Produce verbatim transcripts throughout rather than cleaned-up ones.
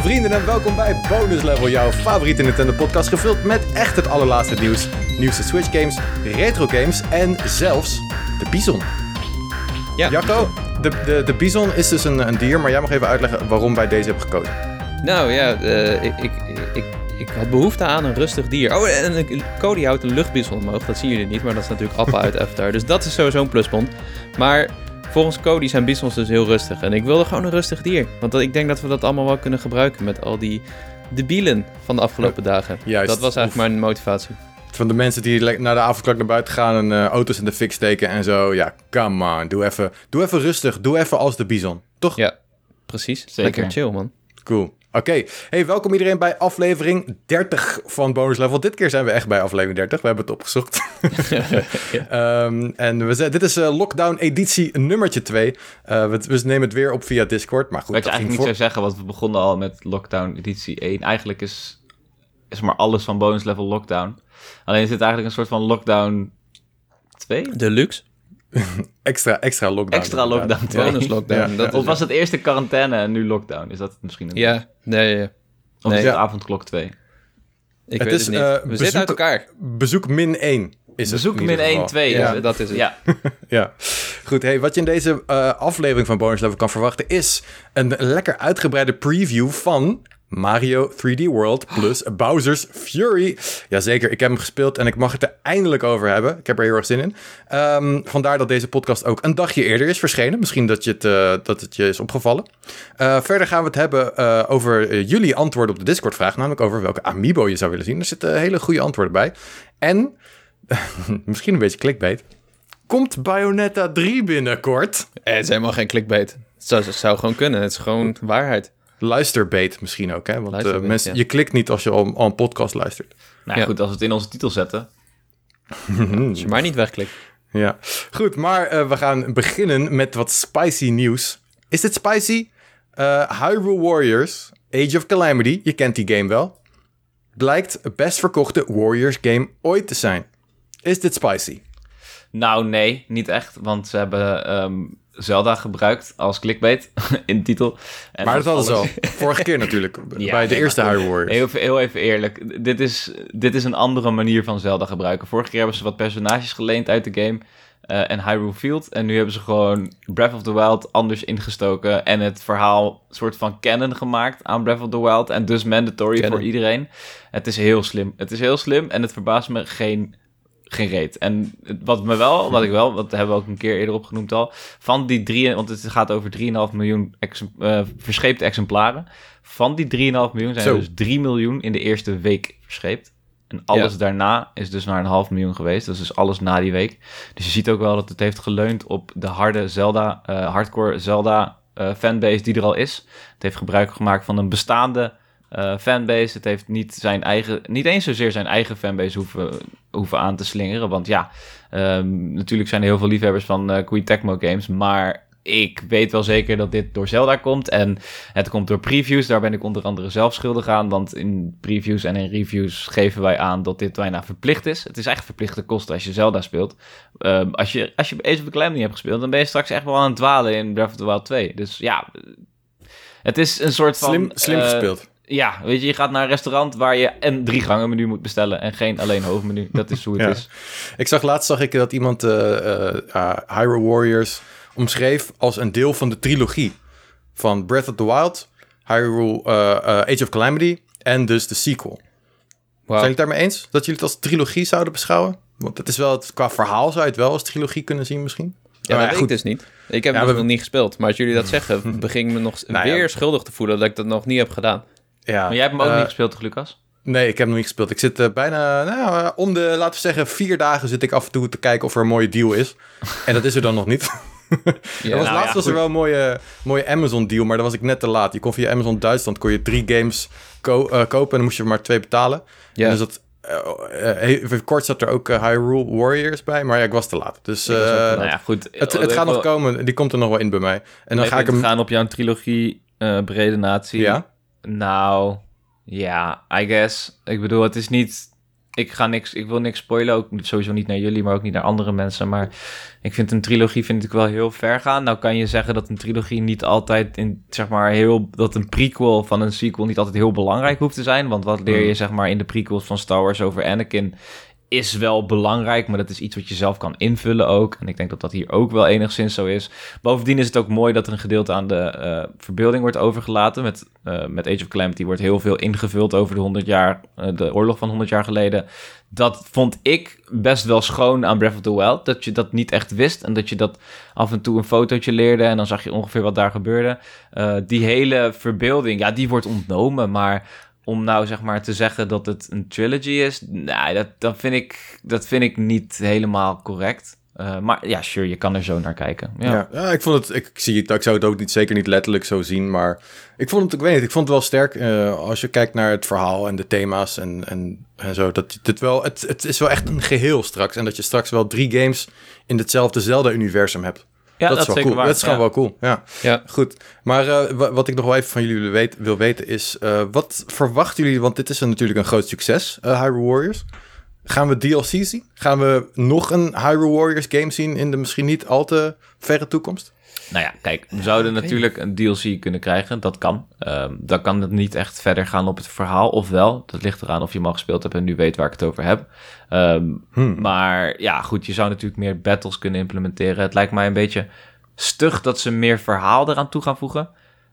vrienden en welkom bij Bonus Level, jouw favoriete Nintendo podcast, gevuld met echt het allerlaatste nieuws, nieuwste Switch games, retro games en zelfs de Bison. Ja. Jacco, de, de, de Bison is dus een, een dier, maar jij mag even uitleggen waarom wij deze hebben gekozen. Nou ja, uh, ik, ik, ik, ik had behoefte aan een rustig dier. Oh, en Cody houdt een luchtbison omhoog, dat zien jullie niet, maar dat is natuurlijk Appa uit Avatar, dus dat is sowieso een pluspunt. Maar volgens Cody zijn bisons dus heel rustig. En ik wilde gewoon een rustig dier. Want ik denk dat we dat allemaal wel kunnen gebruiken met al die debielen van de afgelopen dagen. Juist. Dat was eigenlijk mijn motivatie. Van de mensen die na de avondklok naar buiten gaan en uh, auto's in de fik steken en zo. Ja, come on. Doe even, doe even rustig. Doe even als de bison. Toch? Ja, precies. Zeker. Lekker chill, man. Cool. Oké, okay. Hey, welkom iedereen bij aflevering dertig van Bonus Level. Dit keer zijn we echt bij aflevering dertig, we hebben het opgezocht. ja. um, en we zijn, dit is uh, lockdown editie nummertje twee. Uh, we, we nemen het weer op via Discord, maar goed. Wat je eigenlijk niet voor... zou zeggen, want we begonnen al met lockdown editie één. Eigenlijk is, is maar alles van Bonus Level lockdown. Alleen is dit eigenlijk een soort van lockdown twee? Deluxe? extra, extra lockdown. Extra lockdown. Bonus lockdown. Ja. Dat of was het eerste quarantaine en nu lockdown? Is dat het misschien? Een ja, nee. nee. Of nee. is het ja. avondklok twee? Ik het weet is, het niet. Uh, We bezoek, zitten uit elkaar. Bezoek min één is bezoek het. Bezoek min één, twee. Ja, ja, dat is het. Ja. ja. Goed, hey, wat je in deze uh, aflevering van Bonus Level kan verwachten is een lekker uitgebreide preview van Mario drie D World plus Bowser's Fury. Jazeker, ik heb hem gespeeld en ik mag het er eindelijk over hebben. Ik heb er heel erg zin in. Um, vandaar dat deze podcast ook een dagje eerder is verschenen. Misschien dat, je het, uh, dat het je is opgevallen. Uh, verder gaan we het hebben uh, over uh, jullie antwoorden op de Discord-vraag. Namelijk over welke amiibo je zou willen zien. Er zitten hele goede antwoorden bij. En, misschien een beetje clickbait. Komt Bayonetta drie binnenkort? Eh, het is helemaal geen clickbait. Het zou, het zou gewoon kunnen. Het is gewoon waarheid. Luisterbait misschien ook, hè? Want uh, mensen, ja. je klikt niet als je al, al een podcast luistert. Nou ja. Goed, als we het in onze titel zetten. Als je maar niet wegklikt. Ja, goed, maar uh, we gaan beginnen met wat spicy nieuws. Is dit spicy? Uh, Hyrule Warriors, Age of Calamity, je kent die game wel, blijkt het best verkochte Warriors game ooit te zijn. Is dit spicy? Nou, nee, niet echt, want ze hebben um, Zelda gebruikt als clickbait in de titel. En maar dat hadden ze al. Vorige keer natuurlijk, ja, bij de nee, eerste Hyrule Warriors. Heel, heel even eerlijk, dit is, dit is een andere manier van Zelda gebruiken. Vorige keer hebben ze wat personages geleend uit de game uh, en Hyrule Field. En nu hebben ze gewoon Breath of the Wild anders ingestoken en het verhaal soort van canon gemaakt aan Breath of the Wild. En dus mandatory canon voor iedereen. Het is heel slim. Het is heel slim en het verbaast me geen... Geen reet. En wat me wel, wat ik wel, dat hebben we ook een keer eerder opgenoemd al, van die drie, want het gaat over drie komma vijf miljoen exem, uh, verscheepte exemplaren. Van die drie komma vijf miljoen zijn er dus drie miljoen in de eerste week verscheept. En alles ja. daarna is dus naar een half miljoen geweest. Dat is dus alles na die week. Dus je ziet ook wel dat het heeft geleund op de harde Zelda, uh, hardcore Zelda uh, fanbase die er al is. Het heeft gebruik gemaakt van een bestaande Uh, fanbase. Het heeft niet zijn eigen, niet eens zozeer zijn eigen fanbase hoeven, hoeven aan te slingeren. Want ja, um, natuurlijk zijn er heel veel liefhebbers van uh, Koei Tecmo games. Maar ik weet wel zeker dat dit door Zelda komt. En het komt door previews. Daar ben ik onder andere zelf schuldig aan. Want in previews en in reviews geven wij aan dat dit bijna verplicht is. Het is echt verplichte kosten als je Zelda speelt. Um, als je, als je Age of Calamity hebt gespeeld, dan ben je straks echt wel aan het dwalen in Breath of the Wild twee. Dus ja, het is een soort van... Slim, slim uh, gespeeld. Ja, weet je, je gaat naar een restaurant waar je een drie gangen menu moet bestellen en geen alleen hoofdmenu. Dat is hoe het ja. is. Ik zag laatst zag ik dat iemand uh, uh, Hyrule Warriors omschreef als een deel van de trilogie van Breath of the Wild, Hyrule uh, uh, Age of Calamity en dus de sequel. Wow. Zijn jullie het daarmee eens dat jullie het als trilogie zouden beschouwen? Want het is wel het, qua verhaal zou je het wel als trilogie kunnen zien misschien. Ja, dat ja, weet ik dus niet. Ik heb ja, het we... nog niet gespeeld. Maar als jullie dat zeggen, begin ik me nog nou, weer ja. schuldig te voelen dat ik dat nog niet heb gedaan. Ja, maar jij hebt hem ook uh, niet gespeeld, toch, Lucas? Nee, ik heb hem nog niet gespeeld. Ik zit uh, bijna, nou, uh, om de, laten we zeggen, vier dagen zit ik af en toe te kijken of er een mooie deal is. En dat is er dan nog niet. ja, er was, nou, laatst ja, was er wel een mooie, mooie Amazon deal, maar dan was ik net te laat. Je kon via Amazon Duitsland kon je drie games ko- uh, kopen en dan moest je maar twee betalen. Ja. En dus dat, uh, uh, even kort zat er ook uh, Hyrule Warriors bij, maar ja, ik was te laat. Dus uh, nou ja, goed. het, het gaat nog komen, die komt er nog wel in bij mij. En dan ga ik hem gaan op jouw trilogie uh, brede natie. Ja. Nou, ja, I guess. Ik bedoel, het is niet ik ga niks, ik wil niks spoilen, ook sowieso niet naar jullie, maar ook niet naar andere mensen. Maar ik vind een trilogie vind ik wel heel ver gaan. Nou kan je zeggen dat een trilogie niet altijd in, zeg maar, heel, dat een prequel van een sequel niet altijd heel belangrijk hoeft te zijn. Want wat leer je, zeg maar, in de prequels van Star Wars over Anakin is wel belangrijk, maar dat is iets wat je zelf kan invullen ook. En ik denk dat dat hier ook wel enigszins zo is. Bovendien is het ook mooi dat er een gedeelte aan de uh, verbeelding wordt overgelaten. Met, uh, met Age of Calamity wordt heel veel ingevuld over de honderd jaar, uh, de oorlog van honderd jaar geleden. Dat vond ik best wel schoon aan Breath of the Wild. Dat je dat niet echt wist en dat je dat af en toe een fotootje leerde en dan zag je ongeveer wat daar gebeurde. Uh, die hele verbeelding, ja, die wordt ontnomen, maar om nou zeg maar te zeggen dat het een trilogy is, nou, dat, dat, vind, ik, dat vind ik niet helemaal correct. Uh, maar ja, sure, je kan er zo naar kijken. Ja, ja, ja ik vond het, ik zie het, ik zou het ook niet, zeker niet letterlijk zo zien, maar ik vond het, ik weet niet, ik vond het wel sterk. Uh, als je kijkt naar het verhaal en de thema's en, en, en zo, dat dit wel, het, het is wel echt een geheel straks. En dat je straks wel drie games in hetzelfde Zelda-universum hebt. Ja, dat, dat is wel zeker cool. waar. Dat is gewoon ja. wel cool. Ja, ja. Goed. Maar uh, w- wat ik nog wel even van jullie wil weten, wil weten is, uh, wat verwachten jullie, want dit is een, natuurlijk een groot succes, uh, Hyrule Warriors. Gaan we D L C zien? Gaan we nog een Hyrule Warriors game zien in de misschien niet al te verre toekomst? Nou ja, kijk, we zouden Ja, natuurlijk een D L C kunnen krijgen. Dat kan. Um, dan kan het niet echt verder gaan op het verhaal. Ofwel, dat ligt eraan of je hem al gespeeld hebt en nu weet waar ik het over heb. Um, hmm. Maar ja, goed, je zou natuurlijk meer battles kunnen implementeren. Het lijkt mij een beetje stug dat ze meer verhaal eraan toe gaan voegen.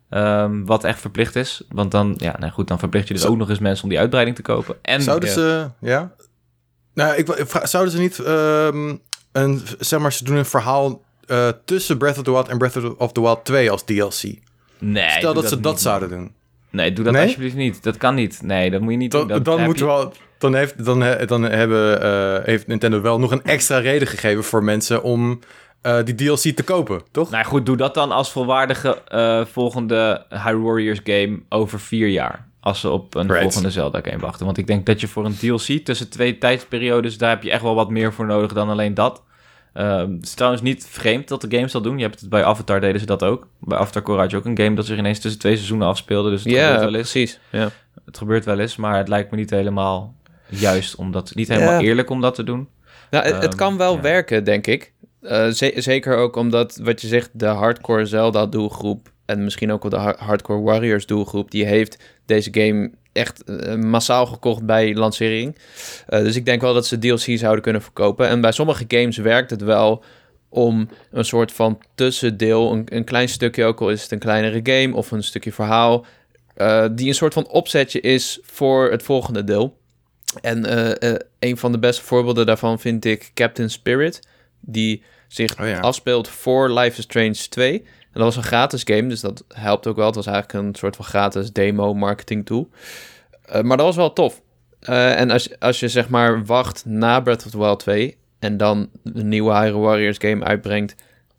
Um, wat echt verplicht is. Want dan, ja, nou goed, dan verplicht je dus Zo. ook nog eens mensen om die uitbreiding te kopen. En, zouden ja. ze, ja... Nou, ik, ik vraag, zouden ze niet, um, een, zeg maar, ze doen een verhaal uh, tussen Breath of the Wild en Breath of the Wild twee als D L C? Nee. Stel dat, dat ze niet, dat zouden doen. Nee, doe dat nee? alsjeblieft niet. Dat kan niet. Nee, dat moet je niet dan, doen. Dat dan moet je... wel, dan, heeft, dan, dan hebben, uh, heeft Nintendo wel nog een extra reden gegeven voor mensen om uh, die D L C te kopen, toch? Nou goed, doe dat dan als volwaardige uh, volgende Hyrule Warriors game over vier jaar. Als ze op een right. volgende Zelda-game wachten. Want ik denk dat je voor een D L C tussen twee tijdsperiodes, daar heb je echt wel wat meer voor nodig dan alleen dat. Uh, het is trouwens niet vreemd dat de games dat doen. Je hebt het bij Avatar deden ze dat ook. Bij Avatar Core had je ook een game dat zich ineens tussen twee seizoenen afspeelde. Dus het ja, gebeurt wel eens. precies. Ja. Het gebeurt wel eens, maar het lijkt me niet helemaal juist om dat, niet helemaal ja. eerlijk om dat te doen. Nou, het, um, het kan wel ja. werken, denk ik. Uh, ze- zeker ook omdat, wat je zegt, de hardcore Zelda-doelgroep en misschien ook wel de ha- hardcore Warriors doelgroep, die heeft deze game echt uh, massaal gekocht bij lancering. Uh, dus ik denk wel dat ze D L C zouden kunnen verkopen. En bij sommige games werkt het wel om een soort van tussendeel, een, een klein stukje, ook al is het een kleinere game of een stukje verhaal, uh, die een soort van opzetje is voor het volgende deel. En uh, uh, een van de beste voorbeelden daarvan vind ik Captain Spirit, die zich oh ja. afspeelt voor Life is Strange twee. En dat was een gratis game, dus dat helpt ook wel. Het was eigenlijk een soort van gratis demo marketing tool. Uh, maar dat was wel tof. Uh, en als, als je zeg maar wacht na Breath of the Wild twee en dan een nieuwe Hyrule Warriors game uitbrengt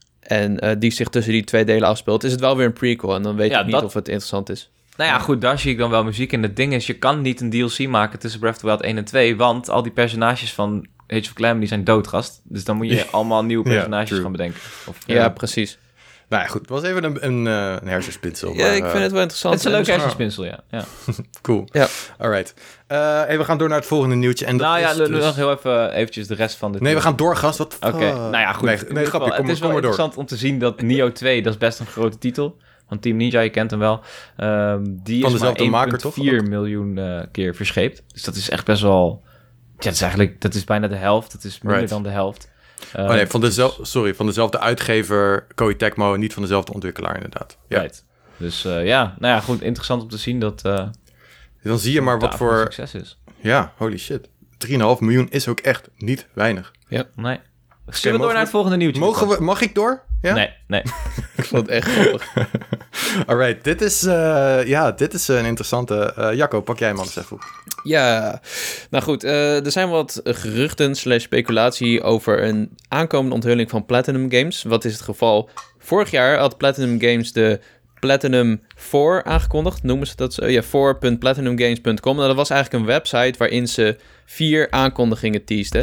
en uh, die zich tussen die twee delen afspeelt, is het wel weer een prequel. En dan weet ja, ik niet dat... of het interessant is. Nou ja, goed, daar zie ik dan wel muziek in. Het ding is, je kan niet een D L C maken tussen Breath of the Wild één en twee, want al die personages van Age of Calamity zijn doodgast. Dus dan moet je allemaal nieuwe personages ja, gaan bedenken. Of, ja, ja, precies. Nou ja, goed. Het was even een, een, uh, een hersenspinsel. Ja, maar, ik vind uh, het wel interessant. Het is een leuk hersenspinsel, ja. ja. Cool. Ja. Alright. Uh, hey, we gaan door naar het volgende nieuwtje. En dat nou ja, is dus... nog heel even eventjes de rest van dit. Nee, we gaan door, gast. Wat? Oké, okay. uh, nou ja, goed. Nee, nee grapje. Kom, het is kom wel maar interessant door. om te zien dat Nioh twee, dat is best een grote titel. Van Team Ninja, je kent hem wel. Um, die van is maar één komma vier miljoen uh, keer verscheept. Dus dat is echt best wel... Ja, dat is eigenlijk... Dat is bijna de helft. Dat is minder right. dan de helft. Uh, oh nee, van dezelfde, sorry, van dezelfde uitgever Koei Tecmo, niet van dezelfde ontwikkelaar inderdaad. Ja. Right. Dus uh, ja, nou ja, goed, interessant om te zien dat... Uh, dan zie je maar wat voor... succes is. Ja, holy shit. drie komma vijf miljoen is ook echt niet weinig. Ja. Nee. Zullen we door naar het volgende nieuwtje? Mogen we, mag ik door? Ja? Nee, nee. Ik vond het echt grappig. Alright, dit is, uh, ja, dit is een interessante... Uh, Jacco, pak jij hem anders even op. Ja, nou goed, uh, er zijn wat geruchten slash speculatie over een aankomende onthulling van Platinum Games. Wat is het geval? Vorig jaar had Platinum Games de Platinum vier aangekondigd, noemen ze dat zo? Ja, four dot platinum games dot com. Nou, dat was eigenlijk een website waarin ze vier aankondigingen teasten.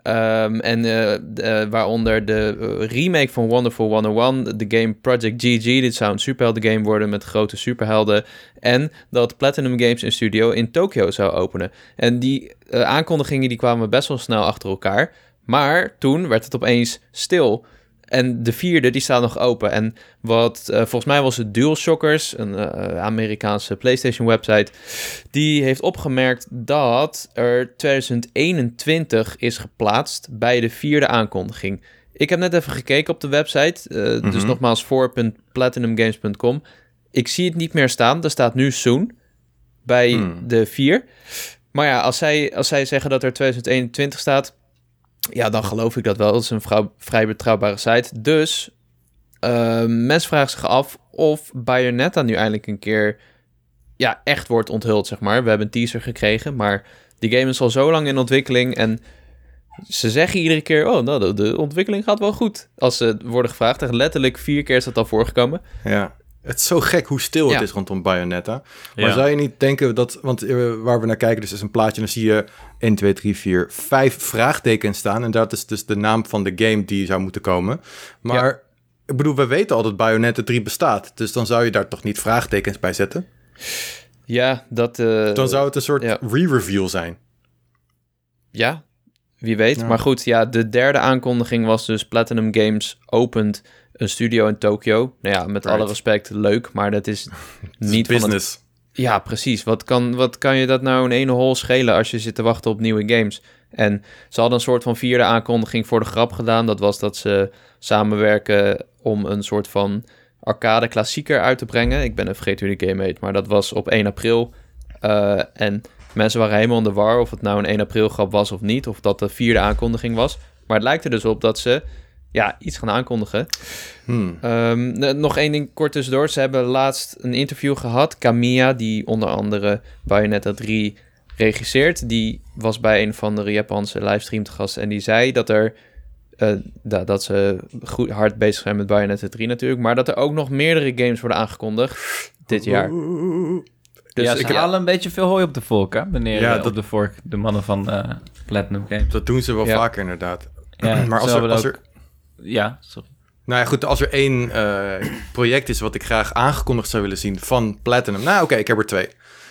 Um, en uh, uh, waaronder de uh, remake van Wonderful honderdéén, de game Project G G. Dit zou een superhelden game worden met grote superhelden. En dat Platinum Games een studio in Tokio zou openen. En die uh, aankondigingen die kwamen best wel snel achter elkaar. Maar toen werd het opeens stil. En de vierde, die staat nog open. En wat, uh, volgens mij was het DualShockers, een uh, Amerikaanse PlayStation website, die heeft opgemerkt dat er tweeduizend eenentwintig is geplaatst bij de vierde aankondiging. Ik heb net even gekeken op de website, uh, mm-hmm. dus nogmaals voor punt platinum games punt com. Ik zie het niet meer staan, er staat nu soon bij hmm. de vier. Maar ja, als zij, als zij zeggen dat er tweeduizend eenentwintig staat, ja, dan geloof ik dat wel. Dat is een vrouw, vrij betrouwbare site. Dus uh, mensen vragen zich af of Bayonetta nu eindelijk een keer ja, echt wordt onthuld, zeg maar. We hebben een teaser gekregen, maar die game is al zo lang in ontwikkeling en ze zeggen iedere keer, oh, nou, de, de ontwikkeling gaat wel goed. Als ze worden gevraagd, en letterlijk vier keer is dat al voorgekomen. Ja. Het is zo gek hoe stil het ja. is rondom Bayonetta. Maar ja. zou je niet denken dat... Want uh, waar we naar kijken, dus is een plaatje, dan zie je één, twee, drie, vier, vijf vraagtekens staan. En dat is dus de naam van de game die zou moeten komen. Maar ja. ik bedoel, we weten al dat Bayonetta drie bestaat. Dus dan zou je daar toch niet vraagtekens bij zetten? Ja, dat... Uh, dan zou het een soort ja. re-reveal zijn. Ja, wie weet. Ja. Maar goed, ja, de derde aankondiging was dus Platinum Games opent een studio in Tokio. Nou ja, met right. alle respect, leuk, maar dat is niet business. Van het... Ja, precies. Wat kan, wat kan je dat nou in ene hol schelen als je zit te wachten op nieuwe games? En ze hadden een soort van vierde aankondiging voor de grap gedaan. Dat was dat ze samenwerken om een soort van arcade klassieker uit te brengen. Ik ben even vergeten hoe die game heet, maar dat was op één april. Uh, en mensen waren helemaal in de war of het nou een één april grap was of niet. Of dat de vierde aankondiging was. Maar het lijkt er dus op dat ze ja, iets gaan aankondigen. Hmm. Um, nog één ding kort tussendoor. Ze hebben laatst een interview gehad. Kamiya, die onder andere Bayonetta drie regisseert, die was bij een van de Japanse livestream te gast en die zei dat er uh, da, dat ze goed hard bezig zijn met Bayonetta drie natuurlijk, maar dat er ook nog meerdere games worden aangekondigd dit jaar. Dus ja, ze ik, halen ja. een beetje veel hooi op de volk, hè? Meneer ja, uh, dat, op de vork, de mannen van uh, Platinum Games. Dat doen ze wel ja. vaker inderdaad. Ja, maar als er, als er... Ja, sorry. Nou ja, goed, als er één uh, project is wat ik graag aangekondigd zou willen zien van Platinum. Nou, oké, okay, ik heb er twee.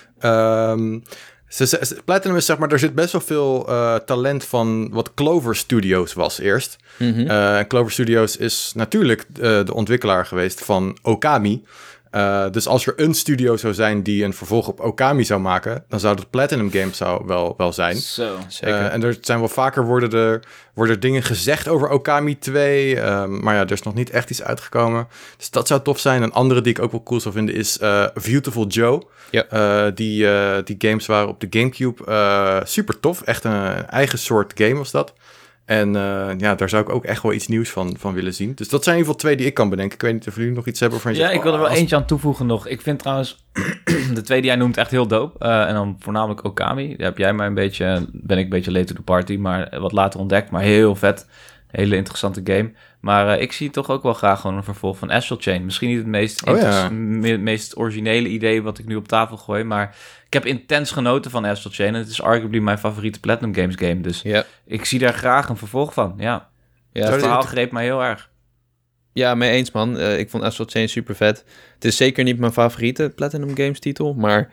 Um, ze, ze, Platinum is zeg maar, er zit best wel veel uh, talent van wat Clover Studios was eerst. Mm-hmm. Uh, Clover Studios is natuurlijk uh, de ontwikkelaar geweest van Okami. Uh, dus als er een studio zou zijn die een vervolg op Okami zou maken, dan zou dat Platinum Games zou wel, wel zijn. Zo, zeker. Uh, en er zijn wel vaker worden er, worden er dingen gezegd over Okami twee, um, maar ja, er is nog niet echt iets uitgekomen. Dus dat zou tof zijn. Een andere die ik ook wel cool zou vinden is uh, Beautiful Joe. Ja. Uh, die, uh, die games waren op de Gamecube uh, super tof. Echt een, een eigen soort game was dat. En uh, ja, daar zou ik ook echt wel iets nieuws van, van willen zien. Dus dat zijn in ieder geval twee die ik kan bedenken. Ik weet niet of jullie nog iets hebben van je Ja, zegt, ik wil er wel als... eentje aan toevoegen nog. Ik vind trouwens de twee die jij noemt echt heel dope. Uh, en dan voornamelijk Okami. Daar heb jij mij een beetje, ben ik een beetje late to the party, maar wat later ontdekt. Maar heel vet. Hele interessante game. Maar uh, ik zie toch ook wel graag gewoon een vervolg van Astral Chain. Misschien niet het meest, oh, ja. me- meest originele idee wat ik nu op tafel gooi. Maar ik heb intens genoten van Astral Chain. En het is arguably mijn favoriete Platinum Games game. Dus ja. ik zie daar graag een vervolg van. Ja, ja het verhaal greep mij heel erg. Ja, mee eens man. Uh, ik vond Astral Chain super vet. Het is zeker niet mijn favoriete Platinum Games titel. Maar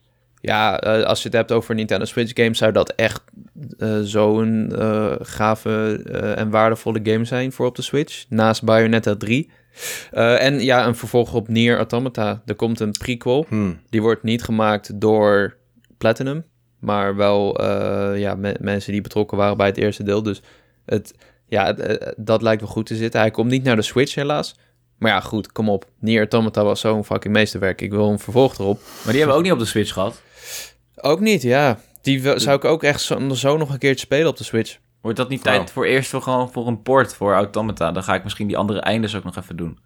ja, uh, als je het hebt over Nintendo Switch games, zou dat echt uh, zo'n uh, gave uh, en waardevolle game zijn voor op de Switch. Naast Bayonetta drie. Uh, en ja, een vervolg op Nier Automata. Er komt een prequel. Hmm. Die wordt niet gemaakt door Platinum, maar wel uh, ja, me- mensen die betrokken waren bij het eerste deel. Dus het, ja, het, uh, dat lijkt wel goed te zitten. Hij komt niet naar de Switch helaas. Maar ja, goed, kom op. Nier Automata was zo'n fucking meesterwerk. Ik wil een vervolg erop. Maar die hebben we ook niet op de Switch gehad? Ook niet, ja. Die w- zou ik ook echt zo, zo nog een keer spelen op de Switch. Wordt dat niet wow. tijd voor eerst voor, gewoon voor een port voor Automata? Dan ga ik misschien die andere eindes ook nog even doen.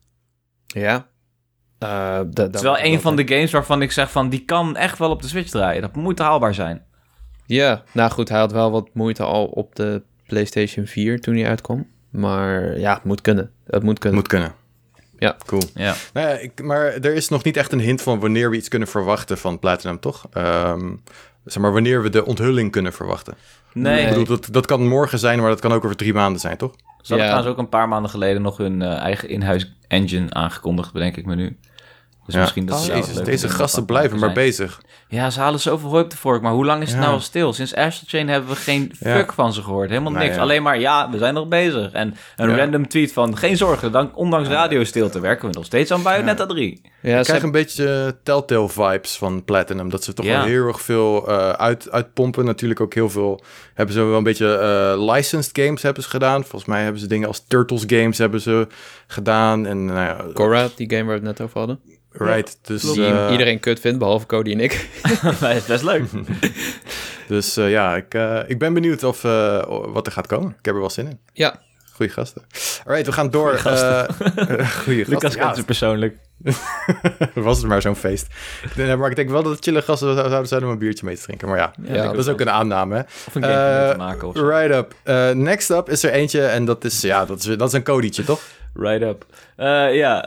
Ja. Uh, d- Het is wel een van de games waarvan ik zeg van, die kan echt wel op de Switch draaien. Dat moet haalbaar zijn. Ja, nou goed, hij had wel wat moeite al op de PlayStation vier toen hij uitkwam. Maar ja, het moet kunnen. Het moet kunnen. Moet kunnen. Ja. Cool. Ja. Nou ja, ik, maar er is nog niet echt een hint van wanneer we iets kunnen verwachten van Platinum, toch? Um, zeg maar, wanneer we de onthulling kunnen verwachten. Nee. Ik bedoel, dat, dat kan morgen zijn, maar dat kan ook over drie maanden zijn, toch? Ze hadden Ja. trouwens ook een paar maanden geleden nog hun uh, eigen in-huis engine aangekondigd, bedenk ik me nu. Dus Ja. misschien dat Oh, ze Jezus, zelf leuk deze vinden gasten om blijven te maar zijn. bezig. Ja, ze halen zoveel hooi op de vork, maar hoe lang is het Ja. nou al stil? Sinds Astral Chain hebben we geen Ja. fuck van ze gehoord. Helemaal Nou, niks. ja. Alleen maar, ja, we zijn nog bezig. En een Ja. random tweet van, geen zorgen, dan, ondanks radiostilte werken we nog steeds aan Bayonetta drie. Ja, Ik ze krijg een beetje uh, Telltale vibes van Platinum. Dat ze toch Ja. wel heel erg veel uh, uit, uitpompen. Natuurlijk ook heel veel... Hebben ze wel een beetje uh, licensed games hebben ze gedaan. Volgens mij hebben ze dingen als Turtles games hebben ze gedaan. En nou ja... Korra, die game waar we het net over hadden. Right. Dus, Die uh, iedereen kut vindt, behalve Cody en ik. Dat is best leuk. dus uh, ja, ik, uh, ik ben benieuwd of, uh, wat er gaat komen. Ik heb er wel zin in. Ja. Goeie gasten. Alright, we gaan door. Goeie gasten. Uh, goeie Lucas gasten. kent ze persoonlijk. Was het maar zo'n feest. Nee, maar ik denk wel dat het chille gasten zouden zijn om een biertje mee te drinken. Maar ja, Ja, Ja, dat is ook een aanname. Hè? Of een game Uh, te maken of zo. Right up. Uh, next up is er eentje en dat is, ja, dat is, dat is een Cody'tje, toch? Right up. Uh, ja.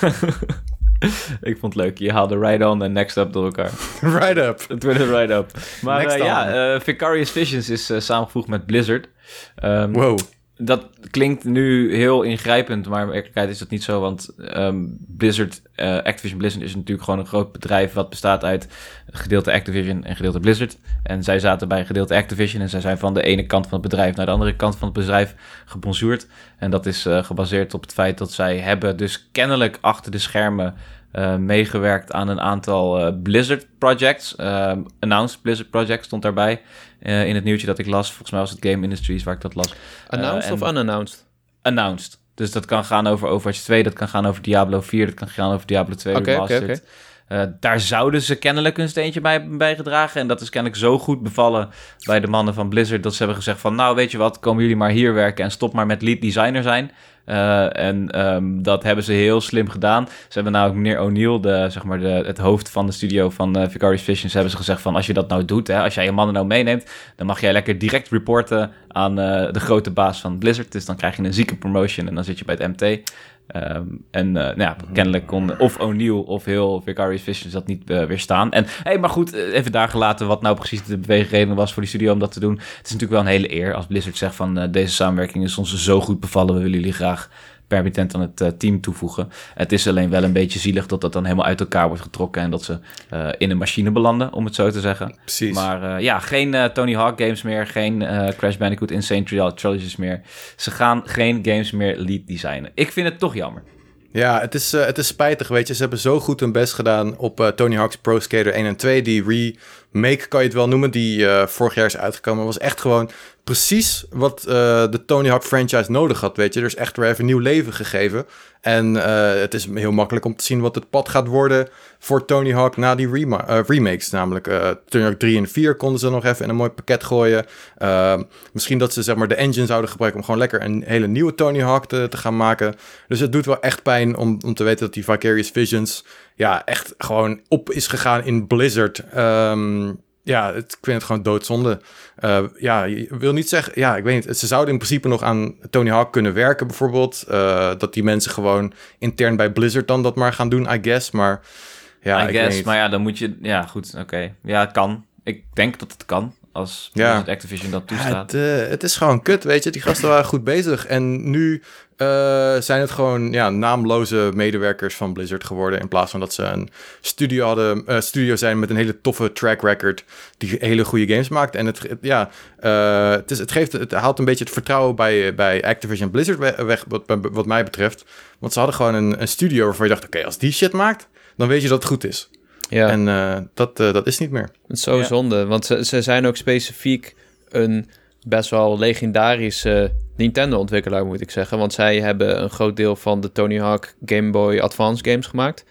Ik vond het leuk. Je haalde right on en next up door elkaar. Right up. Het werd een right up. Maar Next uh, on. ja, uh, Vicarious Visions is uh, samengevoegd met Blizzard. Um, Wow. Dat klinkt nu heel ingrijpend, maar in werkelijkheid is dat niet zo, want um, Blizzard, uh, Activision Blizzard is natuurlijk gewoon een groot bedrijf wat bestaat uit gedeelte Activision en gedeelte Blizzard. En zij zaten bij gedeelte Activision en zij zijn van de ene kant van het bedrijf naar de andere kant van het bedrijf gebonjourd. En dat is uh, gebaseerd op het feit dat zij hebben dus kennelijk achter de schermen Uh, meegewerkt aan een aantal uh, Blizzard projects. Uh, announced Blizzard projects stond daarbij uh, in het nieuwtje dat ik las. Volgens mij was het Game Industries waar ik dat las. Announced Uh, of en- unannounced? Announced. Dus dat kan gaan over Overwatch twee, dat kan gaan over Diablo vier, dat kan gaan over Diablo twee Oké, oké, Remastered. oké. Uh, daar zouden ze kennelijk een steentje bij hebben bijgedragen. En dat is kennelijk zo goed bevallen bij de mannen van Blizzard dat ze hebben gezegd van, nou weet je wat, komen jullie maar hier werken en stop maar met lead designer zijn. Uh, en um, dat hebben ze heel slim gedaan. Ze hebben nou ook meneer O'Neill, de, zeg maar de, het hoofd van de studio van uh, Vicarious Visions, hebben ze gezegd van, als je dat nou doet, hè, als jij je mannen nou meeneemt, dan mag jij lekker direct reporten aan uh, de grote baas van Blizzard. Dus dan krijg je een zieke promotion en dan zit je bij het M T. Um, en uh, nou ja, kennelijk kon of O'Neill of heel Vicarious Visions dat niet uh, weerstaan. En hey, maar goed, even daar gelaten wat nou precies de beweegreden was voor die studio om dat te doen. Het is natuurlijk wel een hele eer als Blizzard zegt van uh, deze samenwerking is ons zo goed bevallen, we willen jullie graag permittent aan het uh, team toevoegen. Het is alleen wel een beetje zielig dat dat dan helemaal uit elkaar wordt getrokken en dat ze uh, in een machine belanden, om het zo te zeggen. Precies. Maar uh, ja, geen uh, Tony Hawk games meer, geen uh, Crash Bandicoot Insane Trilogies meer. Ze gaan geen games meer lead designen. Ik vind het toch jammer. Ja, het is, uh, het is spijtig, weet je. Ze hebben zo goed hun best gedaan op uh, Tony Hawk's Pro Skater één en twee. Die remake, kan je het wel noemen, die uh, vorig jaar is uitgekomen. Was echt gewoon precies wat uh, de Tony Hawk franchise nodig had, weet je. Er is echt weer even nieuw leven gegeven. En uh, het is heel makkelijk om te zien wat het pad gaat worden voor Tony Hawk na die rema- uh, remakes. Namelijk uh, Tony Hawk drie en vier konden ze nog even in een mooi pakket gooien. Uh, misschien dat ze zeg maar de engine zouden gebruiken om gewoon lekker een hele nieuwe Tony Hawk te, te gaan maken. Dus het doet wel echt pijn om, om te weten dat die Vicarious Visions ja, echt gewoon op is gegaan in Blizzard. Um, ja, het, ik vind het gewoon doodzonde. Uh, ja, je wil niet zeggen... Ja, ik weet niet. Ze zouden in principe nog aan Tony Hawk kunnen werken, bijvoorbeeld. Uh, dat die mensen gewoon intern bij Blizzard dan dat maar gaan doen, I guess. Maar ja, I ik guess, weet niet. maar ja, dan moet je... Ja, goed, oké. Okay. Ja, het kan. Ik denk dat het kan, als Ja. Blizzard Activision dat Ja, toestaat. het, uh, het is gewoon kut, weet je. Die gasten waren goed bezig. En nu uh, zijn het gewoon ja, naamloze medewerkers van Blizzard geworden. In plaats van dat ze een studio hadden, uh, studio zijn met een hele toffe track record. Die hele goede games maakt. En het, het, ja, uh, het, is, het, geeft, het haalt een beetje het vertrouwen bij, bij Activision Blizzard weg, wat, wat mij betreft. Want ze hadden gewoon een, een studio waarvan je dacht, oké, okay, als die shit maakt, dan weet je dat het goed is. Ja. En uh, dat, uh, dat is niet meer. Het is zo Ja. zonde, want ze, ze zijn ook specifiek een best wel legendarische Nintendo-ontwikkelaar, moet ik zeggen. Want zij hebben een groot deel van de Tony Hawk Game Boy Advance games gemaakt.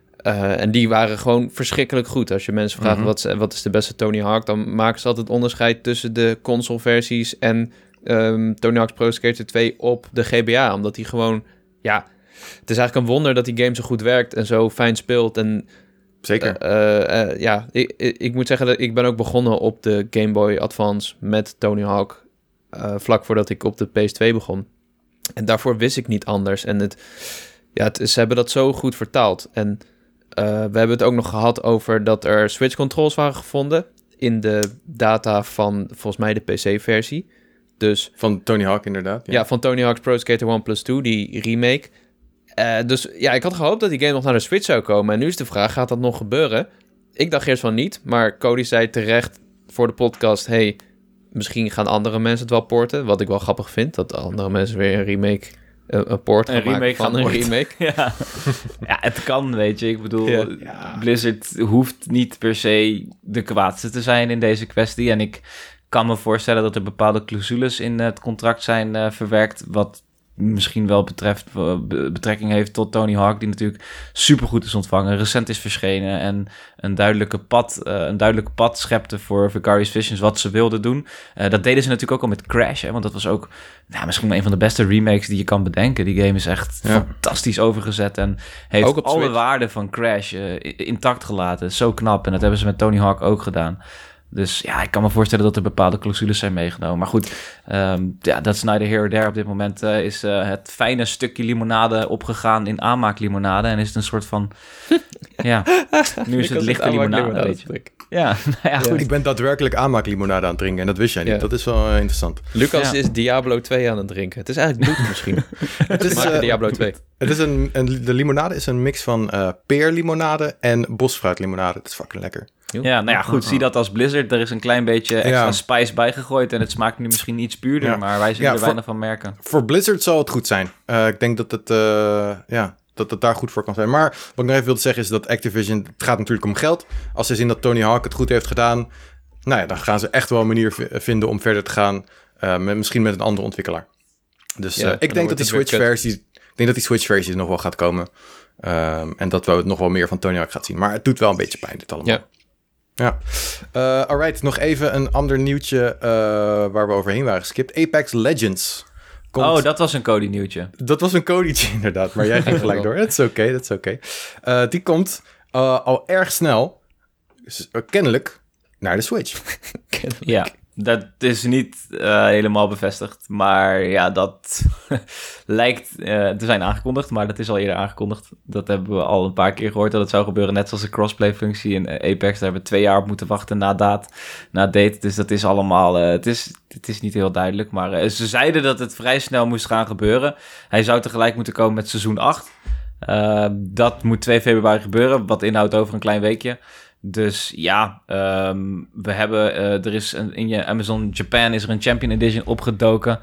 Uh, en die waren gewoon verschrikkelijk goed. Als je mensen vraagt, Mm-hmm. wat, wat is de beste Tony Hawk, dan maken ze altijd onderscheid tussen de console-versies en um, Tony Hawk's Pro Skater twee op de G B A. Omdat die gewoon, ja, het is eigenlijk een wonder dat die game zo goed werkt en zo fijn speelt. En Zeker. Uh, uh, uh, ja, ik, ik, ik moet zeggen dat ik ben ook begonnen op de Game Boy Advance met Tony Hawk. Uh, vlak voordat ik op de P S twee begon. En daarvoor wist ik niet anders. En het, ja, het, ze hebben dat zo goed vertaald. En uh, we hebben het ook nog gehad over dat er Switch controls waren gevonden. in de data van volgens mij de P C-versie. Dus, van Tony Hawk inderdaad. Ja, ja van Tony Hawk's Pro Skater one plus two, die remake. Uh, dus ja, ik had gehoopt dat die game nog naar de Switch zou komen. En nu is de vraag, gaat dat nog gebeuren? Ik dacht eerst van niet, maar Cody zei terecht voor de podcast... hey, misschien gaan andere mensen het wel porten. Wat ik wel grappig vind, dat andere mensen weer een remake... Uh, een port een remake van een porten. remake. ja. ja, het kan, weet je. Ik bedoel, ja. Ja. Blizzard hoeft niet per se de kwaadste te zijn in deze kwestie. En ik kan me voorstellen dat er bepaalde clausules in het contract zijn uh, verwerkt... wat misschien wel betreft, betrekking heeft tot Tony Hawk... die natuurlijk supergoed is ontvangen, recent is verschenen... en een duidelijke pad, uh, een duidelijke pad schepte voor Vicarious Visions... wat ze wilden doen. Uh, dat deden ze natuurlijk ook al met Crash... Hè, want dat was ook nou, misschien wel een van de beste remakes die je kan bedenken. Die game is echt ja. fantastisch overgezet... en heeft alle Switch. Waarden van Crash uh, intact gelaten. Zo knap, en dat hebben ze met Tony Hawk ook gedaan... Dus ja, ik kan me voorstellen dat er bepaalde clausules zijn meegenomen. Maar goed, um, ja, dat is neither here or there. Op dit moment uh, is uh, het fijne stukje limonade opgegaan in aanmaaklimonade. En is het een soort van... ja, nu is het lichte limonade, weet je. Ja, nou ja, goed. Ja. Ik ben daadwerkelijk aanmaaklimonade aan het drinken. En dat wist jij niet. Ja. Dat is wel uh, interessant. Lucas ja. is Diablo twee aan het drinken. Het is eigenlijk bloed misschien. Het is uh, Diablo twee. Het is een, een, de limonade is een mix van uh, peerlimonade en bosfruitlimonade. Dat is fucking lekker. Ja, nou ja, goed, zie dat als Blizzard. Er is een klein beetje extra ja. spice bijgegooid en het smaakt nu misschien iets puurder, ja. maar wij zullen ja, er voor, weinig van merken. Voor Blizzard zal het goed zijn. Uh, ik denk dat het, uh, ja, dat het daar goed voor kan zijn. Maar wat ik nog even wilde zeggen is dat Activision, het gaat natuurlijk om geld. Als ze zien dat Tony Hawk het goed heeft gedaan, nou ja, dan gaan ze echt wel een manier v- vinden om verder te gaan, uh, met, misschien met een andere ontwikkelaar. Dus ja, uh, ik denk dat die Switch-versie, ik denk dat die Switch-versie nog wel gaat komen. Um, en dat we het nog wel meer van Tony Hawk gaan zien. Maar het doet wel een beetje pijn, dit allemaal. Ja. Ja, uh, alright. Nog even een ander nieuwtje uh, waar we overheen waren geskipt. Apex Legends. Komt... Oh, dat was een Cody nieuwtje. Dat was een Cody'tje inderdaad, maar jij ging gelijk door. Dat is oké, dat is oké. Okay. Uh, die komt uh, al erg snel, uh, kennelijk, naar de Switch. Kennelijk. Ja, dat is niet uh, helemaal bevestigd, maar ja, dat lijkt uh, te zijn aangekondigd, maar dat is al eerder aangekondigd. Dat hebben we al een paar keer gehoord dat het zou gebeuren, net zoals de crossplay-functie in Apex. Daar hebben we twee jaar op moeten wachten na daad, na date, dus dat is allemaal, uh, het, is, het is niet heel duidelijk, maar uh, ze zeiden dat het vrij snel moest gaan gebeuren. Hij zou tegelijk moeten komen met seizoen acht. Uh, dat moet twee februari gebeuren, wat inhoudt over een klein weekje. Dus ja, um, we hebben, uh, er is een, in je Amazon Japan is er een Champion Edition opgedoken,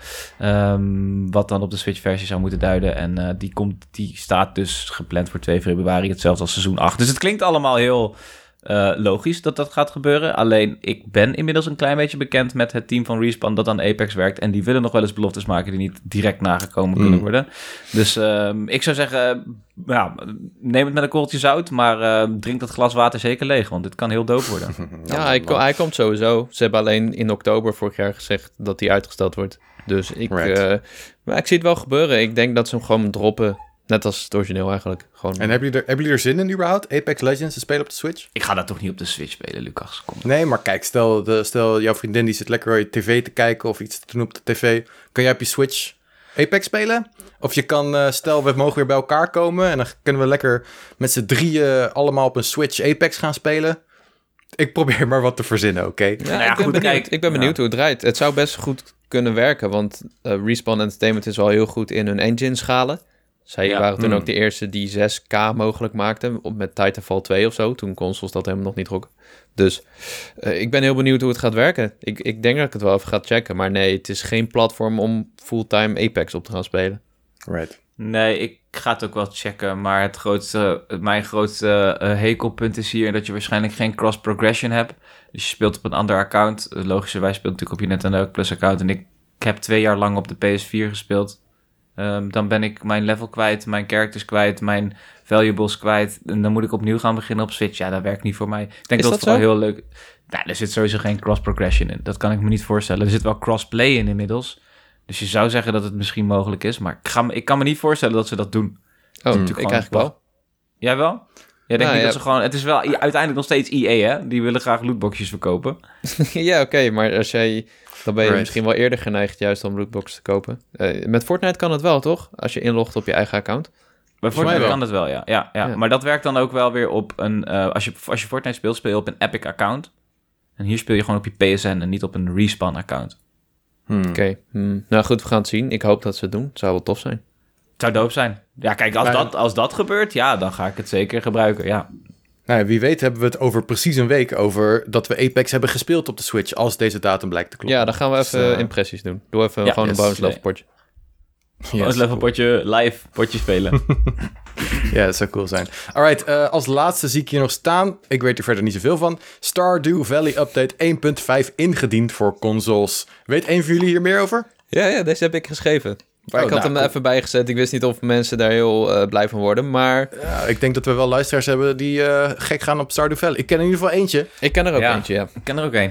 um, wat dan op de Switch versie zou moeten duiden. En uh, die, komt, die staat dus gepland voor twee februari, hetzelfde als seizoen acht. Dus het klinkt allemaal heel uh, logisch dat dat gaat gebeuren. Alleen ik ben inmiddels een klein beetje bekend met het team van Respawn dat aan Apex werkt. En die willen nog wel eens beloftes maken die niet direct nagekomen kunnen worden. Dus um, ik zou zeggen, ja, neem het met een korreltje zout, maar uh, drink dat glas water zeker leeg, want dit kan heel dope worden. Ja, hij, ko- hij komt sowieso. Ze hebben alleen in oktober vorig jaar gezegd dat hij uitgesteld wordt. Dus ik, right. uh, maar ik zie het wel gebeuren. Ik denk dat ze hem gewoon droppen. Net als het origineel eigenlijk. Gewoon... En hebben jullie, er, hebben jullie er zin in überhaupt? Apex Legends te spelen op de Switch? Ik ga dat toch niet op de Switch spelen, Lucas. Kom. Nee, maar kijk, stel, de, stel jouw vriendin die zit lekker op je tv te kijken of iets te doen op de tv. Kan jij op je Switch Apex spelen? Of je kan, uh, stel we mogen weer bij elkaar komen en dan kunnen we lekker met z'n drieën allemaal op een Switch Apex gaan spelen. Ik probeer maar wat te verzinnen, oké? Okay? Ja, nou ja, ik, ben goed, benieuwd, kijk, ik ben benieuwd ja. hoe het draait. Het zou best goed kunnen werken, want uh, Respawn Entertainment is wel heel goed in hun engine schalen. Zij ja. waren toen hmm. ook de eerste die zes K mogelijk maakten, met Titanfall twee of zo, toen consoles dat helemaal nog niet trokken. Dus uh, ik ben heel benieuwd hoe het gaat werken. Ik, ik denk dat ik het wel even ga checken, maar nee, het is geen platform om fulltime Apex op te gaan spelen. Right. Nee, ik ga het ook wel checken, maar het grootste, mijn grootste uh, hekelpunt is hier dat je waarschijnlijk geen cross-progression hebt. Dus je speelt op een ander account. Logischerwijs speelt natuurlijk op je Nintendo Plus account en ik, ik heb twee jaar lang op de P S vier gespeeld. Um, dan ben ik mijn level kwijt, mijn characters kwijt, mijn valuables kwijt. En dan moet ik opnieuw gaan beginnen op Switch. Ja, dat werkt niet voor mij. Ik denk is dat, dat het vooral zo? heel leuk... Nou, er zit sowieso geen cross-progression in. Dat kan ik me niet voorstellen. Er zit wel cross-play in inmiddels. Dus je zou zeggen dat het misschien mogelijk is. Maar ik, ga, ik kan me niet voorstellen dat ze dat doen. Oh, mm. ik eigenlijk wel. Jij wel? Jij denkt nou, niet ja. dat ze gewoon... Het is wel uiteindelijk nog steeds E A, hè? Die willen graag lootboxjes verkopen. Ja, oké. Okay, maar als jij... Dan ben je right. misschien wel eerder geneigd juist om lootboxen te kopen. Uh, met Fortnite kan het wel, toch? Als je inlogt op je eigen account. Bij Fortnite kan dat wel, ja. Ja, ja. ja. Maar dat werkt dan ook wel weer op een... Uh, als, je, als je Fortnite speelt, speel je op een Epic account. En hier speel je gewoon op je P S N en niet op een Respawn-account. Hmm. Oké, okay. hmm. nou goed, we gaan het zien. Ik hoop dat ze het doen. Het zou wel tof zijn. Het zou dope zijn. Ja, kijk, als, Maar... dat, als dat gebeurt, ja, dan ga ik het zeker gebruiken, ja. Nou ja, wie weet hebben we het over precies een week over dat we Apex hebben gespeeld op de Switch, als deze datum blijkt te kloppen. Ja, dan gaan we even dus, uh... impressies doen. Doe even ja, gewoon yes, een bonus level nee. potje. Bonus yes, level potje, live potje spelen. Ja, dat zou cool zijn. Alright, uh, als laatste zie ik hier nog staan, ik weet er verder niet zoveel van, Stardew Valley Update één punt vijf ingediend voor consoles. Weet een van jullie hier meer over? Ja, ja, deze heb ik geschreven. Maar oh, ik had nou, hem cool. even bijgezet. Ik wist niet of mensen daar heel uh, blij van worden, maar... Ja, ik denk dat we wel luisteraars hebben die uh, gek gaan op Stardew Valley. Ik ken in ieder geval eentje. Ik ken er ook ja, eentje, ja. Ik ken er ook één.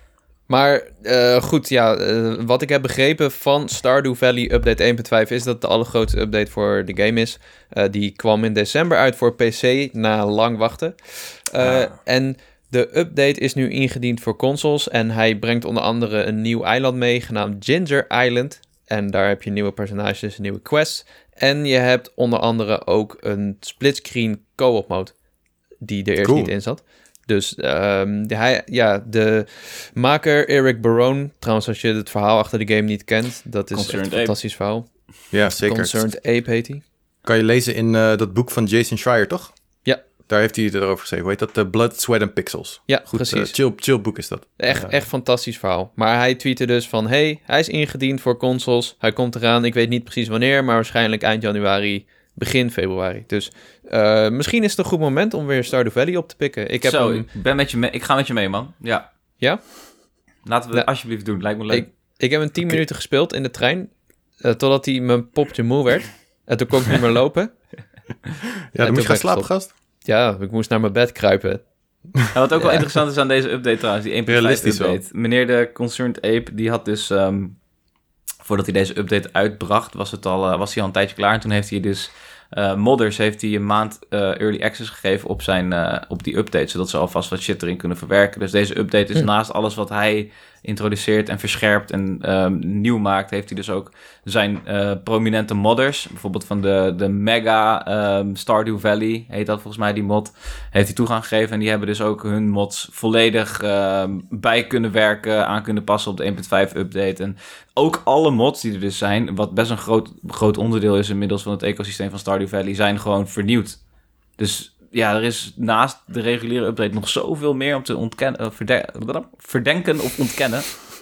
Maar uh, goed, ja, uh, wat ik heb begrepen van Stardew Valley Update één punt vijf is dat de allergrootste update voor de game is. Uh, die kwam in december uit voor P C na lang wachten. Uh, ah. En de update is nu ingediend voor consoles en hij brengt onder andere een nieuw eiland mee genaamd Ginger Island. En daar heb je nieuwe personages, nieuwe quests. En je hebt onder andere ook een splitscreen co-op mode die er eerst cool. niet in zat. Dus um, de, hij, ja, de maker Eric Barone, trouwens als je het verhaal achter de game niet kent, dat is echt een fantastisch verhaal. Ja, zeker. Concerned Ape heet hij. Kan je lezen in uh, dat boek van Jason Schreier, toch? Ja. Daar heeft hij het erover geschreven. Hoe heet dat? Uh, Blood, Sweat and Pixels. Ja, goed, precies. Uh, chill, chill boek is dat. Echt, echt fantastisch verhaal. Maar hij tweette dus van, hey, hij is ingediend voor consoles. Hij komt eraan, ik weet niet precies wanneer, maar waarschijnlijk eind januari, begin februari. Dus uh, misschien is het een goed moment om weer Stardew Valley op te pikken. Ik heb Zo, een... ik, ben met je mee, ik ga met je mee, man. Ja. Ja? Laten we ja. het alsjeblieft doen, lijkt me leuk. Ik, ik heb een tien okay. minuten gespeeld in de trein, uh, totdat hij mijn popje moe werd. En toen kon ik niet meer lopen. Ja, dan moet je gaan slapen, gast. Ja, ik moest naar mijn bed kruipen. Ja, wat ook ja. wel interessant is aan deze update trouwens, die één punt vijf update. Wel. Meneer de Concerned Ape, die had dus, um, voordat hij deze update uitbracht, was, het al, uh, was hij al een tijdje klaar. En toen heeft hij dus uh, modders, heeft hij een maand uh, early access gegeven op, zijn, uh, op die update, zodat ze alvast wat shit erin kunnen verwerken. Dus deze update is hm. naast alles wat hij introduceert en verscherpt en um, nieuw maakt, heeft hij dus ook zijn uh, prominente modders, bijvoorbeeld van de, de Mega um, Stardew Valley, heet dat volgens mij die mod, heeft hij toegang gegeven en die hebben dus ook hun mods volledig uh, bij kunnen werken, aan kunnen passen op de één punt vijf update en ook alle mods die er dus zijn, wat best een groot, groot onderdeel is inmiddels van het ecosysteem van Stardew Valley, zijn gewoon vernieuwd. Dus ja, er is naast de reguliere update nog zoveel meer om te ontkennen, uh, verde- verdenken of ontkennen.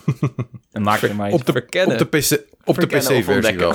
En maak er maar iets op de, verkennen. Op de, P C, op de P C-versie wel.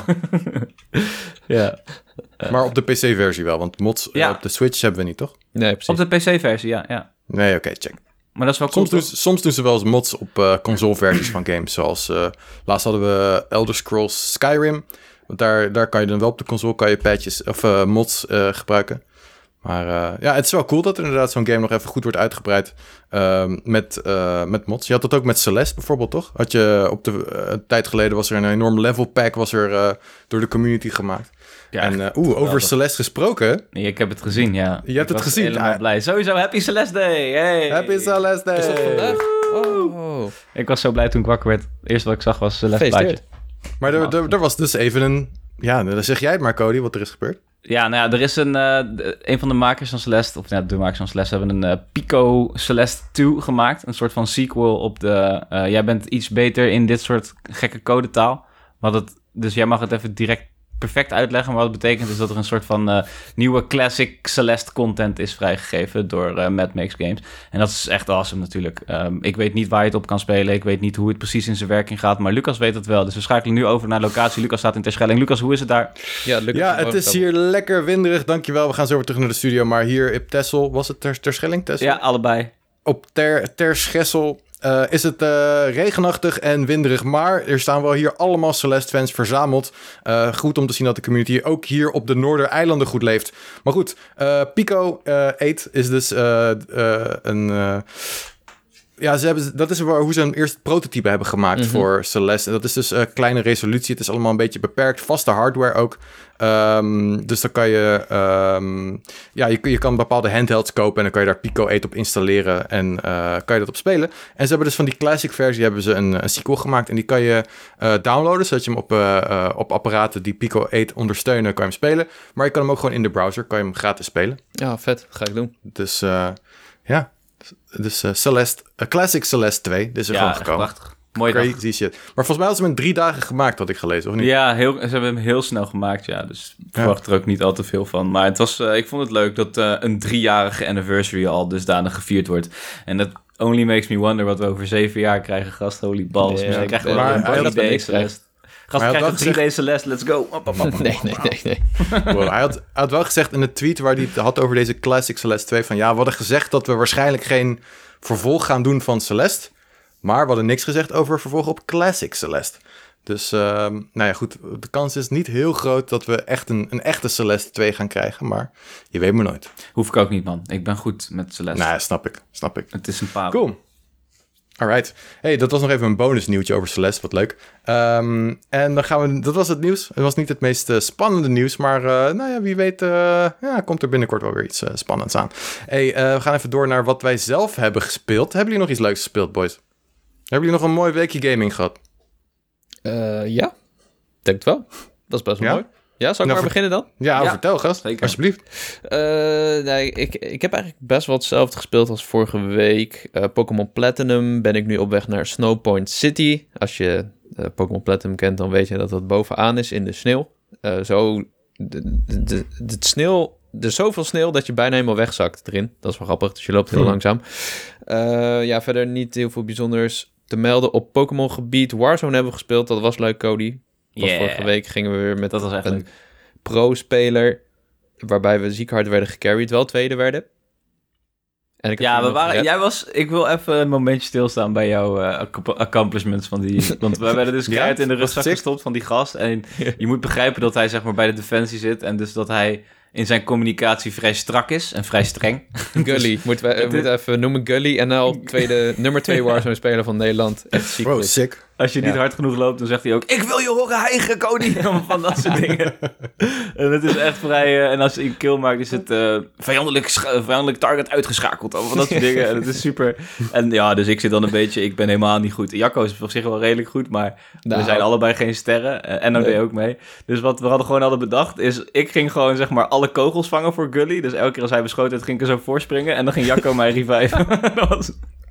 Ja. Uh, maar op de P C-versie wel, want mods ja. uh, op de Switch hebben we niet, toch? Nee, precies. Op de P C-versie, ja. ja. Nee, oké, okay, check. Maar dat is wel soms, cool, doen, soms doen ze wel eens mods op uh, console-versies van games, zoals uh, laatst hadden we Elder Scrolls Skyrim. Want daar, daar kan je dan wel op de console kan je patches of uh, mods uh, gebruiken. Maar uh, ja, het is wel cool dat er inderdaad zo'n game nog even goed wordt uitgebreid uh, met, uh, met mods. Je had dat ook met Celeste bijvoorbeeld, toch? Had je op de uh, een tijd geleden was er een enorm level pack was er uh, door de community gemaakt. Ja, en uh, oeh, over Celeste gesproken. Nee, ik heb het gezien, ja. Je hebt ik het gezien. Ik helemaal ja. blij. Sowieso, happy Celeste Day. Hey. Happy Celeste Day. Is dat vandaag? Oh. Ik was zo blij toen ik wakker werd. Het eerste wat ik zag was Celeste plaatje. Maar er, er, er was dus even een... Ja, dan zeg jij het maar, Cody, wat er is gebeurd. Ja, nou ja, er is een... Uh, een van de makers van Celeste... Of ja, de makers van Celeste hebben een uh, Pico Celeste twee gemaakt. Een soort van sequel op de... Uh, jij bent iets beter in dit soort gekke codetaal. Wat het, dus jij mag het even direct perfect uitleggen. Maar wat het betekent is dat er een soort van uh, nieuwe classic Celeste content is vrijgegeven door uh, Mad Max Games. En dat is echt awesome natuurlijk. Um, ik weet niet waar je het op kan spelen. Ik weet niet hoe het precies in zijn werking gaat. Maar Lucas weet het wel. Dus we schakelen nu over naar locatie. Lucas staat in Terschelling. Lucas, hoe is het daar? Ja, Lucas ja het is hier lekker winderig. Dankjewel. We gaan zo weer terug naar de studio. Maar hier op Texel, was het ter, Terschelling? Texel? Ja, allebei. Op Ter, Terschelling. Uh, is het uh, regenachtig en winderig, maar er staan wel hier allemaal Celeste-fans verzameld. Uh, goed om te zien dat de community ook hier op de Noordereilanden goed leeft. Maar goed, uh, Pico uh, acht is dus uh, uh, een... Uh, ja, ze hebben, dat is hoe ze een eerste prototype hebben gemaakt mm-hmm. voor Celeste. Dat is dus een uh, kleine resolutie. Het is allemaal een beetje beperkt. Vaste hardware ook. Um, dus dan kan je... Um, ja, je, je kan bepaalde handhelds kopen en dan kan je daar Pico acht op installeren en uh, kan je dat op spelen. En ze hebben dus van die classic versie hebben ze een, een sequel gemaakt en die kan je uh, downloaden, zodat je hem op, uh, uh, op apparaten die Pico acht ondersteunen, kan je hem spelen. Maar je kan hem ook gewoon in de browser, kan je hem gratis spelen. Ja, vet. Dat ga ik doen. Dus uh, ja... Dus uh, Celeste, uh, Classic Celeste twee, dit is er ja, gewoon gekomen. Prachtig. Mooi Crazy shit. Maar volgens mij hadden ze hem in drie dagen gemaakt, had ik gelezen, of niet? Ja, heel, ze hebben hem heel snel gemaakt, ja. Dus ik verwacht ja. er ook niet al te veel van. Maar het was, uh, ik vond het leuk dat uh, een driejarige anniversary al dusdanig gevierd wordt. En dat only makes me wonder wat we over zeven jaar krijgen, gast. Holy balls. Nee, Misschien ik, krijgen we uh, wel maar een dat we drie D niks Celeste. Gast, we Maar hij krijgen had een drie D Celeste, let's go. Nee, nee, nee, nee. Wow, hij, had, hij had wel gezegd in de tweet waar hij het had over deze Classic Celeste twee... van ja, we hadden gezegd dat we waarschijnlijk geen vervolg gaan doen van Celeste... maar we hadden niks gezegd over vervolg op Classic Celeste. Dus, uh, nou ja, goed, de kans is niet heel groot dat we echt een, een echte Celeste twee gaan krijgen... maar je weet maar nooit. Hoef ik ook niet, man. Ik ben goed met Celeste. Nou ja, snap ik, snap ik. Het is een paar. Cool. Alright. Hey, dat was nog even een bonus nieuwtje over Celeste, wat leuk. Um, en dan gaan we, dat was het nieuws. Het was niet het meest uh, spannende nieuws, maar uh, nou ja, wie weet, uh, ja, komt er binnenkort wel weer iets uh, spannends aan. Hey, uh, we gaan even door naar wat wij zelf hebben gespeeld. Hebben jullie nog iets leuks gespeeld, boys? Hebben jullie nog een mooi weekje gaming gehad? Uh, ja, denk het wel. Dat is best wel ja? mooi. Ja, zal ik nou, maar ver- beginnen dan? Ja, Ja, vertel, gast. zeker. Alsjeblieft. Uh, nee, ik, ik heb eigenlijk best wel hetzelfde gespeeld als vorige week. Uh, Pokémon Platinum ben ik nu op weg naar Snowpoint City. Als je uh, Pokémon Platinum kent, dan weet je dat dat bovenaan is in de sneeuw. Uh, zo, de, de, de, de sneeuw, er is zoveel sneeuw dat je bijna helemaal wegzakt erin. Dat is wel grappig, dus je loopt heel Hmm. langzaam. Uh, ja, verder niet heel veel bijzonders te melden. Op Pokémon gebied Warzone hebben we gespeeld. Dat was leuk, Cody. Was Yeah. Vorige week gingen we weer met Dat was echt een leuk. pro-speler, waarbij we ziek hard werden gecarried, wel tweede werden. En ik heb Ja, toen we nog waren, gered. jij was... Ik wil even een momentje stilstaan bij jouw uh, ac- accomplishments van die... Want we werden dus Ja, keihard in de was rustzak sick. gestopt van die gast. En je moet begrijpen dat hij zeg maar bij de defensie zit. En dus dat hij in zijn communicatie vrij strak is en vrij streng. Gully, moeten we Het is- moeten even noemen. Gully en nou tweede, nummer twee Warzone-speler van Nederland. Echt ziek. Bro, goed. sick. Als je niet Ja. hard genoeg loopt, dan zegt hij ook... Ik wil je horen hijgen, Cody! Van dat soort dingen. En het is echt vrij... Uh, en als je een kill maakt, is het uh, vijandelijk, scha- vijandelijk target uitgeschakeld. Of van dat soort dingen. En het is super... En ja, dus ik zit dan een beetje... Ik ben helemaal niet goed. Jacco is op zich wel redelijk goed, maar Nou. we zijn allebei geen sterren. Uh, en N O D Nee. ook mee. Dus wat we hadden gewoon hadden bedacht, is... Ik ging gewoon zeg maar alle kogels vangen voor Gully. Dus elke keer als hij beschoten werd, ging ik er zo voorspringen. En dan ging Jacco mij reviven. Dat was...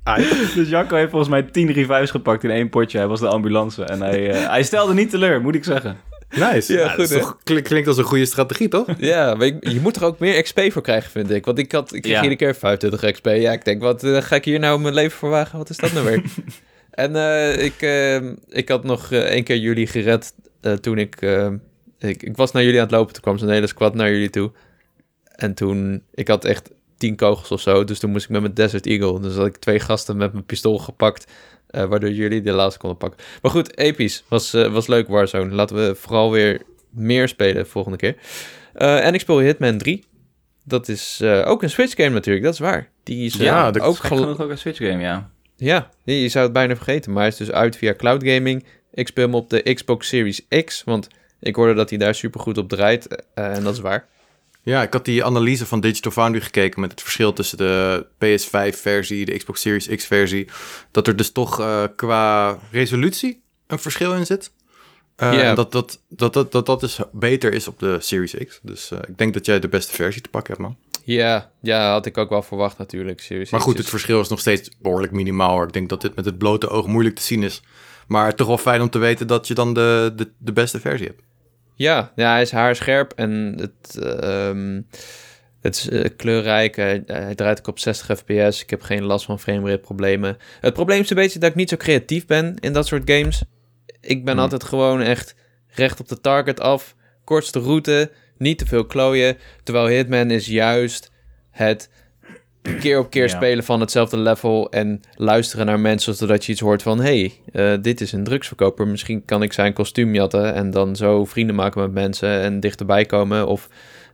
Dus Jacco heeft volgens mij tien revives gepakt in één potje. Hij was de ambulance. En hij, uh, hij stelde niet teleur, moet ik zeggen. Nice. Ja, Ja, goed, dat is hè? toch, klink- klinkt als een goede strategie, toch? Ja, maar ik- je moet er ook meer X P voor krijgen, vind ik. Want ik, had, ik kreeg Ja. iedere keer vijfentwintig X P. Ja, ik denk, wat uh, ga ik hier nou mijn leven voor wagen? Wat is dat nou weer? En uh, ik, uh, ik had nog uh, één keer jullie gered uh, toen ik, uh, ik... Ik was naar jullie aan het lopen, toen kwam zo'n hele squad naar jullie toe. En toen... Ik had echt tien kogels of zo, dus toen moest ik met mijn Desert Eagle. Dus had ik twee gasten met mijn pistool gepakt, uh, waardoor jullie de laatste konden pakken. Maar goed, episch. Was, uh, was leuk, Warzone. Laten we vooral weer meer spelen volgende keer. Uh, en ik speel Hitman drie. Dat is uh, ook een Switch game natuurlijk, dat is waar. Die is uh, Ja, dat is ook Gek gel- genoeg ook een Switch game, ja. Ja, je je zou het bijna vergeten, maar hij is dus uit via cloud gaming. Ik speel hem op de Xbox Series X, want ik hoorde dat hij daar supergoed op draait. Uh, en dat is waar. Ja, ik had die analyse van Digital Foundry gekeken met het verschil tussen de P S vijf versie, de Xbox Series X versie. Dat er dus toch uh, qua resolutie een verschil in zit. Uh, Ja. en dat dat, dat, dat, dat dat dus beter is op de Series X. Dus uh, ik denk dat jij de beste versie te pakken hebt, man. Ja, ja, had ik ook wel verwacht natuurlijk. Series Maar X goed, is- het verschil is nog steeds behoorlijk minimaal, hoor. Ik denk dat dit met het blote oog moeilijk te zien is. Maar toch wel fijn om te weten dat je dan de, de, de beste versie hebt. Ja, ja, hij is haarscherp en het, uh, um, het is uh, kleurrijk. Hij, hij draait ook op zestig F P S. Ik heb geen last van framerate problemen. Het probleem is een beetje dat ik niet zo creatief ben in dat soort games. Ik ben Hmm. altijd gewoon echt recht op de target af. Kortste route, niet te veel klooien. Terwijl Hitman is juist het keer op keer Ja. spelen van hetzelfde level en luisteren naar mensen zodat je iets hoort van hey, uh, dit is een drugsverkoper, misschien kan ik zijn kostuum jatten en dan zo vrienden maken met mensen en dichterbij komen. Of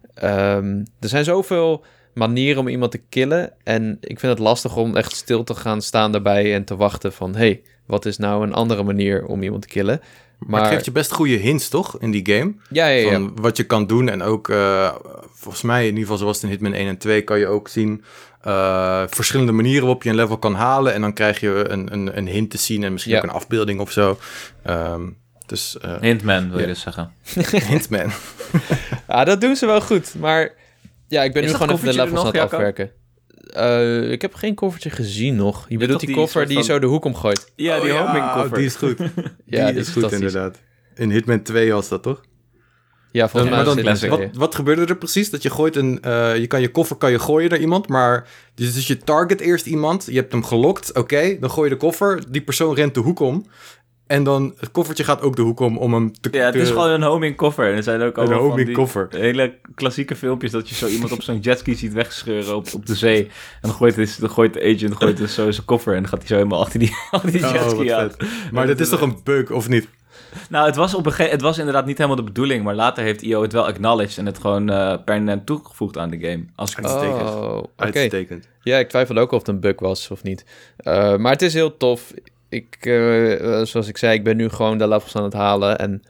um, er zijn zoveel manieren om iemand te killen en ik vind het lastig om echt stil te gaan staan daarbij en te wachten van hey, wat is nou een andere manier om iemand te killen? Maar, Maar, het geeft je best goede hints, toch, in die game? ja, ja, ja. Van wat je kan doen. En ook, uh, volgens mij, in ieder geval zoals het in Hitman één en twee... kan je ook zien uh, verschillende manieren waarop je een level kan halen. En dan krijg je een, een, een hint te zien en misschien Ja. ook een afbeelding of zo. Um, dus, uh, Hintman, wil je Ja. dus zeggen. Hitman. Ja, dat doen ze wel goed, maar ja, ik ben Is nu dat gewoon even de koffietje er levels aan nog, het Jacco? afwerken. Uh, ik heb geen koffertje gezien nog. Je bedoelt die, die koffer die van... zo de hoek omgooit? Ja, die oh, homing ja, koffer. Die is goed. ja, die, die is goed inderdaad. In Hitman twee was dat, toch? Ja, volgens dan, mij maar dan, wat, wat gebeurde er precies? Dat je gooit een... Uh, je kan je koffer kan je gooien naar iemand, maar... Dus, dus je target eerst iemand, je hebt hem gelokt, oké, okay, dan gooi je de koffer, die persoon rent de hoek om... En dan het koffertje gaat ook de hoek om om hem te... Ja, het is te... gewoon een homing koffer. En er zijn ook allemaal een homing van die koffer. hele klassieke filmpjes dat je zo iemand op zo'n jetski ziet wegscheuren op, op de zee. En dan gooit, het, dan gooit de agent gooit dus zo zijn koffer en dan gaat hij zo helemaal achter die, achter die jetski oh, aan. Maar dat is toch een bug, of niet? Nou, het was, op een ge- het was inderdaad niet helemaal de bedoeling, maar later heeft I O het wel acknowledged en het gewoon uh, permanent toegevoegd aan de game. Als ik Uitstekend. Oh, oké. Uitstekend. Ja, ik twijfel ook of het een bug was of niet. Uh, maar het is heel tof. Ik, uh, zoals ik zei, ik ben nu gewoon de levels aan het halen. En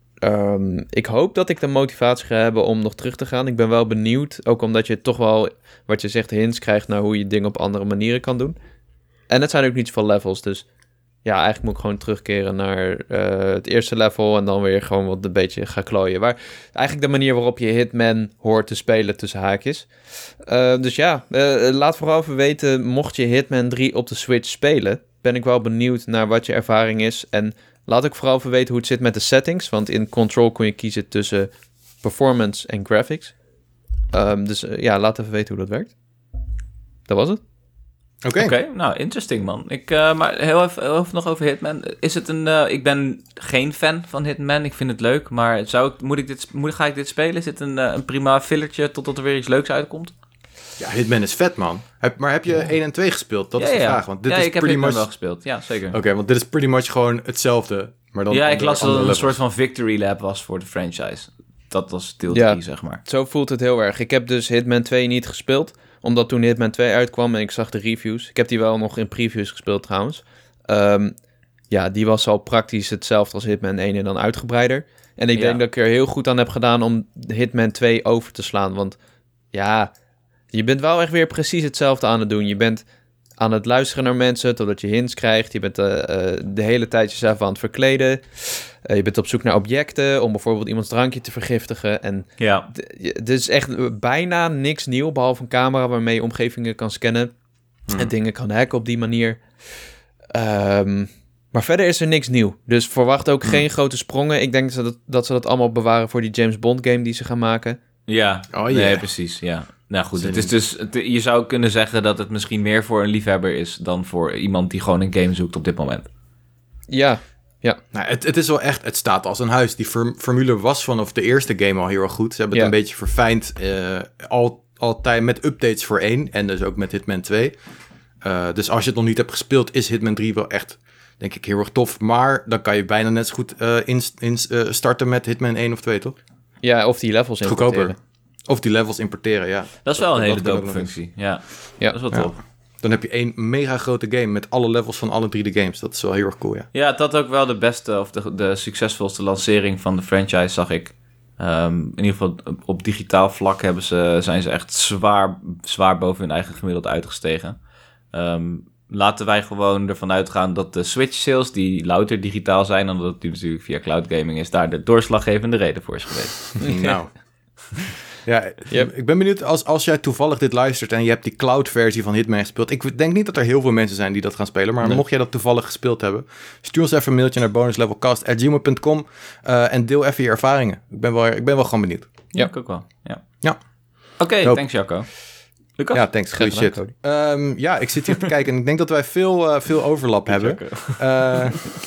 um, ik hoop dat ik de motivatie ga hebben om nog terug te gaan. Ik ben wel benieuwd, ook omdat je toch wel, wat je zegt, hints krijgt naar hoe je dingen op andere manieren kan doen. En het zijn ook niet zoveel levels, dus ja, eigenlijk moet ik gewoon terugkeren naar uh, het eerste level en dan weer gewoon wat een beetje gaan klooien. Maar eigenlijk de manier waarop je Hitman hoort te spelen tussen haakjes. Uh, dus ja, uh, laat vooral even weten, mocht je Hitman drie op de Switch spelen, ben ik wel benieuwd naar wat je ervaring is. En laat ook vooral even weten hoe het zit met de settings, want in Control kun je kiezen tussen performance en graphics. Um, dus uh, ja, laat even weten hoe dat werkt. Dat was het. Oké, okay. okay, nou, interesting man. Ik, uh, maar heel even, heel even nog over Hitman. Is het een... Uh, ik ben geen fan van Hitman. Ik vind het leuk, maar zou ik, moet ik dit, moet, ga ik dit spelen? Is dit een, uh, een prima fillertje totdat er weer iets leuks uitkomt? Ja, Hitman is vet, man. Heb, maar heb je ja. één en twee gespeeld? Dat ja, is de ja. vraag. Want dit ja, is ik heb pretty Hitman much... wel gespeeld. Ja, zeker. Oké, okay, want dit is pretty much gewoon hetzelfde. Maar dan ja, ik las dat het een levels. soort van victory lab was voor de franchise. Dat was deel drie, ja, zeg maar. Zo voelt het heel erg. Ik heb dus Hitman twee niet gespeeld, omdat toen Hitman twee uitkwam en ik zag de reviews. Ik heb die wel nog in previews gespeeld trouwens. Um, ja, die was al praktisch hetzelfde als Hitman één en dan uitgebreider. En ik ja. denk dat ik er heel goed aan heb gedaan om Hitman twee over te slaan. Want ja, je bent wel echt weer precies hetzelfde aan het doen. Je bent aan het luisteren naar mensen totdat je hints krijgt. Je bent uh, uh, de hele tijd jezelf aan het verkleden. Uh, je bent op zoek naar objecten om bijvoorbeeld iemands drankje te vergiftigen. En ja. Het is echt bijna niks nieuw, behalve een camera waarmee je omgevingen kan scannen. Hmm. En dingen kan hacken op die manier. Um, maar verder is er niks nieuw. Dus verwacht ook hmm. geen grote sprongen. Ik denk dat ze dat, dat ze dat allemaal bewaren voor die James Bond game die ze gaan maken. Ja, oh, yeah. nee, precies, ja. Nou goed, het is dus, het, je zou kunnen zeggen dat het misschien meer voor een liefhebber is dan voor iemand die gewoon een game zoekt op dit moment. Ja, ja. Nou, het, het is wel echt, het staat als een huis. Die form, formule was vanaf de eerste game al heel erg goed. Ze hebben het ja. een beetje verfijnd, uh, al, altijd met updates voor één en dus ook met Hitman twee. Uh, dus als je het nog niet hebt gespeeld, is Hitman drie wel echt, denk ik, heel erg tof. Maar dan kan je bijna net zo goed uh, in, in, uh, starten met Hitman één of twee, toch? Ja, of die levels importeren. Goedkoper. Of die levels importeren, ja. Dat is wel dat, een hele dat dope functie. Ja. ja, dat is wel tof. Ja. Dan heb je één mega grote game met alle levels van alle drie de games. Dat is wel heel erg cool, ja. Ja, dat ook wel de beste of de, de succesvolste lancering van de franchise, zag ik. Um, in ieder geval op, op digitaal vlak hebben ze, zijn ze echt zwaar, zwaar boven hun eigen gemiddelde uitgestegen. Um, laten wij gewoon ervan uitgaan dat de Switch sales, die louter digitaal zijn, en dat het natuurlijk via cloud gaming is, daar de doorslaggevende reden voor is geweest. Nou... Ja, yep. Ik ben benieuwd als, als jij toevallig dit luistert en je hebt die cloud-versie van Hitman gespeeld. Ik denk niet dat er heel veel mensen zijn die dat gaan spelen, maar nee. mocht jij dat toevallig gespeeld hebben, stuur ons even een mailtje naar bonuslevelcast at gmail dot com uh, en deel even je ervaringen. Ik ben wel, ik ben wel gewoon benieuwd. Ja, ik ook wel. Ja. ja. Oké, okay, thanks Jacco. Lucas? Ja, thanks. Goeie shit. Um, ja, ik zit hier te kijken en ik denk dat wij veel, uh, veel overlap hebben. Uh,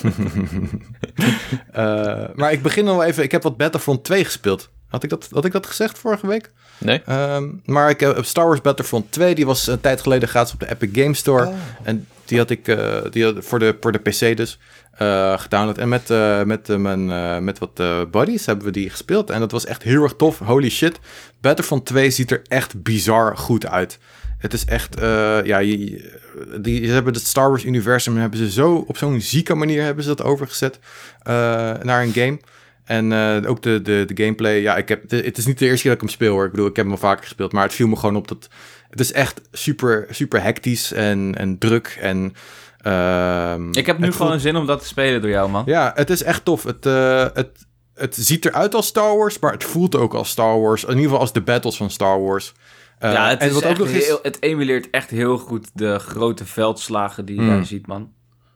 uh, maar ik begin nog even, ik heb wat Battlefront twee gespeeld. Had ik dat, had ik dat gezegd vorige week? Nee. Um, maar ik heb Star Wars Battlefront twee, die was een tijd geleden gratis op de Epic Games Store. Oh. En die had ik uh, die had voor, de, voor de P C dus uh, gedownload. En met, uh, met, uh, mijn, uh, met wat uh, buddies hebben we die gespeeld. En dat was echt heel erg tof. Holy shit. Battlefront twee ziet er echt bizar goed uit. Het is echt, uh, ja, die, die, ze hebben het Star Wars universum hebben ze zo, op zo'n zieke manier hebben ze dat overgezet uh, naar een game. En uh, ook de, de, de gameplay, ja, ik heb, de, het is niet de eerste keer dat ik hem speel hoor. Ik bedoel, ik heb hem al vaker gespeeld, maar het viel me gewoon op dat het is echt super, super hectisch en, en druk en... Uh, ik heb nu gewoon voelt... zin om dat te spelen door jou, man. Ja, het is echt tof. Het, uh, het, het ziet eruit als Star Wars, maar het voelt ook als Star Wars. In ieder geval als de battles van Star Wars. Uh, ja, het, en is wat ook echt nog is, heel, het emuleert echt heel goed de grote veldslagen die je Mm. daar ziet, man.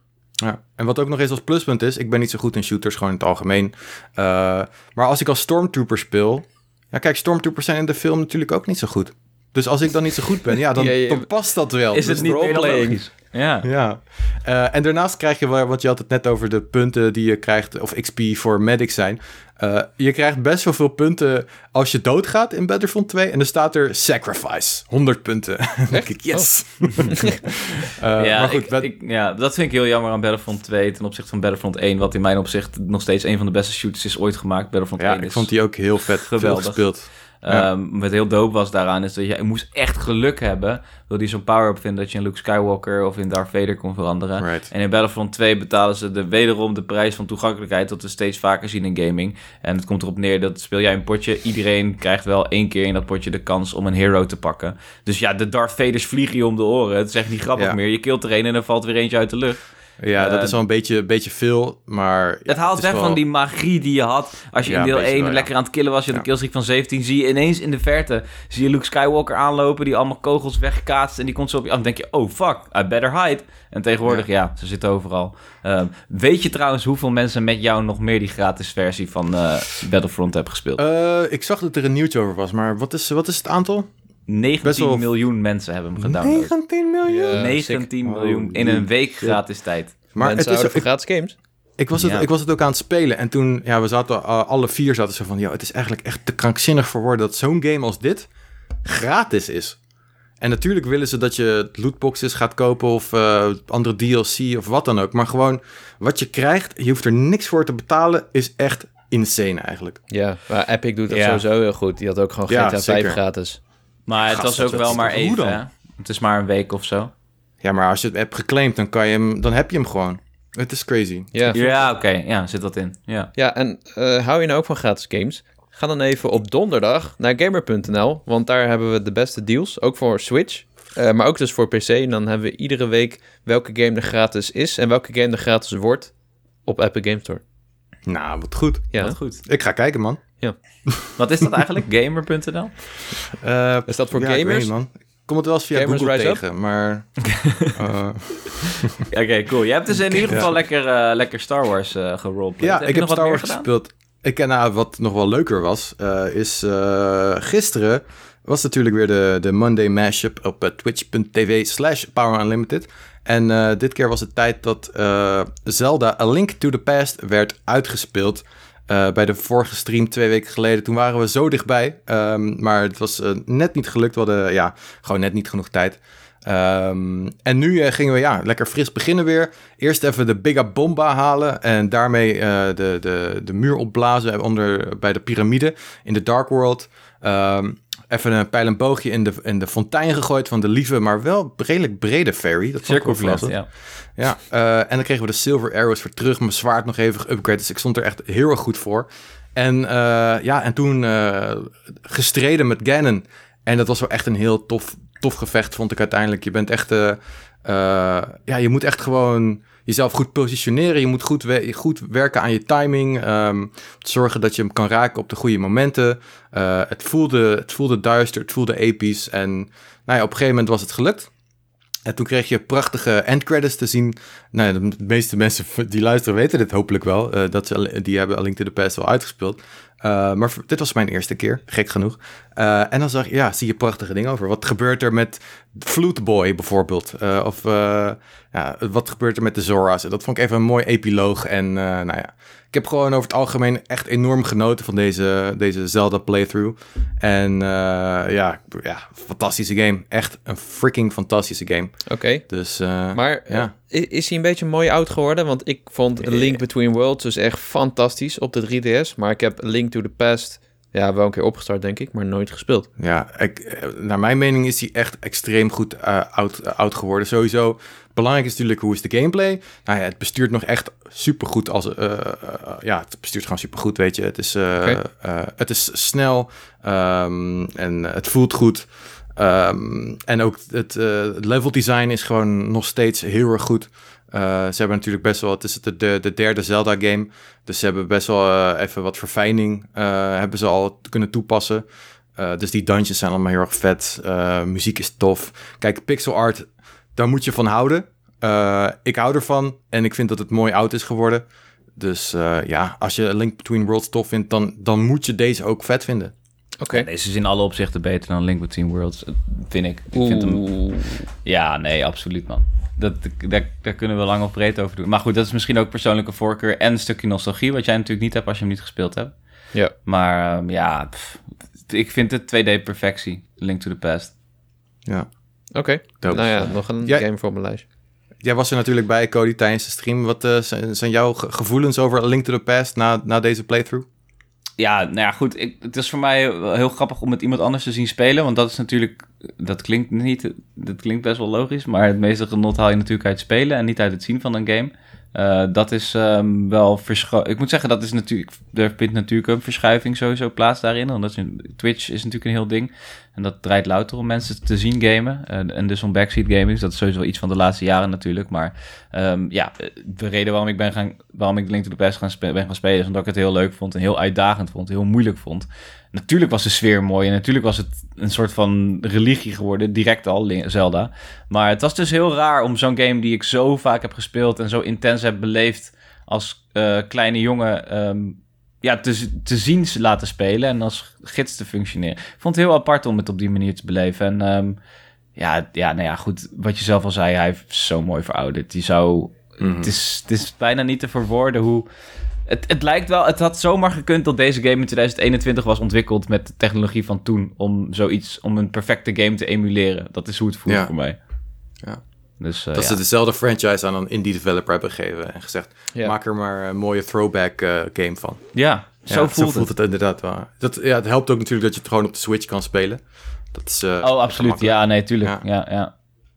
Ja, en wat ook nog eens als pluspunt is, ik ben niet zo goed in shooters, gewoon in het algemeen. Uh, maar als ik als Stormtrooper speel... Ja, kijk, Stormtroopers zijn in de film natuurlijk ook niet zo goed. Dus als ik dan niet zo goed ben, ja, dan, Ja, ja. dan past dat wel. Is Dus het niet meer dan roleplaying. logisch? Ja. Ja, uh, en daarnaast krijg je wel, wat je had het net over de punten die je krijgt, of X P voor medics zijn. Uh, je krijgt best wel veel punten als je doodgaat in Battlefront twee. En dan staat er sacrifice, honderd punten. Dan denk ik, yes. Oh. uh, Ja, maar goed, ik, Bat- ik, ja, dat vind ik heel jammer aan Battlefront twee ten opzichte van Battlefront één, wat in mijn opzicht nog steeds een van de beste shooters is ooit gemaakt. Battlefront ja, één ik is vond die ook heel vet, veel geweldig. gespeeld. Ja. Um, wat heel dope was daaraan is dat je, je moest echt geluk hebben. Wil je zo'n power-up vinden dat je in Luke Skywalker of in Darth Vader kon veranderen. Right. En in Battlefront twee betalen ze de, wederom de prijs van toegankelijkheid, dat we steeds vaker zien in gaming. En het komt erop neer dat speel jij een potje, iedereen krijgt wel één keer in dat potje de kans om een hero te pakken. Dus ja, de Darth Vaders vliegen je om de oren. Het is echt niet grappig Ja. meer. Je killt er een en dan valt weer eentje uit de lucht. Ja, dat Uh, is wel een beetje, beetje veel, maar... Ja, Het haalt is weg wel- van die magie die je had. Als je Ja, in deel een beetje één wel, ja. lekker aan het killen was, je had Ja. een killstreak van zeventien, zie je ineens in de verte, zie je Luke Skywalker aanlopen, die allemaal kogels wegkaatst en die komt zo op je af. Dan denk je, oh fuck, I better hide. En tegenwoordig, ja, ja ze zitten overal. Um, weet je trouwens hoeveel mensen met jou nog meer die gratis versie van uh, Battlefront hebben gespeeld? Uh, ik zag dat er een nieuwtje over was, maar wat is, wat is het aantal? negentien best wel- miljoen mensen hebben hem gedownload. negentien miljoen? Ja, negentien sick. miljoen in Holy een week shit. gratis tijd. Maar het Mensen is, houden van ik, gratis games. ik, was het, Ja. ik was het ook aan het spelen en toen, ja, we zaten, uh, alle vier zaten zo van, ja, het is eigenlijk echt te krankzinnig voor woorden dat zo'n game als dit gratis is. En natuurlijk willen ze dat je lootboxes gaat kopen of uh, andere D L C of wat dan ook. Maar gewoon wat je krijgt, je hoeft er niks voor te betalen, is echt insane eigenlijk. Ja, maar Epic doet dat Ja. sowieso heel goed. Die had ook gewoon G T A Ja, vijf zeker. gratis. Maar het Gast, was dat ook is wel toch maar hoe even, dan? hè? Het is maar een week of zo. Ja, maar als je het hebt geclaimd, dan, kan je hem, dan heb je hem gewoon. Het is crazy. Ja, Ja, oké. Ja, zit dat in. Ja. ja en uh, hou je nou ook van gratis games? Ga dan even op donderdag naar gamer punt n l, want daar hebben we de beste deals, ook voor Switch, uh, maar ook dus voor P C. En dan hebben we iedere week welke game er gratis is en welke game er gratis wordt op Epic Games Store. Nou, wat goed. Ja, Wat goed. Ik ga kijken, man. Wat is dat eigenlijk? gamer punt n l? Uh, is dat voor ja, ik weet gamers? niet, man. Ik kom het wel eens via Gamers Google Rise tegen, maar... uh, Oké, okay, cool. Je hebt dus in ieder geval Ja. lekker, uh, lekker Star Wars uh, geroleplayed. ja, heb ik je heb nog Star wat Wars meer gedaan? gespeeld. Ik ken nou, wat nog wel leuker was, uh, is uh, gisteren was natuurlijk weer de, de Monday Mashup op uh, twitch punt t v slash Power Unlimited. En uh, dit keer was het tijd dat uh, Zelda A Link to the Past werd uitgespeeld. Uh, bij de vorige stream twee weken geleden. Toen waren we zo dichtbij. Um, maar het was uh, net niet gelukt. We hadden ja, gewoon net niet genoeg tijd. Um, en nu uh, gingen we ja, lekker fris beginnen weer. Eerst even de Biga Bomba halen. En daarmee uh, de, de, de muur opblazen onder, bij de piramide in de Dark World. Um, even een pijl en boogje in de, in de fontein gegooid van de lieve, maar wel redelijk brede fairy. Dat vond ik wel Cirkelflat, verrassend. ja. Ja, uh, en dan kregen we de Silver Arrows voor terug. Mijn zwaard nog even geüpgrade. Dus ik stond er echt heel erg goed voor. En uh, ja, en toen uh, gestreden met Ganon. En dat was wel echt een heel tof, tof gevecht, vond ik uiteindelijk. Je bent echt... Uh, uh, ja, je moet echt gewoon jezelf goed positioneren. Je moet goed, we- goed werken aan je timing. Um, zorgen dat je hem kan raken op de goede momenten. Uh, het, voelde, het voelde duister, het voelde episch. En nou ja, op een gegeven moment was het gelukt. En toen kreeg je prachtige endcredits te zien. Nou ja, de meeste mensen die luisteren weten dit hopelijk wel. Uh, dat ze, die hebben A Link to the Past wel uitgespeeld. Uh, maar dit was mijn eerste keer, gek genoeg. Uh, en dan zag je, ja, zie je prachtige dingen over. Wat gebeurt er met Flute Boy bijvoorbeeld? Uh, of uh, ja, wat gebeurt er met de Zora's? Dat vond ik even een mooi epiloog. En uh, nou ja, ik heb gewoon over het algemeen echt enorm genoten van deze, deze Zelda playthrough. En uh, ja, ja, fantastische game. Echt een freaking fantastische game. Oké. Okay. Dus, uh, maar ja. uh, is hij een beetje mooi oud geworden? Want ik vond A Link Between Worlds dus echt fantastisch op de drie D S. Maar ik heb A Link to the Past ja, wel een keer opgestart, denk ik, maar nooit gespeeld. Ja, ik, naar mijn mening is hij echt extreem goed uh, oud, uh, oud geworden. Sowieso, belangrijk is natuurlijk hoe is de gameplay. Nou ja, het bestuurt nog echt supergoed. Als, uh, uh, ja, het bestuurt gewoon supergoed, weet je. Het is, uh, okay. uh, het is snel um, en het voelt goed. Um, en ook het uh, level design is gewoon nog steeds heel erg goed. Uh, ze hebben natuurlijk best wel, het is de, de, de derde Zelda game, dus ze hebben best wel uh, even wat verfijning uh, hebben ze al kunnen toepassen. Uh, dus die dungeons zijn allemaal heel erg vet. Uh, muziek is tof. Kijk, pixel art, daar moet je van houden. Uh, ik hou ervan en ik vind dat het mooi oud is geworden. Dus uh, ja, als je Link Between Worlds tof vindt, dan, dan moet je deze ook vet vinden. Oké. Okay. Ja, deze is in alle opzichten beter dan Link Between Worlds, vind ik. ik vind hem... Ja, nee, absoluut, man. Dat, daar, daar kunnen we lang of breed over doen. Maar goed, dat is misschien ook persoonlijke voorkeur en een stukje nostalgie, wat jij natuurlijk niet hebt als je hem niet gespeeld hebt. Ja. Maar um, ja, pff, ik vind het twee D-perfectie, Link to the Past. Ja. Oké, okay. Nou ja, nog een ja. game voor mijn lijst. Jij was er natuurlijk bij, Cody, tijdens de stream. Wat uh, zijn, zijn jouw ge- gevoelens over A Link to the Past na, na deze playthrough? Ja, nou ja, goed. Ik, het is voor mij wel heel grappig om het iemand anders te zien spelen. Want dat is natuurlijk... Dat klinkt niet... Dat klinkt best wel logisch. Maar het meeste genot haal je natuurlijk uit het spelen en niet uit het zien van een game. Uh, dat is um, wel verscho- Ik moet zeggen, dat is natuurlijk... Er vindt natuurlijk een verschuiving sowieso plaats daarin. Want Twitch is natuurlijk een heel ding. En dat draait louter om mensen te zien gamen. Uh, en dus om backseat gaming. Dat is sowieso iets van de laatste jaren natuurlijk. Maar um, ja, de reden waarom ik, ben gaan, waarom ik Link to the Past gaan spe- ben gaan spelen... is omdat ik het heel leuk vond en heel uitdagend vond. Heel moeilijk vond. Natuurlijk was de sfeer mooi en natuurlijk was het een soort van religie geworden, direct al, Zelda. Maar het was dus heel raar om zo'n game die ik zo vaak heb gespeeld en zo intens heb beleefd als uh, kleine jongen um, ja, te, te zien laten spelen en als gids te functioneren. Ik vond het heel apart om het op die manier te beleven. En um, ja, ja, nou ja, goed, wat je zelf al zei, hij is zo mooi verouderd. Die zou, mm-hmm. het, is, het is bijna niet te verwoorden hoe... Het, het lijkt wel, het had zomaar gekund dat deze game in twintig eenentwintig was ontwikkeld met de technologie van toen om zoiets, om een perfecte game te emuleren. Dat is hoe het voelt ja. voor mij. Ja. Dus, uh, dat ja. ze dezelfde franchise aan een indie developer hebben gegeven en gezegd, ja. maak er maar een mooie throwback uh, game van. Ja, zo, ja, voelt, zo voelt het. het inderdaad wel. Dat, ja, het helpt ook natuurlijk dat je het gewoon op de Switch kan spelen. Dat is, uh, oh, absoluut. Ja, nee, tuurlijk. Ja, ja. ja.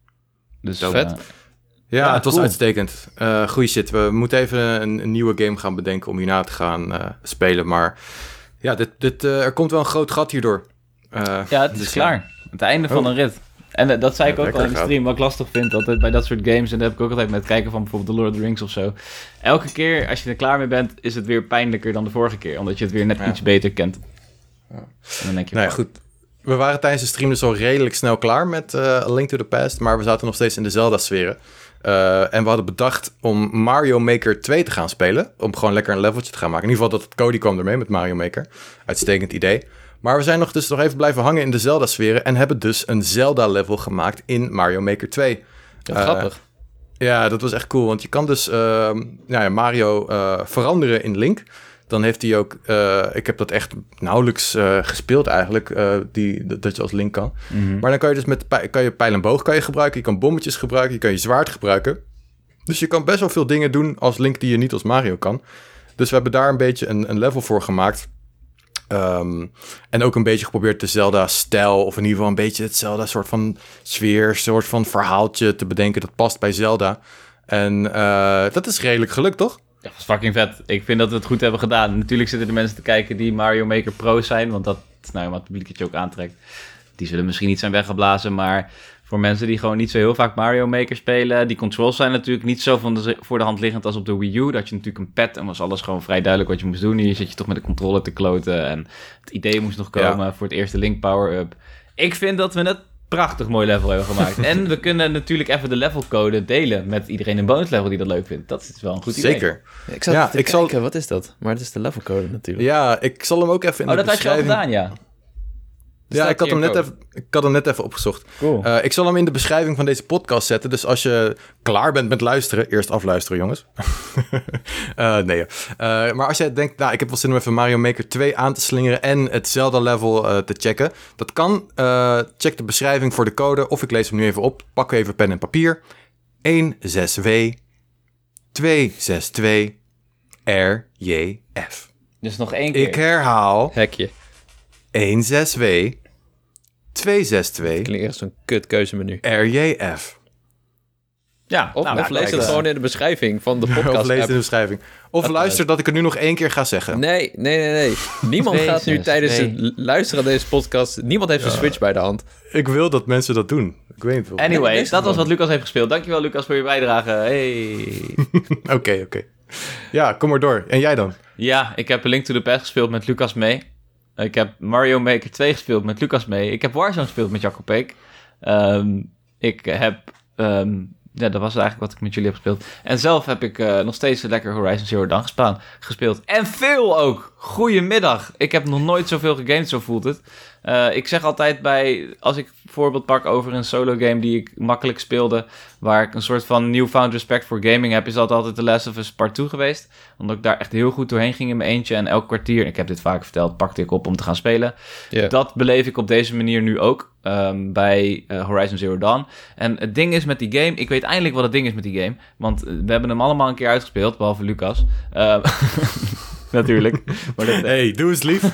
Dus uh, vet. Ja, ja, het was cool. Uitstekend. Uh, goeie shit. We moeten even een, een nieuwe game gaan bedenken om hierna te gaan uh, spelen. Maar ja, dit, dit, uh, er komt wel een groot gat hierdoor. Uh, ja, het is dus klaar. Ja. Het einde van oh. een rit. En uh, dat zei ja, ik ook al in de stream, wat ik lastig vind. Altijd bij dat soort games, en dat heb ik ook altijd met het kijken van bijvoorbeeld The Lord of the Rings of zo. Elke keer als je er klaar mee bent, is het weer pijnlijker dan de vorige keer. Omdat je het weer net ja. iets beter kent. Ja. En dan denk je, nou ja, goed. We waren tijdens de stream dus al redelijk snel klaar met uh, A Link to the Past. Maar we zaten nog steeds in de Zelda-sferen. Uh, en we hadden bedacht om Mario Maker twee te gaan spelen. Om gewoon lekker een leveltje te gaan maken. In ieder geval dat Cody kwam ermee met Mario Maker. Uitstekend idee. Maar we zijn nog dus nog even blijven hangen in de Zelda-sferen. En hebben dus een Zelda-level gemaakt in Mario Maker twee. Ja, uh, grappig. Ja, dat was echt cool. Want je kan dus uh, nou ja, Mario uh, veranderen in Link. Dan heeft hij ook... Uh, ik heb dat echt nauwelijks uh, gespeeld eigenlijk. Uh, die, dat je als Link kan. Mm-hmm. Maar dan kan je dus met pij- kan je pijl en boog kan je gebruiken. Je kan bommetjes gebruiken. Je kan je zwaard gebruiken. Dus je kan best wel veel dingen doen als Link die je niet als Mario kan. Dus we hebben daar een beetje een, een level voor gemaakt. Um, en ook een beetje geprobeerd de Zelda-stijl... of in ieder geval een beetje het Zelda soort van sfeer... soort van verhaaltje te bedenken dat past bij Zelda. En uh, dat is redelijk gelukt, toch? Ja, dat is fucking vet. Ik vind dat we het goed hebben gedaan. Natuurlijk zitten er mensen te kijken die Mario Maker Pro's zijn... want dat is nou wat het publiek het je ook aantrekt. Die zullen misschien niet zijn weggeblazen, maar... voor mensen die gewoon niet zo heel vaak Mario Maker spelen... die controls zijn natuurlijk niet zo van de, voor de hand liggend als op de Wii U. Dat je natuurlijk een pad en was alles gewoon vrij duidelijk wat je moest doen. Hier zit je toch met de controller te kloten... en het idee moest nog komen ja. voor het eerste Link power-up. Ik vind dat we het prachtig mooi level hebben gemaakt. En we kunnen natuurlijk even de levelcode delen... met iedereen een bonus level die dat leuk vindt. Dat is wel een goed idee. Zeker. Ja, ik zat ja, te ik kijken, zal... wat is dat? Maar het is de levelcode natuurlijk. Ja, ik zal hem ook even in oh, de beschrijving... Oh, dat had je al gedaan, ja. Ja, ik had, hem net even, ik had hem net even opgezocht. Cool. Uh, ik zal hem in de beschrijving van deze podcast zetten. Dus als je klaar bent met luisteren... Eerst afluisteren, jongens. uh, nee, uh, maar als jij denkt... Nou, ik heb wel zin om even Mario Maker twee aan te slingeren... en het Zelda-level uh, te checken. Dat kan. Uh, check de beschrijving voor de code. Of ik lees hem nu even op. Pak even pen en papier. een zes W twee zes twee R J F. Dus nog één keer. Ik herhaal... Hekje. een zes W twee zes twee Klinkt echt zo'n kut keuzemenu. R J F. Ja, of, nou, of lees het gewoon in de beschrijving van de podcast. Of lees het in de beschrijving. Of dat luister uit. Dat ik het nu nog één keer ga zeggen. Nee, nee, nee, nee. Niemand nee, gaat nu zes, tijdens nee. het luisteren aan deze podcast... Niemand heeft ja. zijn Switch bij de hand. Ik wil dat mensen dat doen. Ik weet niet veel. Anyway, nee, dat was wat Lucas heeft gespeeld. Dankjewel, Lucas, voor je bijdrage. Hey. Oké, oké. Okay. Ja, kom maar door. En jij dan? Ja, ik heb A Link to the Past gespeeld met Lucas mee. Ik heb Mario Maker twee gespeeld met Lucas mee. Ik heb Warzone gespeeld met Jacco Peek. Um, ik heb... Um, ja, dat was eigenlijk wat ik met jullie heb gespeeld. En zelf heb ik uh, nog steeds lekker Horizon Zero Dawn gespeeld. gespeeld. En veel ook! Goedemiddag! Ik heb nog nooit zoveel gegamed, zo voelt het. Uh, ik zeg altijd bij... Als ik voorbeeld pak over een solo game die ik makkelijk speelde... waar ik een soort van newfound respect voor gaming heb... is dat altijd The Last of Us Part twee geweest. Omdat ik daar echt heel goed doorheen ging in mijn eentje. En elk kwartier, ik heb dit vaak verteld, pakte ik op om te gaan spelen. Yeah. Dat beleef ik op deze manier nu ook. Um, bij uh, Horizon Zero Dawn. En het ding is met die game... Ik weet eindelijk wat het ding is met die game. Want we hebben hem allemaal een keer uitgespeeld. Behalve Lucas. Uh, Natuurlijk. Maar dat, hey, doe eens lief.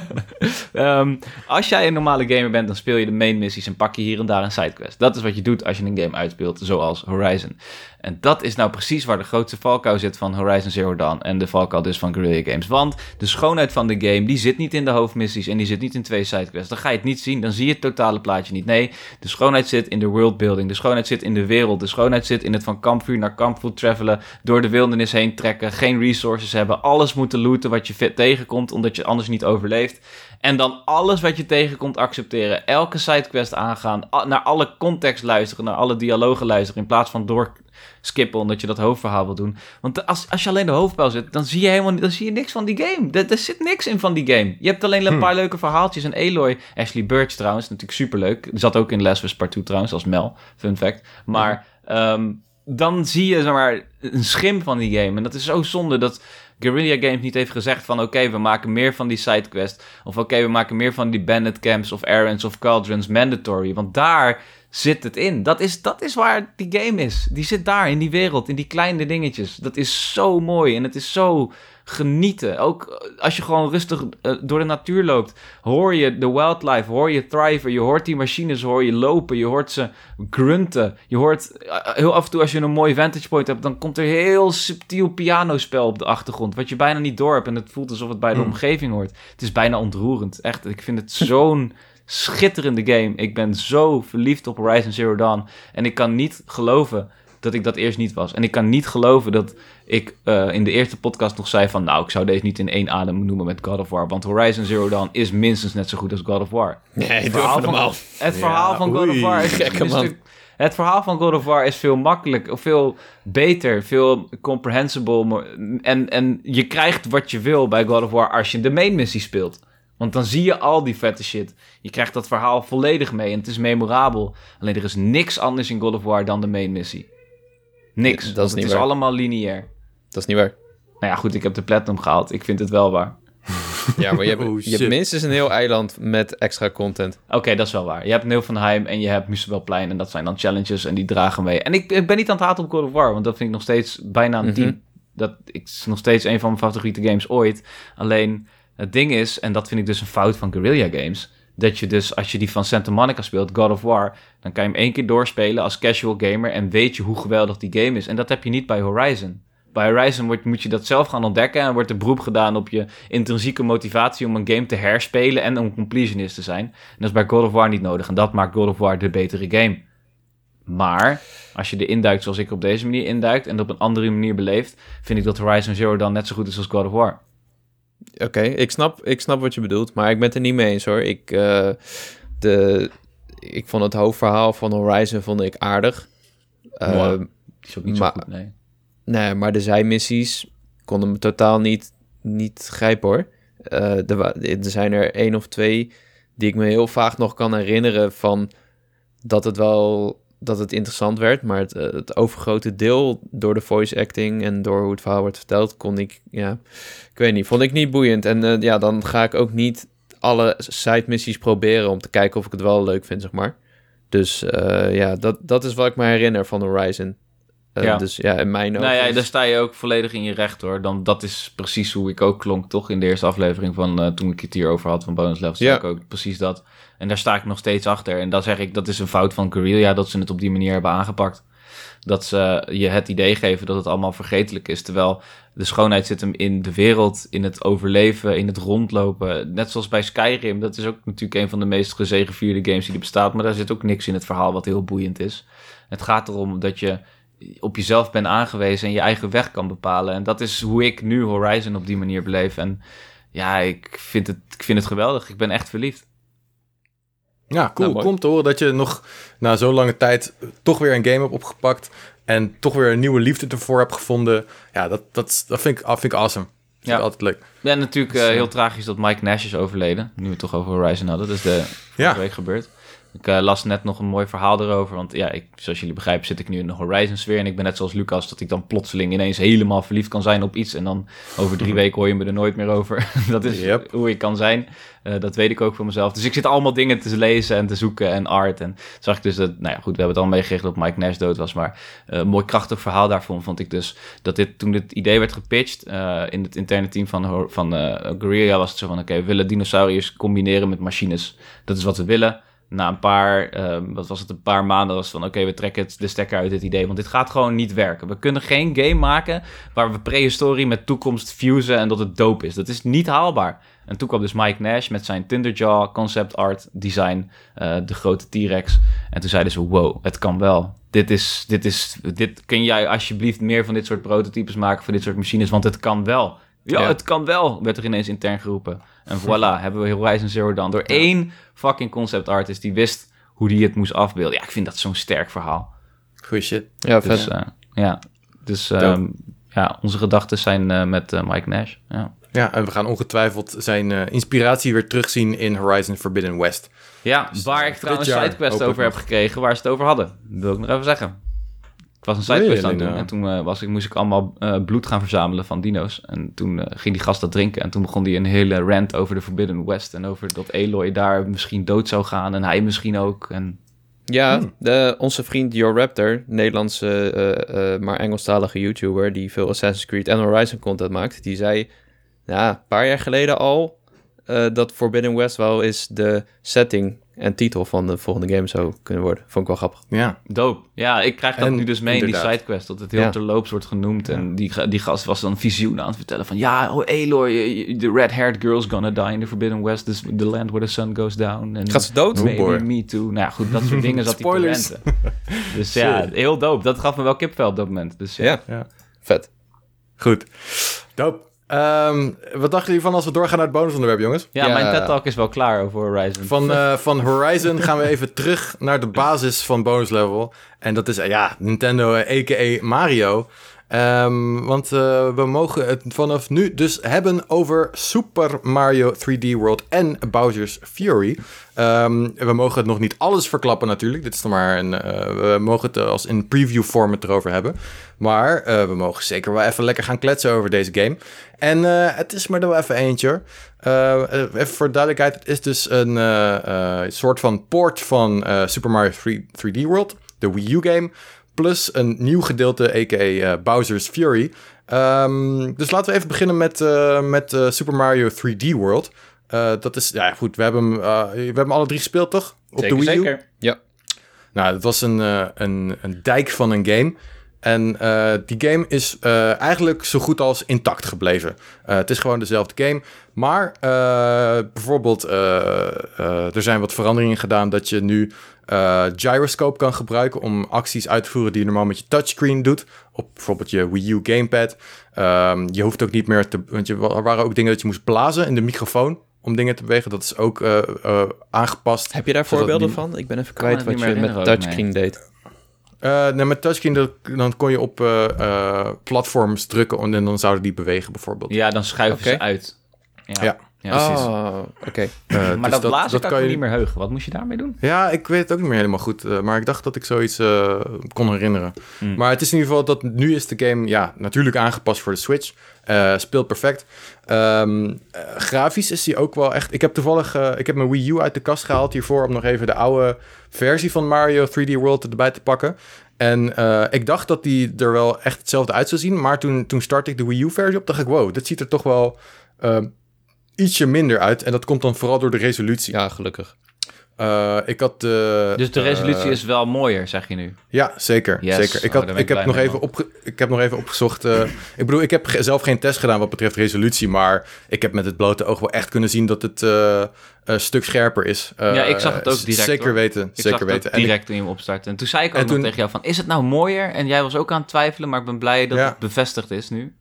um, als jij een normale gamer bent, dan speel je de main missies en pak je hier en daar een sidequest. Dat is wat je doet als je een game uitspeelt, zoals Horizon. En dat is nou precies waar de grootste valkuil zit van Horizon Zero Dawn. En de valkuil dus van Guerrilla Games. Want de schoonheid van de game, die zit niet in de hoofdmissies en die zit niet in twee sidequests. Dan ga je het niet zien, dan zie je het totale plaatje niet. Nee, de schoonheid zit in de worldbuilding. De schoonheid zit in de wereld. De schoonheid zit in het van kampvuur naar kampvuur travelen. Door de wildernis heen trekken. Geen resources hebben. Alles moeten looten wat je vet tegenkomt, omdat je anders niet overleeft. En dan alles wat je tegenkomt accepteren. Elke sidequest aangaan. Naar alle context luisteren. Naar alle dialogen luisteren. In plaats van door skippen omdat je dat hoofdverhaal wil doen. Want als, als je alleen de hoofdspel zit, dan zie je helemaal dan zie je niks van die game. Er, er zit niks in van die game. Je hebt alleen een paar hmm. leuke verhaaltjes. En Aloy, Ashley Birch trouwens, natuurlijk superleuk. Die zat ook in Last of Us Part twee trouwens, als Mel. Fun fact. Maar hmm. um, dan zie je zeg maar een schim van die game. En dat is zo zonde dat Guerrilla Games niet heeft gezegd van oké, okay, we maken meer van die sidequests. Of oké, okay, we maken meer van die bandit camps of errands of cauldrons mandatory. Want daar zit het in. Dat is, dat is waar die game is. Die zit daar, in die wereld, in die kleine dingetjes. Dat is zo mooi en het is zo genieten. Ook als je gewoon rustig uh, door de natuur loopt, hoor je de wildlife, hoor je thriven, je hoort die machines, hoor je lopen, je hoort ze grunten. Je hoort, uh, heel af en toe als je een mooi vantage point hebt, dan komt er heel subtiel pianospel op de achtergrond, wat je bijna niet door hebt en het voelt alsof het bij de mm. omgeving hoort. Het is bijna ontroerend. Echt, ik vind het zo'n schitterende game. Ik ben zo verliefd op Horizon Zero Dawn. En ik kan niet geloven dat ik dat eerst niet was. En ik kan niet geloven dat ik uh, in de eerste podcast nog zei van nou, ik zou deze niet in één adem noemen met God of War. Want Horizon Zero Dawn is minstens net zo goed als God of War. Nee, het verhaal van, het ja, verhaal van God of War is, is de, het verhaal van God of War is veel makkelijker, veel beter, veel comprehensible. En, en je krijgt wat je wil bij God of War als je de main missie speelt. Want dan zie je al die vette shit. Je krijgt dat verhaal volledig mee en het is memorabel. Alleen er is niks anders in God of War dan de main missie. Niks. Dat is niet het is waar. Allemaal lineair. Dat is niet waar. Nou ja, goed, ik heb de platinum gehaald. Ik vind het wel waar. Ja, maar je hebt, oh, je hebt minstens een heel eiland met extra content. Oké, okay, dat is wel waar. Je hebt Nilfenheim en je hebt Muspelplein en dat zijn dan challenges en die dragen mee. En ik, ik ben niet aan het haten op God of War, want dat vind ik nog steeds bijna een tien. Mm-hmm. Dat is nog steeds een van mijn favoriete games ooit. Alleen het ding is, en dat vind ik dus een fout van Guerrilla Games, dat je dus, als je die van Santa Monica speelt, God of War, dan kan je hem één keer doorspelen als casual gamer en weet je hoe geweldig die game is. En dat heb je niet bij Horizon. Bij Horizon wordt, moet je dat zelf gaan ontdekken en wordt er beroep gedaan op je intrinsieke motivatie om een game te herspelen en om completionist te zijn. En dat is bij God of War niet nodig en dat maakt God of War de betere game. Maar als je er induikt zoals ik op deze manier induikt en op een andere manier beleeft, vind ik dat Horizon Zero Dawn net zo goed is als God of War. Oké, okay, ik, snap, ik snap wat je bedoelt, maar ik ben het er niet mee eens hoor. Ik, uh, de, ik vond het hoofdverhaal van Horizon vond ik aardig. Uh, wow. Die is ook niet maar, zo goed, nee. Nee, maar de zijmissies konden me totaal niet, niet grijpen hoor. Uh, er, er zijn er één of twee die ik me heel vaag nog kan herinneren van dat het wel dat het interessant werd, maar het, het overgrote deel door de voice acting en door hoe het verhaal wordt verteld, kon ik, ja, ik weet niet, vond ik niet boeiend. En uh, ja, dan ga ik ook niet alle side missies proberen om te kijken of ik het wel leuk vind, zeg maar. Dus uh, ja, dat, dat is wat ik me herinner van Horizon. Uh, ja. Dus ja, in mijn ogen... Nou ja, daar sta je ook volledig in je recht hoor. Dan, dat is precies hoe ik ook klonk, toch? In de eerste aflevering van uh, toen ik het hier over had van Bonus Levels. Ja. Ik ook precies dat. En daar sta ik nog steeds achter. En dan zeg ik, dat is een fout van Guerrilla dat ze het op die manier hebben aangepakt. Dat ze je het idee geven dat het allemaal vergetelijk is. Terwijl de schoonheid zit hem in de wereld, in het overleven, in het rondlopen. Net zoals bij Skyrim. Dat is ook natuurlijk een van de meest gezegevierde games die er bestaat. Maar daar zit ook niks in het verhaal wat heel boeiend is. Het gaat erom dat je op jezelf bent aangewezen en je eigen weg kan bepalen. En dat is hoe ik nu Horizon op die manier beleef. En ja, ik vind, het, ik vind het geweldig. Ik ben echt verliefd. Ja, cool. Nou, Komt te horen dat je nog na zo'n lange tijd toch weer een game hebt opgepakt en toch weer een nieuwe liefde ervoor hebt gevonden. Ja, dat, dat, dat vind, ik, vind ik awesome. Dat vind Ja. ik altijd leuk. Ja, natuurlijk uh, Dus, uh, heel tragisch dat Mike Nash is overleden. Nu we het toch over Horizon hadden. Dat is de vorige Ja. week gebeurd. Ik uh, las net nog een mooi verhaal erover. Want ja, ik, zoals jullie begrijpen zit ik nu in de Horizon-sfeer. En ik ben net zoals Lucas, dat ik dan plotseling ineens helemaal verliefd kan zijn op iets. En dan over drie weken hoor je me er nooit meer over. Dat is Yep. hoe ik kan zijn. Uh, dat weet ik ook van mezelf. Dus ik zit allemaal dingen te lezen en te zoeken en art. En zag ik dus dat, nou ja, goed, we hebben het al meegekregen dat Mike Nash dood was. Maar uh, een mooi krachtig verhaal daarvan vond ik dus. Dat dit, toen dit idee werd gepitcht uh, in het interne team van, van uh, Guerrilla was het zo van, oké, okay, we willen dinosauriërs combineren met machines. Dat is wat we willen. Na een paar, uh, wat was het, een paar maanden was het van... oké, okay, we trekken het, de stekker uit dit idee... want dit gaat gewoon niet werken. We kunnen geen game maken... waar we prehistorie met toekomst fusen... en dat het dope is. Dat is niet haalbaar. En toen kwam dus Mike Nash met zijn Tinderjaw... concept art design... Uh, de grote T-Rex. En toen zeiden ze... wow, het kan wel. Dit is, dit is... dit kun jij alsjeblieft meer van dit soort prototypes maken... voor dit soort machines, want het kan wel. Ja, Ja. het kan wel, werd er ineens intern geroepen. En voilà, hebben we Horizon Zero Dawn... door één fucking concept artist... die wist hoe die het moest afbeelden. Ja, ik vind dat zo'n sterk verhaal. Goeie shit. Ja, vet. Dus, uh, ja, dus um, ja, onze gedachten zijn uh, met uh, Mike Nash. Ja. Ja, en we gaan ongetwijfeld zijn uh, inspiratie weer terugzien in Horizon Forbidden West. Ja, Dus, waar uh, ik dit trouwens een jaar sidequest hopelijk over heb nog. gekregen... waar ze het over hadden. Dat wil ik nog even zeggen. Ik was een sidequest aan het doen Really? en toen uh, was ik, moest ik allemaal uh, bloed gaan verzamelen van dino's. En toen uh, ging die gast dat drinken en toen begon hij een hele rant over de Forbidden West. En over dat Aloy daar misschien dood zou gaan en hij misschien ook. En... Ja, Hmm. de, onze vriend Your Raptor, Nederlandse, uh, uh, maar Engelstalige YouTuber... die veel Assassin's Creed en Horizon content maakt... die zei, ja, een paar jaar geleden al... Uh, dat Forbidden West wel eens de setting en titel van de volgende game zou kunnen worden. Vond ik wel grappig. Ja, Dope. Ja, ik krijg dat En nu dus mee in die inderdaad. sidequest, dat het heel Ja. terloops wordt genoemd. En die, die gast was dan visioen aan het vertellen van... ja, oh Aloy, the red-haired girl's gonna die in the Forbidden West. This, the land where the sun goes down. And Gaat ze dood? Maybe boy. me too. Nou ja, goed, dat soort dingen zat hij te Spoilers. renten. Dus ja, Shit. heel dope. Dat gaf me wel kipvel op dat moment. Dus ja. Ja, ja. vet. Goed. Dope. Um, wat dachten jullie van als we doorgaan naar het bonusonderwerp, jongens? Ja, Ja. mijn TED-talk is wel klaar over Horizon. Van, uh, van Horizon gaan we even terug naar de basis van bonus level. En dat is, uh, ja, Nintendo, uh, a k a. Mario. Um, want uh, we mogen het vanaf nu dus hebben over Super Mario drie D World en Bowser's Fury. Um, we mogen het nog niet alles verklappen natuurlijk. Dit is nog maar een, uh, we mogen het uh, als in preview format erover hebben. Maar uh, we mogen zeker wel even lekker gaan kletsen over deze game. En uh, het is maar er wel even eentje. Uh, even voor duidelijkheid, het is dus een uh, uh, soort van port van uh, Super Mario drie D World, de Wii U game, plus een nieuw gedeelte, a k a. Uh, Bowser's Fury. Um, dus laten we even beginnen met, uh, met uh, Super Mario drie D World. Uh, dat is, ja goed, we hebben, hem, uh, we hebben hem alle drie gespeeld, toch? Op zeker, de Wii U? zeker. Ja. Nou, dat was een, uh, een, een dijk van een game. En uh, die game is uh, eigenlijk zo goed als intact gebleven. Uh, het is gewoon dezelfde game. Maar uh, bijvoorbeeld, uh, uh, er zijn wat veranderingen gedaan dat je nu uh, gyroscope kan gebruiken om acties uit te voeren die je normaal met je touchscreen doet. Op bijvoorbeeld je Wii U gamepad. Um, je hoeft ook niet meer te... Want je, er waren ook dingen dat je moest blazen in de microfoon om dingen te bewegen. Dat is ook uh, uh, aangepast. Heb je daar zodat voorbeelden die- van? Ik ben even Kan me kwijt het wat niet je meer met herinneren ook, touchscreen deed. Uh, nee, met touchscreen dat- dan kon je op uh, uh, platforms drukken en dan zouden die bewegen bijvoorbeeld. Ja, dan schuiven Oké. ze uit. Ja. ja. precies. Oh, oké. Uh, Maar dus dat blazen kan ik me je niet meer heugen. Wat moest je daarmee doen? Ja, ik weet het ook niet meer helemaal goed. Uh, maar ik dacht dat ik zoiets uh, kon herinneren. Mm. Maar het is in ieder geval dat nu is de game ja, natuurlijk aangepast voor de Switch. Uh, speelt perfect. Um, uh, grafisch is die ook wel echt... Ik heb toevallig... Uh, ik heb mijn Wii U uit de kast gehaald hiervoor om nog even de oude versie van Mario drie D World erbij te pakken. En uh, ik dacht dat die er wel echt hetzelfde uit zou zien. Maar toen, toen startte ik de Wii U versie op, dacht ik... Wow, dit ziet er toch wel uh, ietsje minder uit. En dat komt dan vooral door de resolutie. Ja, gelukkig. Uh, ik had de... Dus de resolutie uh, is wel mooier, zeg je nu. Ja, zeker. Yes. zeker. Ik, Oh, had, daar ben ik, ik heb blij nog mee, even man. opge- ik heb nog even opgezocht. Uh, ik bedoel, ik heb ge- zelf geen test gedaan wat betreft resolutie. Maar ik heb met het blote oog wel echt kunnen zien dat het uh, een stuk scherper is. Uh, Ja, ik zag het ook direct, Zeker hoor. weten. Ik zeker zag het weten. ook direct toen je hem opstartte. En toen zei ik ook En nog toen- tegen jou van... Is het nou mooier? En jij was ook aan het twijfelen, maar ik ben blij dat Ja. het bevestigd is nu.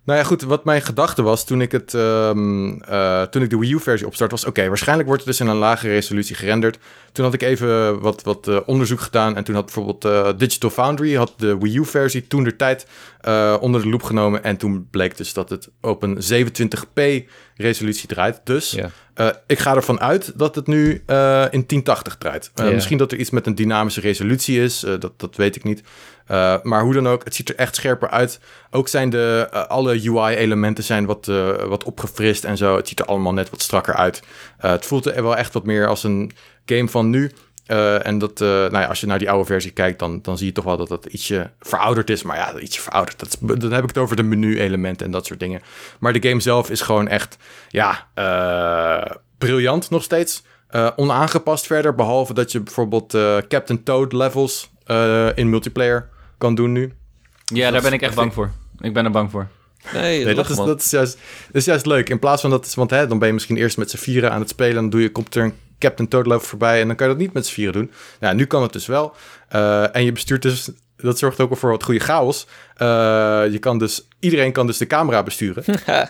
Nou ja, goed, wat mijn gedachte was toen ik, het, um, uh, toen ik de Wii U-versie opstart, was oké, okay, waarschijnlijk wordt het dus in een lage resolutie gerenderd. Toen had ik even wat, wat uh, onderzoek gedaan en toen had bijvoorbeeld uh, Digital Foundry had de Wii U-versie toen de tijd uh, onder de loep genomen. En toen bleek dus dat het op een zevenentwintig p resolutie draait. Dus ja. uh, ik ga ervan uit dat het nu uh, in tien tachtig draait. Uh, ja. Misschien dat er iets met een dynamische resolutie is, uh, dat, dat weet ik niet. Uh, maar hoe dan ook, het ziet er echt scherper uit. Ook zijn de, uh, alle U I-elementen zijn wat, uh, wat opgefrist en zo. Het ziet er allemaal net wat strakker uit. Uh, het voelt er wel echt wat meer als een game van nu. Uh, en dat, uh, nou ja, als je naar die oude versie kijkt, dan, dan zie je toch wel dat dat ietsje verouderd is. Maar ja, ietsje verouderd. Dat is, dan heb ik het over de menu-elementen en dat soort dingen. Maar de game zelf is gewoon echt, ja, uh, briljant nog steeds. Uh, onaangepast verder, behalve dat je bijvoorbeeld uh, Captain Toad levels uh, in multiplayer kan doen nu. Ja, dat daar ben ik echt bang voor. Ik ben er bang voor. Nee, nee dat, is, dat, is juist, dat is juist leuk. In plaats van dat, want hè, dan ben je misschien eerst met z'n vieren aan het spelen, dan doe je, komt er een Captain Toad level voorbij en dan kan je dat niet met z'n vieren doen. Nou, nu kan het dus wel. Uh, en je bestuurt dus, dat zorgt ook wel voor wat goede chaos. Uh, je kan dus, iedereen kan dus de camera besturen.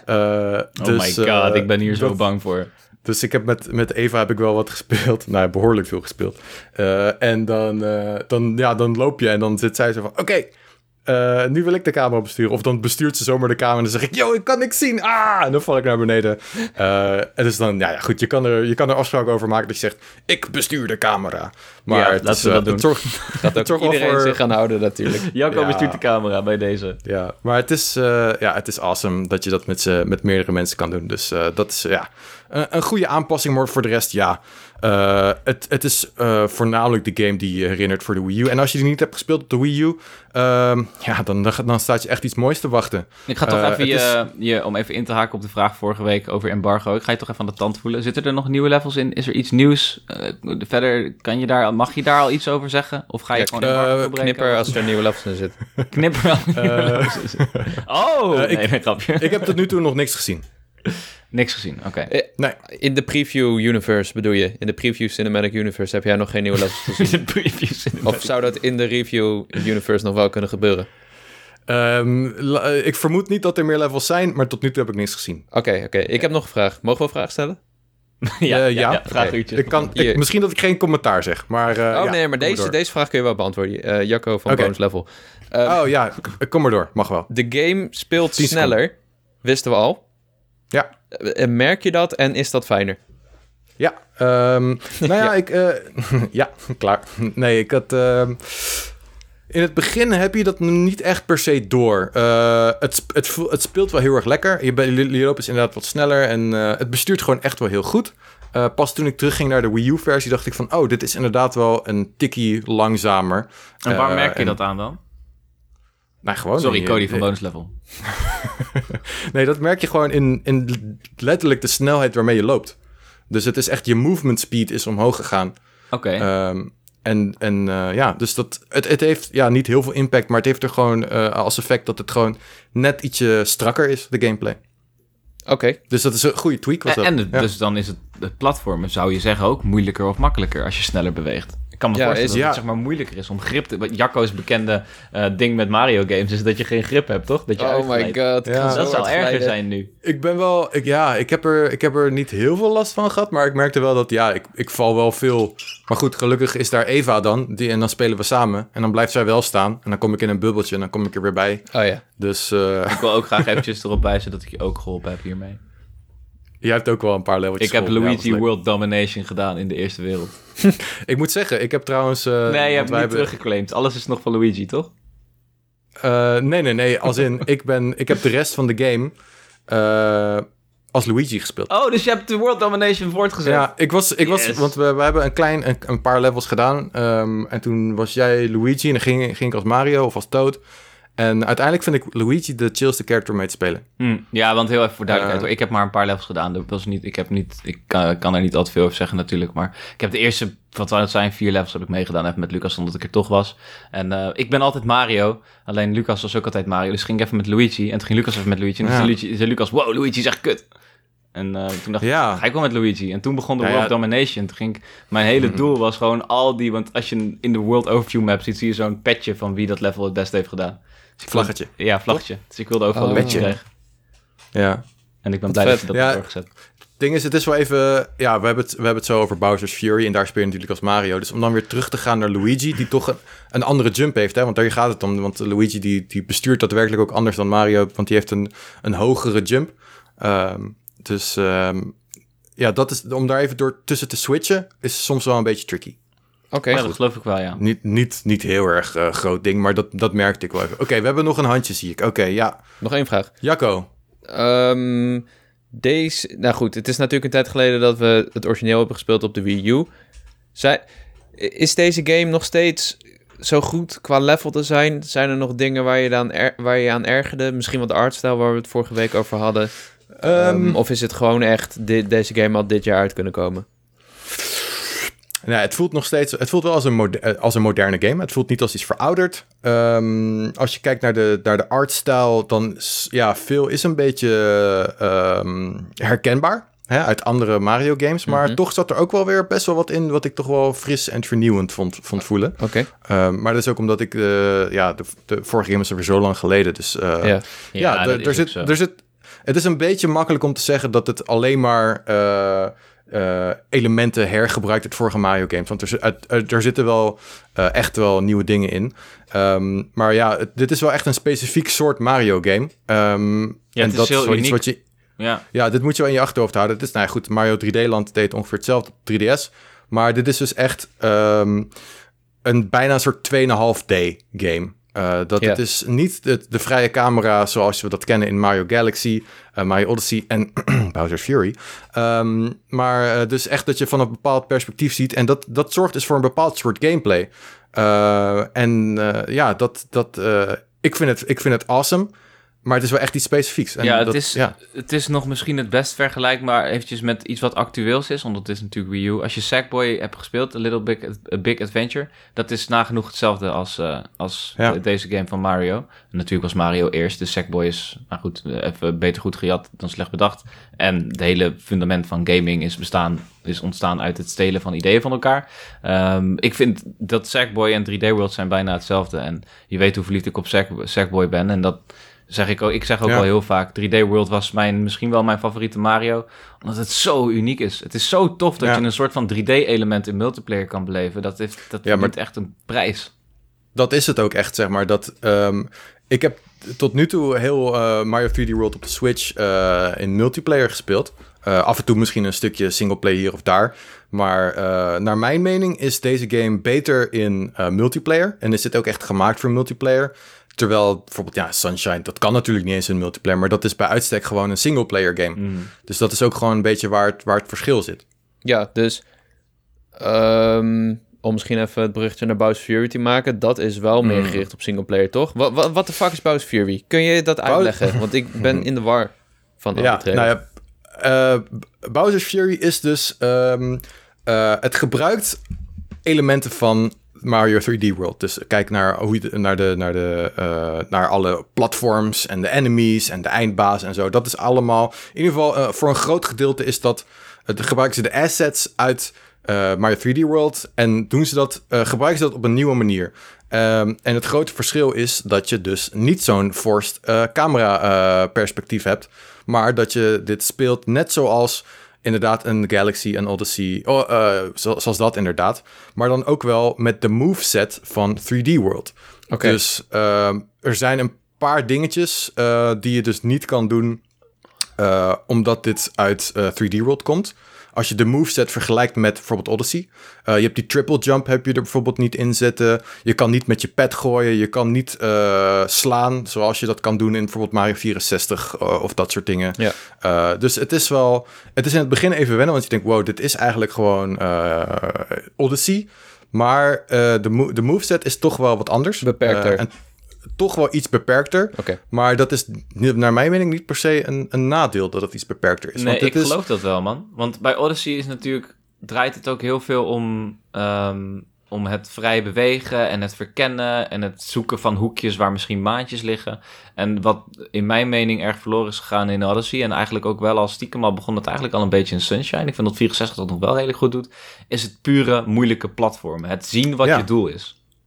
uh, dus, oh my god, uh, ik ben hier dat, zo bang voor. Dus ik heb met, met Eva heb ik wel wat gespeeld. Nou, behoorlijk veel gespeeld. Uh, en dan, uh, dan, ja, dan loop je en dan zit zij zo van, oké, okay, Uh, nu wil ik de camera besturen. Of dan bestuurt ze zomaar de camera en dan zeg ik, yo, ik kan niks zien. Ah! En dan val ik naar beneden. Uh, en dus dan, ja, ja goed, je kan, er, je kan er afspraken over maken dat je zegt, ik bestuur de camera. Maar ja, het laten is, we uh, dat doen. Het zorgt, gaat ook iedereen voor... zich gaan houden natuurlijk. Jacco ja. bestuurt de camera bij deze. Ja, maar het is, uh, ja, het is awesome dat je dat met, uh, met meerdere mensen kan doen. Dus uh, dat is, ja, een, een goede aanpassing. Maar voor de rest, ja, uh, het, het is uh, voornamelijk de game die je herinnert voor de Wii U. En als je die niet hebt gespeeld op de Wii U, uh, ja, dan, dan staat je echt iets moois te wachten. Ik ga toch uh, even je, is... je, om even in te haken op de vraag vorige week over embargo. Ik ga je toch even aan de tand voelen. Zitten er nog nieuwe levels in? Is er iets nieuws? Uh, verder, kan je daar, mag je daar al iets over zeggen? Of ga je ja, gewoon embargo uh, knipper als er nieuwe levels in zitten. Knipper als er nieuwe levels in zitten. Oh, uh, nee, ik, een grapje. Ik heb tot nu toe nog niks gezien. Niks gezien, oké. Okay. Uh, nee. In de preview universe bedoel je? In de preview cinematic universe heb jij nog geen nieuwe levels gezien? In de preview cinematic. Of zou dat in de review universe nog wel kunnen gebeuren? Um, la, ik vermoed niet dat er meer levels zijn, maar tot nu toe heb ik niks gezien. Oké, okay, oké. Okay. Ik heb nog een vraag. Mogen we een vraag stellen? ja, uh, ja, ja, ja, vraag okay. ik kan, ik, Misschien dat ik geen commentaar zeg, maar... Uh, oh ja, nee, maar deze, deze vraag kun je wel beantwoorden. Uh, Jacco van okay. Bonus Level. Uh, oh ja, kom maar door. Mag wel. De game speelt sneller, seconden. Wisten we al. Ja. Uh, merk je dat en is dat fijner? Ja, um, nou ja, ja. ik... Uh, ja, klaar. Nee, ik had... Uh, in het begin heb je dat niet echt per se door. Uh, het, het, het speelt wel heel erg lekker. Je, je loopt is inderdaad wat sneller en uh, het bestuurt gewoon echt wel heel goed. Uh, pas toen ik terugging naar de Wii U-versie dacht ik van... oh, dit is inderdaad wel een tikkie langzamer. En waar uh, merk je en, dat aan dan? Nou, gewoon... Sorry, je, Cody je, van Bonus Level. Nee, dat merk je gewoon in, in letterlijk de snelheid waarmee je loopt. Dus het is echt, je movement speed is omhoog gegaan. Oké. Okay. Um, en en uh, ja, dus dat, het, het heeft ja, niet heel veel impact, maar het heeft er gewoon uh, als effect dat het gewoon net ietsje strakker is, de gameplay. Oké. Okay. Dus dat is een goede tweak. Was en dat. en het, ja. dus dan is het, het platformen, zou je zeggen, ook moeilijker of makkelijker als je sneller beweegt. Ik kan me ja, voorstellen is, dat het ja. zeg maar moeilijker is om grip te... Jacco's bekende uh, ding met Mario games is dat je geen grip hebt, toch? Dat je oh my god. Ja. Dat zou erger zijn nu. Ik ben wel... Ik, ja, ik heb, er, ik heb er niet heel veel last van gehad, maar ik merkte wel dat, ja, ik, ik val wel veel... Maar goed, gelukkig is daar Eva dan, die, en dan spelen we samen. En dan blijft zij wel staan. En dan kom ik in een bubbeltje en dan kom ik er weer bij. Oh ja. Dus... Uh... Ik wil ook graag eventjes erop wijzen dat ik je ook geholpen heb hiermee. Jij hebt ook wel een paar leveltjes. Ik heb Luigi ja, World Domination gedaan in de eerste wereld. Ik moet zeggen, ik heb trouwens... Uh, nee, je hebt niet hebben... teruggeclaimd. Alles is nog van Luigi, toch? Uh, nee, nee, nee. Als in, ik, ben, ik heb de rest van de game uh, als Luigi gespeeld. Oh, dus je hebt de World Domination voortgezet? Ja, ik was... Ik yes. was want we, we hebben een klein... Een, een paar levels gedaan. Um, en toen was jij Luigi en dan ging, ging ik als Mario of als Toad... En uiteindelijk vind ik Luigi de chillste character mee te spelen. Hmm, ja, want heel even voor duidelijkheid. Uh, ik heb maar een paar levels gedaan. Dat was niet, ik heb niet, ik kan, kan er niet altijd veel over zeggen natuurlijk. Maar ik heb de eerste, wat zou het zijn, vier levels heb ik meegedaan. Even met Lucas, omdat ik er toch was. En uh, ik ben altijd Mario. Alleen Lucas was ook altijd Mario. Dus ging ik even met Luigi. En toen ging Lucas even met Luigi. En toen ja. zei, zei Lucas, wow, Luigi is echt kut. En uh, toen dacht ja. ik, ga ik wel met Luigi. En toen begon de ja, World ja. Domination. Toen ging ik, mijn hele mm-hmm. doel was gewoon al die... Want als je in de World Overview map ziet, zie je zo'n petje van wie dat level het beste heeft gedaan. Dus vlaggetje. Wilde, ja, vlaggetje. Dus ik wilde overal oh. een petje krijgen. Ja. En ik ben Wat blij vet. dat je dat Ja. hebt doorgezet. Het ding is, het is wel even... Ja, we hebben, het, we hebben het zo over Bowser's Fury en daar speel je natuurlijk als Mario. Dus om dan weer terug te gaan naar Luigi, die toch een, een andere jump heeft, hè? Want daar gaat het om. Want Luigi die, die bestuurt daadwerkelijk ook anders dan Mario, want die heeft een, een hogere jump. Um, dus um, ja, dat is, om daar even door tussen te switchen, is soms wel een beetje tricky. Oké, Okay, ja, goed. dat geloof ik wel, ja. Niet, niet, niet heel erg uh, groot ding, maar dat, dat merkte ik wel even. Oké, okay, we hebben nog een handje, zie ik. Oké, okay, ja. Nog één vraag. Jacco. Um, deze... Nou goed, het is natuurlijk een tijd geleden dat we het origineel hebben gespeeld op de Wii U. Zij, is deze game nog steeds zo goed qua level design? Zijn er nog dingen waar je, dan er, waar je aan ergerde? Misschien wat de artstyle waar we het vorige week over hadden. Um, um, of is het gewoon echt, dit, deze game had dit jaar uit kunnen komen? Nou, het voelt nog steeds... Het voelt wel als een, moder, als een moderne game. Het voelt niet als iets verouderd. Um, als je kijkt naar de, naar de artstyle, dan... Ja, veel is een beetje um, herkenbaar. Hè, uit andere Mario games. Maar mm-hmm. toch zat er ook wel weer best wel wat in... wat ik toch wel fris en vernieuwend vond, vond voelen. Oké. Okay. Um, maar dat is ook omdat ik... Uh, ja, de, de vorige game is er weer zo lang geleden. Dus uh, yeah. ja, ja d- er, zit, er zit... Het is een beetje makkelijk om te zeggen dat het alleen maar... Uh, Uh, elementen hergebruikt uit vorige Mario games. Want er, er, er zitten wel uh, echt wel nieuwe dingen in. Um, maar ja, het, dit is wel echt een specifiek soort Mario game. Um, ja, en het dat is heel is wel uniek. iets wat je... Ja. ja, dit moet je wel in je achterhoofd houden. Het is, nou ja, goed, Mario drie D-land deed ongeveer hetzelfde op drie D S. Maar dit is dus echt um, een bijna een soort twee komma vijf D game. Uh, dat yeah. Het is niet de, de vrije camera zoals we dat kennen in Mario Galaxy, uh, Mario Odyssey en Bowser's Fury. Um, maar uh, dus echt dat je van een bepaald perspectief ziet. En dat, dat zorgt dus voor een bepaald soort gameplay. Uh, en uh, ja, dat, dat, uh, ik, vind het, ik vind het awesome. Maar het is wel echt iets specifieks. En ja, het, dat, is, ja, het is nog misschien het best vergelijkbaar eventjes met iets wat actueels is. Want het is natuurlijk Wii U. Als je Sackboy hebt gespeeld, A Little Big, A Big Adventure. Dat is nagenoeg hetzelfde als, uh, als ja. de, deze game van Mario. En natuurlijk was Mario eerst. Dus Sackboy is, nou goed, even beter goed gejat dan slecht bedacht. En het hele fundament van gaming is, bestaan, is ontstaan uit het stelen van ideeën van elkaar. Um, ik vind dat Sackboy en drie D World zijn bijna hetzelfde. En je weet hoe verliefd ik op Sack, Sackboy ben. En dat... Zeg ik, ook, ik zeg ook ja. wel heel vaak, drie D World was mijn, misschien wel mijn favoriete Mario, omdat het zo uniek is. Het is zo tof dat ja. je een soort van drie D-element in multiplayer kan beleven. Dat heeft dat ja, maar echt een prijs. Dat is het ook echt, zeg maar. Dat, um, ik heb tot nu toe heel uh, Mario drie D World op de Switch uh, in multiplayer gespeeld. Uh, af en toe misschien een stukje singleplayer hier of daar. Maar uh, naar mijn mening is deze game beter in uh, multiplayer. En is dit ook echt gemaakt voor multiplayer. Terwijl bijvoorbeeld, ja, Sunshine, dat kan natuurlijk niet eens in multiplayer, maar dat is bij uitstek gewoon een singleplayer game. Mm. Dus dat is ook gewoon een beetje waar het, waar het verschil zit. Ja, dus um, om misschien even het berichtje naar Bowser's Fury te maken, dat is wel meer gericht mm. op singleplayer, toch? Wat wat de fuck is Bowser's Fury? Kun je dat uitleggen? Want ik ben in de war van dat ja, betreft. Nou ja, uh, Bowser's Fury is dus, um, uh, het gebruikt elementen van Mario drie D World. Dus kijk naar, hoe je, naar, de, naar, de, uh, naar alle platforms en de enemies en de eindbaas en zo. Dat is allemaal, in ieder geval uh, voor een groot gedeelte is dat, uh, gebruiken ze de assets uit uh, Mario drie D World en doen ze dat, uh, gebruiken ze dat op een nieuwe manier. Um, en het grote verschil is dat je dus niet zo'n forced uh, camera uh, perspectief hebt, maar dat je dit speelt net zoals inderdaad een Galaxy en Odyssey, oh, uh, zo, zoals dat inderdaad. Maar dan ook wel met de moveset van drie D World. Okay. Dus uh, er zijn een paar dingetjes uh, die je dus niet kan doen, uh, omdat dit uit uh, drie D World komt. Als je de moveset vergelijkt met bijvoorbeeld Odyssey. Uh, je hebt die triple jump, heb je er bijvoorbeeld niet in zitten. Je kan niet met je pad gooien. Je kan niet uh, slaan, zoals je dat kan doen in bijvoorbeeld Mario vierenzestig uh, of dat soort dingen. Ja. Uh, dus het is wel... Het is in het begin even wennen, want je denkt, wow, dit is eigenlijk gewoon uh, Odyssey. Maar uh, de, mo- de moveset is toch wel wat anders. Beperkter. Uh, en toch wel iets beperkter. Okay. Maar dat is naar mijn mening niet per se een, een nadeel dat het iets beperkter is. Nee, want ik is... geloof dat wel, man. Want bij Odyssey is natuurlijk, draait het ook heel veel om, um, om het vrij bewegen en het verkennen en het zoeken van hoekjes waar misschien maantjes liggen. En wat in mijn mening erg verloren is gegaan in Odyssey, en eigenlijk ook wel al stiekem al begon het eigenlijk al een beetje in Sunshine. Ik vind dat vierenzestig dat nog wel heel goed doet, is het pure moeilijke platformen. Het zien wat ja. je doel is.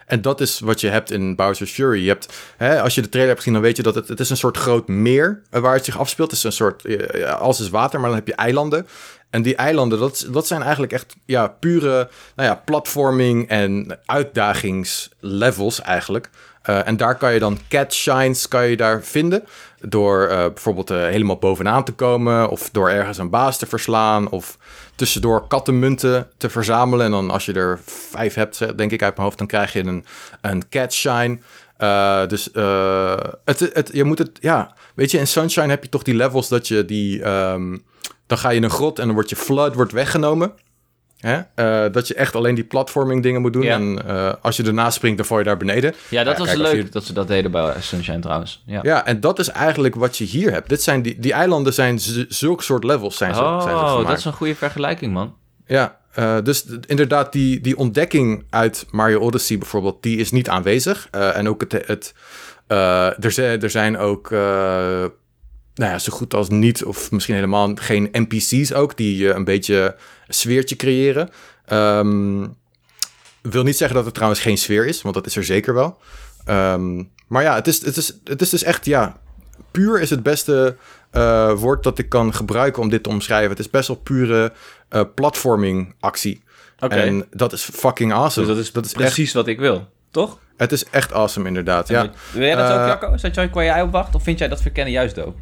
En dat is wat je hebt in Bowser's Fury. Je hebt, hè, als je de trailer hebt gezien, dan weet je dat het, het is een soort groot meer uh, waar het zich afspeelt. Het is een soort, uh, alles is water, maar dan heb je eilanden. En die eilanden, dat, dat zijn eigenlijk echt ja, pure nou ja, platforming en uitdagingslevels eigenlijk. Uh, en daar kan je dan cat shines kan je daar vinden. Door uh, bijvoorbeeld uh, helemaal bovenaan te komen. Of door ergens een baas te verslaan. Of tussendoor kattenmunten te verzamelen. En dan als je er vijf hebt, denk ik uit mijn hoofd, dan krijg je een, een cat shine. Uh, dus uh, het, het, je moet het, ja, weet je, in Sunshine heb je toch die levels dat je die, um, dan ga je in een grot en dan wordt je flood wordt weggenomen. Hè? Uh, dat je echt alleen die platforming dingen moet doen. Ja. En uh, als je erna springt, dan val je daar beneden. Ja, dat uh, was kijk, leuk je... dat ze dat deden bij Sunshine trouwens. Ja, ja, en dat is eigenlijk wat je hier hebt. Dit zijn die, die eilanden zijn z- zulke soort levels zijn ze, oh, zijn ze gemaakt. Dat is een goede vergelijking, man. Ja, uh, dus d- inderdaad die, die ontdekking uit Mario Odyssey bijvoorbeeld, die is niet aanwezig. Uh, en ook het... het uh, er, zijn, er zijn ook... Uh, nou ja, zo goed als niet, of misschien helemaal geen N P C's ook, die uh, een beetje een sfeertje creëren. Um, wil niet zeggen dat het trouwens geen sfeer is, want dat is er zeker wel. Um, maar ja, het is, het, is, het is dus echt, ja, puur is het beste uh, woord dat ik kan gebruiken om dit te omschrijven. Het is best wel pure uh, platforming actie. Okay. En dat is fucking awesome. Dus dat is, dat is precies echt, wat ik wil, toch? Het is echt awesome, inderdaad. Ja. Wil jij dat uh, ook, Jacco? Zat jij qua jij op wacht? Of vind jij dat verkennen juist dope?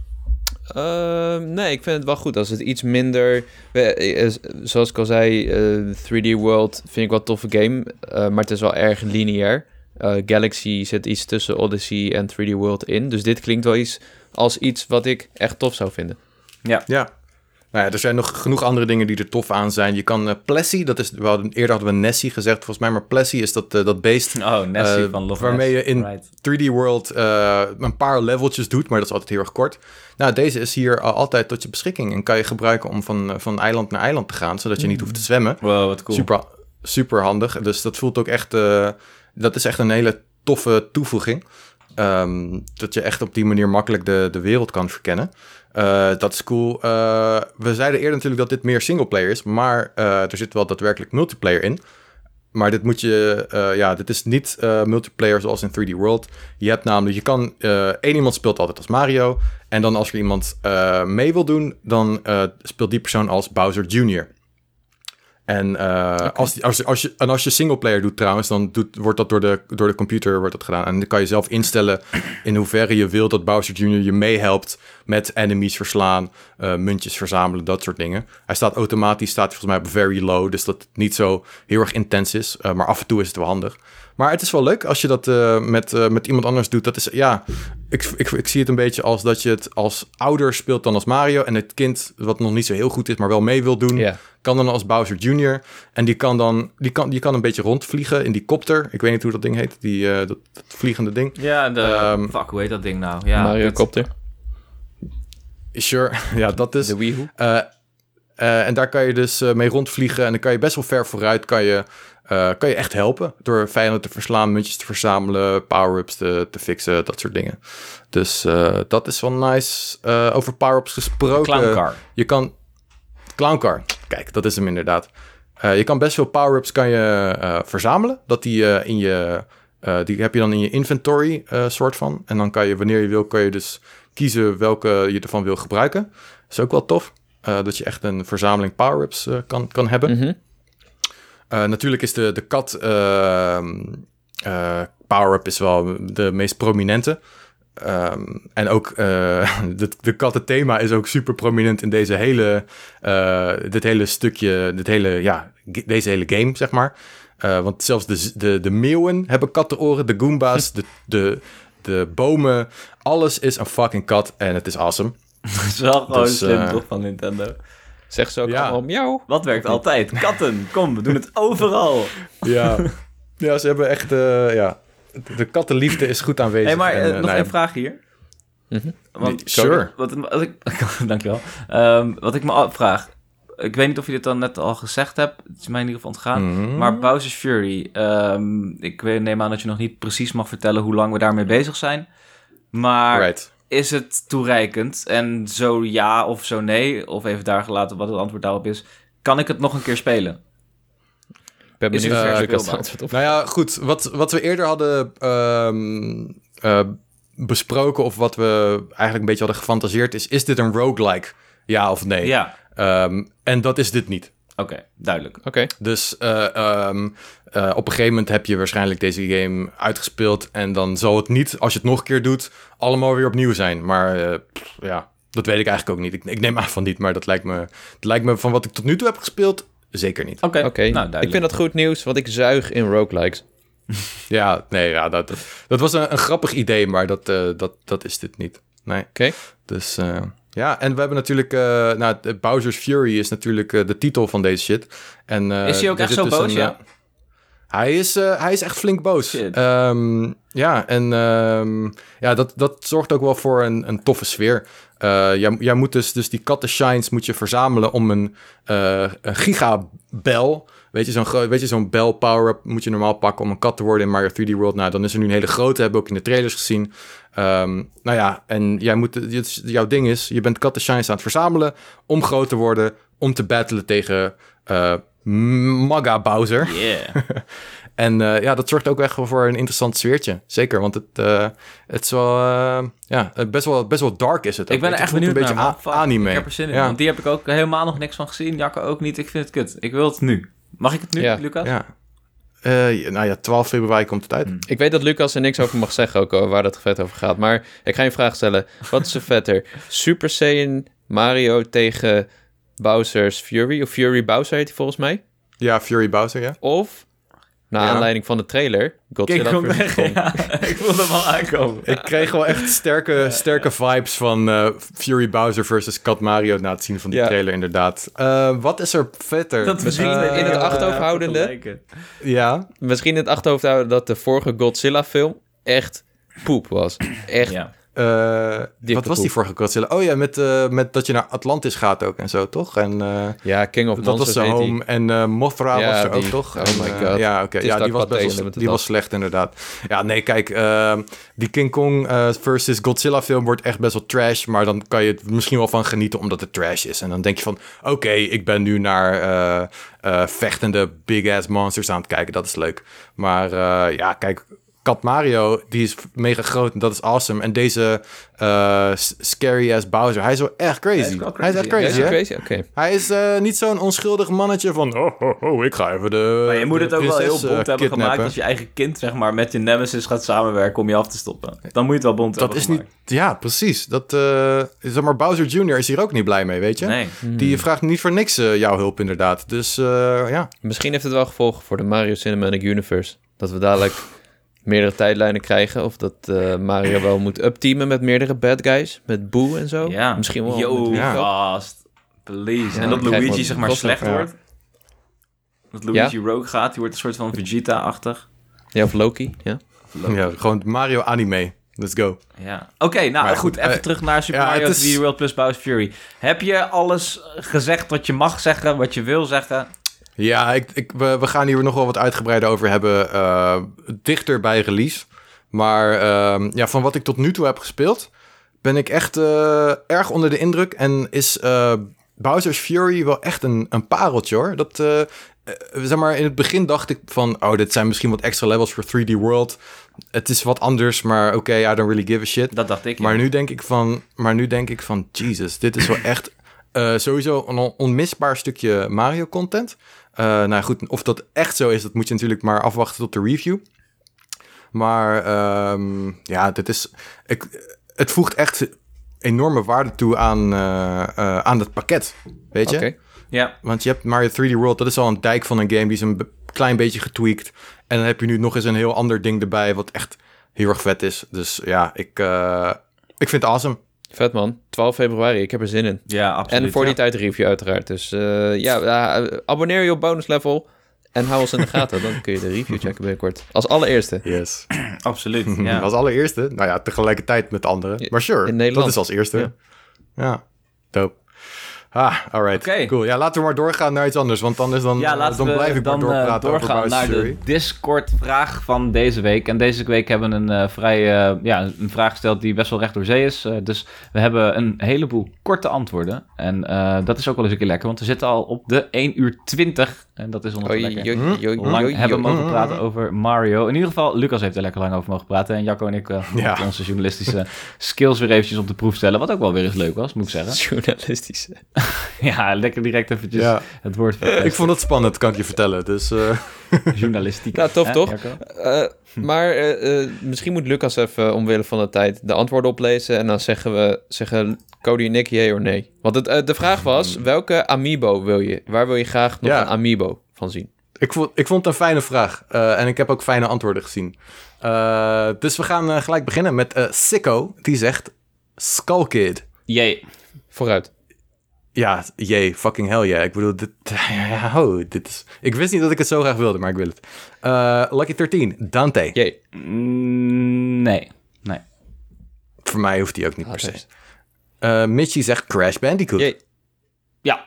Uh, nee, ik vind het wel goed als het iets minder... Uh, zoals ik al zei, uh, drie D World vind ik wel een toffe game. Uh, maar het is wel erg lineair. Uh, Galaxy zit iets tussen Odyssey en drie D World in. Dus dit klinkt wel iets als iets wat ik echt tof zou vinden. Ja. Ja. Nou ja, er zijn nog genoeg andere dingen die er tof aan zijn. Je kan uh, Plessy, dat is, we hadden, eerder hadden we Nessie gezegd volgens mij, maar Plessy is dat, uh, dat beest. Oh, Nessie uh, van Love waarmee Ness. je in right. drie D World uh, een paar leveltjes doet, maar dat is altijd heel erg kort. Nou, deze is hier uh, altijd tot je beschikking en kan je gebruiken om van, uh, van eiland naar eiland te gaan, zodat je mm. niet hoeft te zwemmen. Wow, wat cool. Super, super handig. Dus dat voelt ook echt, uh, dat is echt een hele toffe toevoeging. Um, dat je echt op die manier makkelijk de, de wereld kan verkennen. Uh, dat is cool. Uh, we zeiden eerder natuurlijk dat dit meer singleplayer is, maar uh, er zit wel daadwerkelijk multiplayer in. Maar dit moet je, uh, ja, dit is niet uh, multiplayer zoals in drie D World. Je hebt namelijk, je kan, uh, één iemand speelt altijd als Mario. En dan als er iemand uh, mee wil doen, dan uh, speelt die persoon als Bowser junior En, uh, okay. als, als, als je, en als je singleplayer doet trouwens, dan doet, wordt dat door de, door de computer wordt dat gedaan. En dan kan je zelf instellen in hoeverre je wilt dat Bowser junior je meehelpt met enemies verslaan, uh, muntjes verzamelen, dat soort dingen. Hij staat automatisch, staat volgens mij op very low, dus dat het niet zo heel erg intens is. Uh, maar af en toe is het wel handig. Maar het is wel leuk als je dat uh, met, uh, met iemand anders doet. Dat is, ja, ik, ik, ik zie het een beetje als dat je het als ouder speelt dan als Mario. En het kind, wat nog niet zo heel goed is, maar wel mee wil doen, yeah. kan dan als Bowser junior En die kan dan, die kan, die kan een beetje rondvliegen in die kopter. Ik weet niet hoe dat ding heet, die, uh, dat, dat vliegende ding. Ja, de, um, fuck, hoe heet dat ding nou? Ja, Mario Copter. Sure, ja, dat is. De Wii U. Uh, uh, en daar kan je dus uh, mee rondvliegen en dan kan je best wel ver vooruit, kan je... Uh, kan je echt helpen door vijanden te verslaan, muntjes te verzamelen, power-ups te, te fixen, dat soort dingen. Dus uh, dat is wel nice. Uh, over power-ups gesproken. Clowncar. Je kan... Clowncar. Kijk, dat is hem inderdaad. Uh, je kan best veel power-ups kan je, uh, verzamelen. Dat die uh, in je... Uh, die heb je dan in je inventory uh, soort van. En dan kan je, wanneer je wil, kan je dus kiezen welke je ervan wil gebruiken. Dat is ook wel tof. Uh, dat je echt een verzameling power-ups uh, kan, kan hebben. Mm-hmm. Uh, natuurlijk is de, de kat uh, uh, power-up is wel de meest prominente. Um, en ook uh, de, de kattenthema is ook super prominent in deze hele, uh, dit hele stukje, dit hele, ja, g- deze hele game, zeg maar. Uh, want zelfs de, de, de meeuwen hebben kattenoren, de Goombas, de, de, de bomen. Alles is een fucking kat en het is awesome. Dat is wel gewoon dus, slim, uh, toch, van Nintendo. Zeg ze ook ja. allemaal miauw. Wat werkt altijd? Katten, kom, we doen het overal. Ja, ja ze hebben echt, uh, ja, de kattenliefde is goed aanwezig. Hé, hey, maar en, uh, uh, nog nou, een vraag hier. Mm-hmm. Want, sure. Wat, wat ik, dankjewel. Um, wat ik me afvraag, ik weet niet of je dit dan net al gezegd hebt, het is mij in ieder geval ontgaan, mm-hmm. maar Bowser's Fury, um, ik neem aan dat je nog niet precies mag vertellen hoe lang we daarmee bezig zijn, maar... Right. Is het toereikend? En zo ja of zo nee, of even daar gelaten wat het antwoord daarop is. Kan ik het nog een keer spelen? ben Is benieuwd het of ver Lucas speelbaar? antwoord op. Nou ja, goed. Wat, wat we eerder hadden ehm, eh, besproken... of wat we eigenlijk een beetje hadden gefantaseerd... is, is dit een roguelike? Ja of nee? Ja, Ehm, en dat is dit niet. oké, duidelijk. Oké, Dus uh, um, uh, op een gegeven moment heb je waarschijnlijk deze game uitgespeeld... en dan zal het niet, als je het nog een keer doet... allemaal weer opnieuw zijn. Maar uh, pff, ja, dat weet ik eigenlijk ook niet. Ik, ik neem aan van niet, maar dat lijkt, me, dat lijkt me... van wat ik tot nu toe heb gespeeld, zeker niet. Oké, oké. nou, duidelijk. Ik vind dat goed nieuws, want ik zuig in roguelikes. Ja, nee, ja, dat, dat was een, een grappig idee... maar dat, uh, dat, dat is dit niet. Nee. Oké. Dus uh, ja, en we hebben natuurlijk... Uh, nou, Bowser's Fury is natuurlijk uh, de titel van deze shit. En, uh, Is hij ook er echt zit zo dus boos, een, ja? uh, Hij is, uh, hij is echt flink boos. Shit. Um, ja, en um, ja, dat, dat zorgt ook wel voor een, een toffe sfeer. Uh, jij, jij moet dus, dus die katten shines moet je verzamelen om een, uh, een gigabel... Weet je, zo'n, gro- weet je, zo'n bell power-up moet je normaal pakken om een kat te worden in Mario drie D World. Nou, dan is er nu een hele grote, hebben we ook in de trailers gezien. Um, nou ja, en jij moet, het, jouw ding is, je bent katten shines aan het verzamelen om groot te worden, om te battlen tegen uh, Maga Bowser. Yeah. En uh, ja, dat zorgt ook echt wel voor een interessant sfeertje. Zeker, want het, uh, het is wel, uh, ja, best wel, best wel dark is het. Ik ben er Het echt voelt benieuwd een beetje naar, a- man. Fuck, anime. Ik heb er zin in, ja. want die heb ik ook helemaal nog niks van gezien. Jacco ook niet. Ik vind het kut. Ik wil het nu. Mag ik het nu, Ja. Lucas? Ja. Uh, nou ja, twaalf februari komt het uit. Hmm. Ik weet dat Lucas er niks over mag zeggen, ook over waar dat vet over gaat. Maar ik ga je een vraag stellen. Wat is er vetter? Super Saiyan Mario tegen Bowser's Fury? Of Fury Bowser heet hij volgens mij? Ja, Fury Bowser, ja. Of, naar Ja. aanleiding van de trailer, Godzilla King Kong versus weg. Kong. Ja, ik voelde hem al aankomen. Ik kreeg wel echt sterke, sterke vibes van uh, Fury Bowser versus Kat Mario na het zien van die Ja. trailer, inderdaad. Uh, wat is er vetter? Dat Misschien Uh, in het uh, achterhoofd houdende. vergelijken. Ja, Misschien in het achterhoofd houden dat de vorige Godzilla film echt poep was. Echt. Ja. uh, Dikke wat was die poep. vorige Godzilla? Oh ja, met, uh, met dat je naar Atlantis gaat ook en zo, toch? En uh, Ja, King of dat was Monsters zijn heet die. home. En uh, Mothra Ja, was er ook, die. toch? Oh En, my uh, god. ja, oké. Het is Ja, dat die was ik wat best wel, tegen met de die dag. was slecht, inderdaad. Ja, nee, kijk, uh, die King Kong uh, versus Godzilla film wordt echt best wel trash, maar dan kan je het misschien wel van genieten omdat het trash is. En dan denk je van, oké, okay, ik ben nu naar uh, uh, vechtende big-ass monsters aan het kijken. Dat is leuk. Maar uh, ja, kijk... Kat Mario, die is mega groot en dat is awesome. En deze uh, scary-ass Bowser, hij is wel echt crazy. Hij is wel Hij is echt crazy, crazy, Ja, hè? crazy? Oké. Hij is uh, niet zo'n onschuldig mannetje van... Oh, oh, oh, ik ga even de Maar je moet de het ook wel heel prinses, uh, bond hebben kidnappen. gemaakt als je eigen kind, zeg maar, met je nemesis gaat samenwerken om je af te stoppen. Dan moet je het wel bond Dat hebben is niet... gemaakt. Ja, precies. Dat, uh, zeg maar, Bowser junior is hier ook niet blij mee, weet je? Nee. Die vraagt niet voor niks uh, jouw hulp, inderdaad. Dus uh, ja. Misschien heeft het wel gevolgen voor de Mario Cinematic Universe. Dat we dadelijk meerdere tijdlijnen krijgen. Of dat uh, Mario wel moet upteamen met meerdere bad guys. Met Boo en zo. Ja. Misschien wel. Yo, met Ja. gast. Please. Ja, en dat dan krijg je Luigi, wat zeg maar, kosten. slecht Ja. wordt. Dat Luigi Rogue gaat. Die wordt een soort van Vegeta-achtig. Ja, of Loki. Ja. ja, gewoon Mario anime. Let's go. Ja. Oké, nou Maar goed. goed, Even eh, terug naar Super ja, Mario het is- drie D World plus Bowser's Fury. Heb je alles gezegd wat je mag zeggen, wat je wil zeggen? Ja, ik, ik, we, we gaan hier nog wel wat uitgebreider over hebben. Uh, dichter bij release. Maar uh, ja, van wat ik tot nu toe heb gespeeld... ben ik echt uh, erg onder de indruk. En is uh, Bowser's Fury wel echt een, een pareltje, hoor. Dat, uh, uh, zeg maar, in het begin dacht ik van... oh, dit zijn misschien wat extra levels voor drie D World. Het is wat anders, maar oké, okay, I don't really give a shit. Dat dacht ik. ja. Maar nu denk ik van... maar nu denk ik van, Jesus, dit is wel echt... Uh, sowieso een on- onmisbaar stukje Mario-content. Uh, nou goed, of dat echt zo is, dat moet je natuurlijk maar afwachten tot de review. Maar um, ja, dit is... Ik, het voegt echt enorme waarde toe aan, uh, uh, aan het pakket, weet je? Oké. Ja. Want je hebt Mario drie D World, dat is al een dijk van een game, die is een be- klein beetje getweakt. En dan heb je nu nog eens een heel ander ding erbij, wat echt heel erg vet is. Dus ja, ik, uh, ik vind het awesome. Vet man. twaalf februari. Ik heb er zin in. Ja, absoluut. En voor die ja. tijd de review uiteraard. Dus uh, ja, uh, abonneer je op bonus level. En hou ons in de gaten. Dan kun je de review checken binnenkort. Als allereerste. Yes. Absoluut, ja. Als allereerste, nou ja, tegelijkertijd met anderen. Maar sure, In Nederland. dat is als eerste. Ja, Ja. ja. Dope. Ah, alright. Oké. Cool. Ja, laten we maar doorgaan naar iets anders. Want anders dan, Ja, uh, laten dan we blijf ik dan maar doorpraten uh, over doorgaan Bowser's naar Fury. de Discord-vraag van deze week. En deze week hebben we een uh, vrij uh, ja, een vraag gesteld die best wel recht door zee is. Uh, dus we hebben een heleboel korte antwoorden. En uh, dat is ook wel eens een keer lekker, want we zitten al op de één uur twintig. En dat is ondertussen lekker. Oei, oei, oei, Lang oei, hebben we oei. mogen praten over Mario. In ieder geval, Lucas heeft er lekker lang over mogen praten. En Jacco en ik uh, Ja. moeten onze journalistische skills weer eventjes op de proef stellen. Wat ook wel weer eens leuk was, moet ik zeggen. Journalistisch. Ja, lekker direct eventjes Ja. het woord Ik vond het spannend, kan ik je vertellen. Dus uh, journalistiek. Nou, tof Hè, toch? Jacco? Uh, maar uh, uh, misschien moet Lucas even, omwille van de tijd, de antwoorden oplezen. En dan zeggen we, zeggen Cody en Nick, jee of nee. Want het, uh, de vraag was, welke amiibo wil je? Waar wil je graag nog Ja. een amiibo van zien? ik, vond, ik vond het een fijne vraag. Uh, en ik heb ook fijne antwoorden gezien. Uh, dus we gaan uh, gelijk beginnen met uh, Sicko. Die zegt Skull Kid. Jee. Vooruit. Ja, jee, fucking hell yeah. Ik bedoel, dit, ja, oh, dit is... Ik wist niet dat ik het zo graag wilde, maar ik wil het. Uh, Lucky dertien, Dante. Jee. Mm, nee. Nee. Voor mij hoeft die ook niet Ah, per se. best. Uh, Mitchie zegt Crash Bandicoot. Jee. Ja.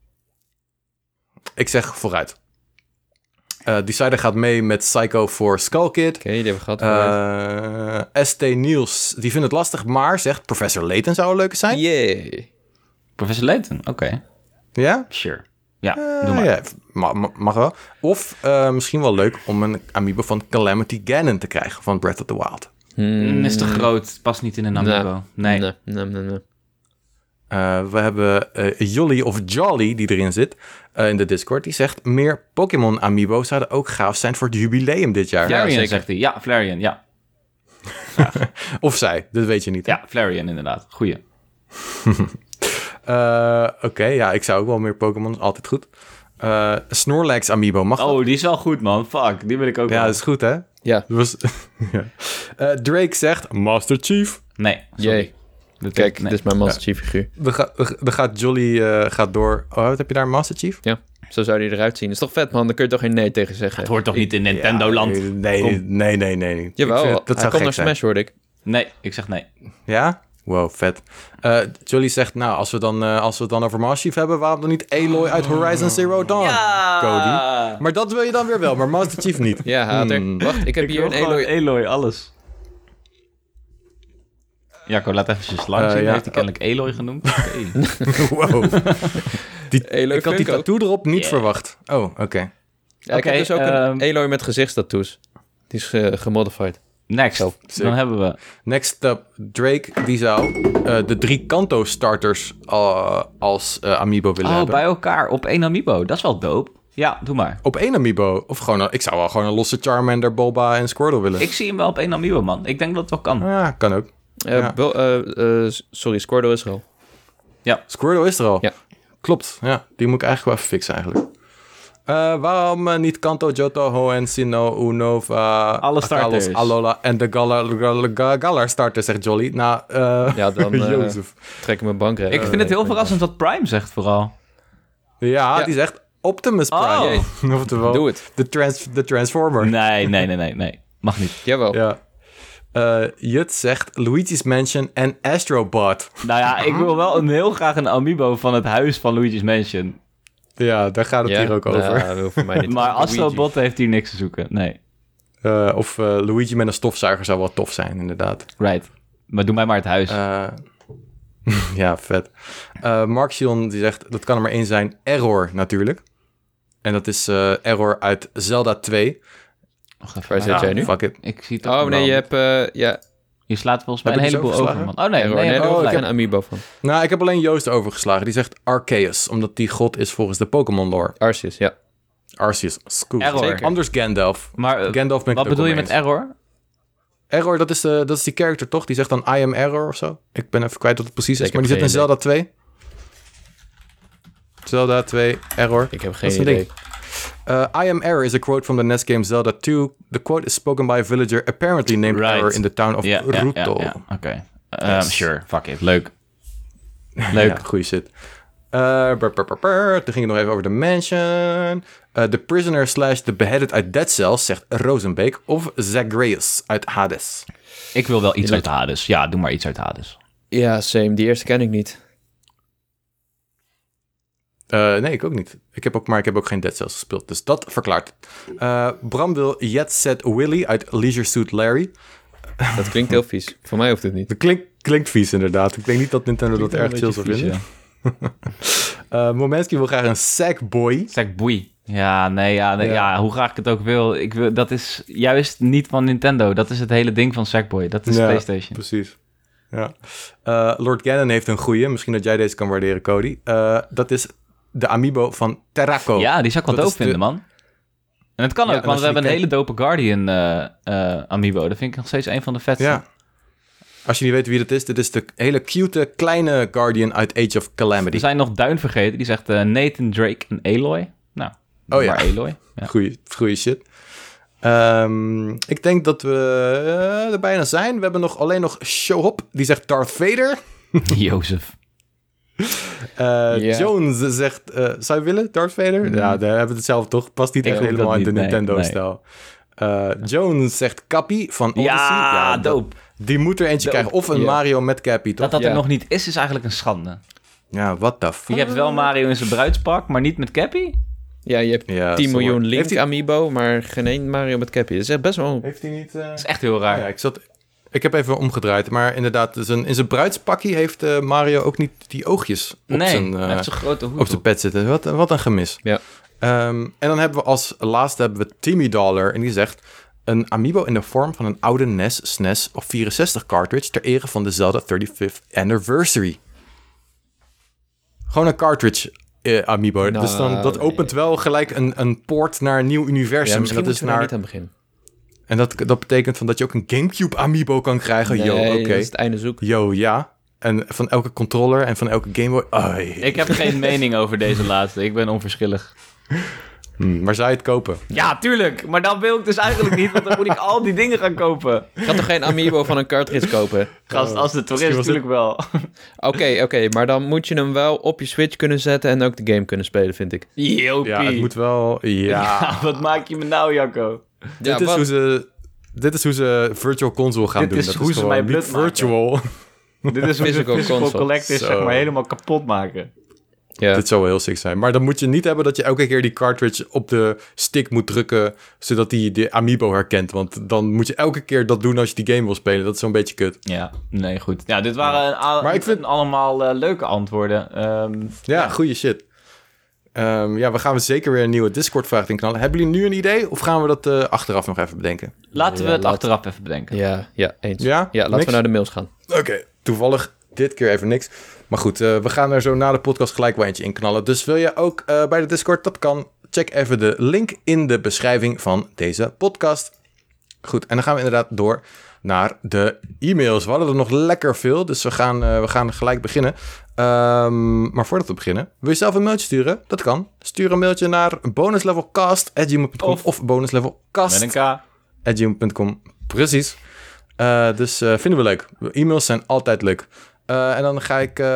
Ik zeg vooruit. Uh, Decider gaat mee met Psycho voor Skull Kid. Oké, die hebben we gehad. Vooruit. Uh, S T Niels, die vindt het lastig, maar zegt Professor Layton zou een leuke zijn. Jee. Professor Layton, oké. Okay. Ja? Sure. Ja, Uh, doe maar. ja, ma- ma- mag wel. Of uh, misschien wel leuk om een amiibo van Calamity Ganon te krijgen van Breath of the Wild. Mm, is te groot, past niet in een amiibo. Nee. Nee, nee, nee, nee. Uh, we hebben uh, Jolly of Jolly die erin zit uh, in de Discord. Die zegt meer Pokémon amiibo's zouden ook gaaf zijn voor het jubileum dit jaar. Flareon zeker. zegt hij. Ja, Flareon, ja. Of zij, dat weet je niet. hè? Ja, Flareon inderdaad. Goeie. Uh, Oké, okay, ja, ik zou ook wel meer Pokémon, altijd goed. Uh, Snorlax amiibo, mag dat? Oh, die is wel goed, man. Fuck, die wil ik ook Ja, wel. dat is goed, hè? Ja. Dat was, ja. Uh, Drake zegt Master Chief. Nee, sorry. Jee. Dat- Kijk, nee. dit is mijn Master Chief figuur. Dan, ga, dan gaat Jolly uh, gaat door. Oh, wat heb je daar, Master Chief? Ja, zo zou die eruit zien. Dat is toch vet, man? Daar kun je toch geen nee tegen zeggen. Het hoort toch niet in Nintendo-land? Ja, nee, Kom. nee, nee, nee. nee. Jawel, Ik vind- dat hij zou komt naar gek zijn. Smash, hoorde ik. Nee, ik zeg nee. Ja? Wow, vet. Uh, Jolly zegt, nou, als we, dan, uh, als we het dan over Master Chief hebben, waarom dan niet Aloy uit Horizon Zero Dawn? Cody. Maar dat wil je dan weer wel, maar Master Chief niet. Ja, hater. Hmm. Wacht, ik heb Ik hier wil een gewoon Aloy. Aloy, alles. Jacco, laat even langs zien. Uh, ja. Heeft hij kennelijk Aloy genoemd? Oké. Wow. Die, Aloy ik had die Funko. tattoo erop niet Yeah. verwacht. Oh, oké. Okay. Ja, ik Oké, heb dus ook ehm, een Aloy met gezichtstattoos. Die is ge- gemodified. Next. Zo, Dan hebben we... Next up, Drake, die zou uh, de drie Kanto starters uh, als uh, amiibo willen Oh, hebben. bij elkaar op één amiibo. Dat is wel dope. Ja, doe maar. Op één amiibo. Of gewoon, een- ik zou wel gewoon een losse Charmander, Bulba en Squirtle willen. Ik zie hem wel op één amiibo, man. Ik denk dat het wel kan. Ja, kan ook. Eh, Ja. Bul- eh, eh, sorry, Squirtle is er al. Squirtle is er al. Ja. Klopt, ja. Die moet ik eigenlijk wel even fixen eigenlijk. Uh, waarom uh, niet Kanto, Johto, Hoenn, Sinnoh, Unova, Alle starters. Akalos, Alola en de Galar, Galar, Galar, Galar starters, zegt Jolly. Nou, uh, Ja, dan uh, Jozef. trek ik mijn bankrekening. Ik vind het heel verrassend wat Prime zegt vooral. Ja, Ja. die zegt Optimus Oh. Prime. Oftewel, Doe het. de, trans, de Transformer. Nee, nee, nee, nee, nee. Mag niet. Jawel. Ja. Uh, Jut zegt Luigi's Mansion en Astrobot. Nou ja, ik wil wel een, heel graag een amiibo van het huis van Luigi's Mansion. Ja, daar gaat het Ja? hier ook over. Ja, dat wil voor mij niet. Maar Luigi. Astrobot heeft hier niks te zoeken. Nee. Uh, of uh, Luigi met een stofzuiger zou wel tof zijn, inderdaad. Right. Maar doe mij maar het huis. Uh, ja, vet. Uh, Mark Sion die zegt, dat kan er maar één zijn. Error natuurlijk. En dat is uh, Error uit Zelda twee. Wacht even. Waar zit jij nu? Fuck it. Ik zie het ook Oh wel. nee, je hebt... eh, ja, Je slaat volgens mij Heb een ik iets heleboel over, overgeslagen? man. Oh nee, Error. nee, Nee, nee, daar oh, heb ik ik heb- een amiibo van. Nou, ik heb alleen Joost overgeslagen. Die zegt Arceus, omdat die god is volgens de Pokémon lore. Arceus, ja. Arceus, scoop. Error. Zeker. Anders Gandalf. Maar uh, Gandalf ben ik wat het ook bedoel je wel met mee eens. error? Error, dat is, uh, dat is die character toch? Die zegt dan I am Error of zo. Ik ben even kwijt wat het precies is. Ik Maar die heb zit in geen Zelda twee. Zelda twee, Error. Ik heb Dat geen is een idee. ding. Uh, I am Error is a quote from the N E S game Zelda two. The quote is spoken by a villager apparently named Right. Error in the town of Ja, ja, Ruto. ja, ja. Oké. Um, Yes. Sure, fuck it. Leuk. Leuk. Ja, goeie shit. Uh, brr, brr, brr, brr. Toen ging het nog even over de mansion. Uh, the prisoner slash the beheaded uit Dead Cells, zegt Rosenbeek. Of Zagreus uit Hades. Ik wil wel iets Je uit Hades. Ja, doe maar iets uit Hades. Ja, same. Die eerste ken ik niet. Uh, nee, ik ook niet. Ik heb ook, maar ik heb ook geen Dead Cells gespeeld. Dus dat verklaart het. Uh, Bram wil Jet Set Willy uit Leisure Suit Larry. Dat klinkt heel vies. Voor mij hoeft het niet. Dat klinkt, klinkt vies inderdaad. Ik denk niet dat Nintendo dat erg chill zou vinden. Ja. uh, Momenski wil graag een Sackboy. Sackboy. Ja, nee, ja, nee ja. ja, hoe graag ik het ook wil. Ik wil. Dat is juist niet van Nintendo. Dat is het hele ding van Sackboy. Dat is ja, PlayStation. Precies. Ja. Uh, Lord Gannon heeft een goeie. Misschien dat jij deze kan waarderen, Cody. Uh, dat is de amiibo van Terraco. Ja, die zou ik wel doof vinden, de... man. En het kan ook, ja, want we hebben een kent... hele dope Guardian uh, uh, amiibo. Dat vind ik nog steeds een van de vetste. Ja. Als je niet weet wie dat is, dit is de hele cute kleine Guardian uit Age of Calamity. Er zijn nog Duin vergeten. Die zegt uh, Nathan Drake en Aloy. Nou, oh ja. Aloy. Ja. Goeie, goeie shit. Um, ik denk dat we uh, er bijna zijn. We hebben nog alleen nog Showhop. Die zegt Darth Vader. Jozef. Uh, yeah. Jones zegt, uh, zou je willen, Darth Vader? Mm. Ja, daar hebben we het zelf toch. Past niet echt helemaal in de nee, Nintendo-stijl. Nee. Uh, Jones zegt Cappy van Odyssey. Ja, ja dope. Die moet er eentje dope. krijgen. Of een yeah. Mario met Cappy, toch? Dat dat ja. er nog niet is, is eigenlijk een schande. Ja, what the fuck? Je hebt wel Mario in zijn bruidspak, maar niet met Cappy? Ja, je hebt ja, tien miljoen Link hij... amiibo, maar geen één Mario met Cappy. Dat is echt best wel... Heeft hij niet... Uh... Dat is echt heel raar. Ja, ik zat... Ik heb even omgedraaid, maar inderdaad, zijn, in zijn bruidspakkie heeft uh, Mario ook niet die oogjes op nee, zijn, uh, hij heeft zijn grote hoed op zijn pet zitten. Wat, wat een gemis. Ja. Um, en dan hebben we als laatste hebben we Timmy Dollar en die zegt... Een amiibo in de vorm van een oude N E S, S N E S of vierenzestig cartridge ter ere van de Zelda thirty-fifth Anniversary. Gewoon een cartridge uh, amiibo. Nou, dus dan, dat opent nee. wel gelijk een, een poort naar een nieuw universum. Ja, misschien en dat is naar... niet aan het begin. En dat, dat betekent van dat je ook een Gamecube amiibo kan krijgen. Nee, Yo, oké. Okay. Dat is het einde zoek. Yo, ja. En van elke controller en van elke Game Boy. Ai. Ik heb geen mening over deze laatste. Ik ben onverschillig. Hmm, maar zou je het kopen? Ja, tuurlijk. Maar dan wil ik dus eigenlijk niet, want dan moet ik al die dingen gaan kopen. Je gaat toch geen amiibo van een cartridge kopen? Gast, als de toerist natuurlijk wel. Oké, oké. Okay, maar dan moet je hem wel op je Switch kunnen zetten en ook de game kunnen spelen, vind ik. Jopie. Ja, het moet wel... Ja. ja wat maak je me nou, Jacco? Ja, dit, is hoe ze, dit is hoe ze Virtual Console gaan dit doen. Is dat hoe is ze mij niet virtual. Dit is hoe ze physical collectors zeg maar helemaal kapot maken. Ja. Dit zou wel heel sick zijn. Maar dan moet je niet hebben dat je elke keer die cartridge op de stick moet drukken, zodat die de amiibo herkent. Want dan moet je elke keer dat doen als je die game wil spelen. Dat is zo'n beetje kut. Ja, nee, goed. Ja, dit waren ja. Een, maar ik vind allemaal uh, leuke antwoorden. Um, ja, ja, goede shit. Um, ja, we gaan we zeker weer een nieuwe Discord-vraag in knallen. Hebben jullie nu een idee of gaan we dat uh, achteraf nog even bedenken? Laten we ja, het laat... achteraf even bedenken. Ja, ja eens. Ja, ja laten niks? we naar de mails gaan. Oké, okay. Toevallig dit keer even niks. Maar goed, uh, we gaan er zo na de podcast gelijk wel eentje in knallen. Dus wil je ook uh, bij de Discord? Dat kan. Check even de link in de beschrijving van deze podcast. Goed, en dan gaan we inderdaad door naar de e-mails. We hadden er nog lekker veel, dus we gaan, uh, we gaan gelijk beginnen. Um, maar voordat we beginnen, wil je zelf een mailtje sturen? Dat kan. Stuur een mailtje naar bonuslevelcast at gmail dot com of, of bonuslevelcast met een K at gmail dot com. Precies. Uh, dus uh, vinden we leuk. E-mails zijn altijd leuk. Uh, en dan ga ik uh,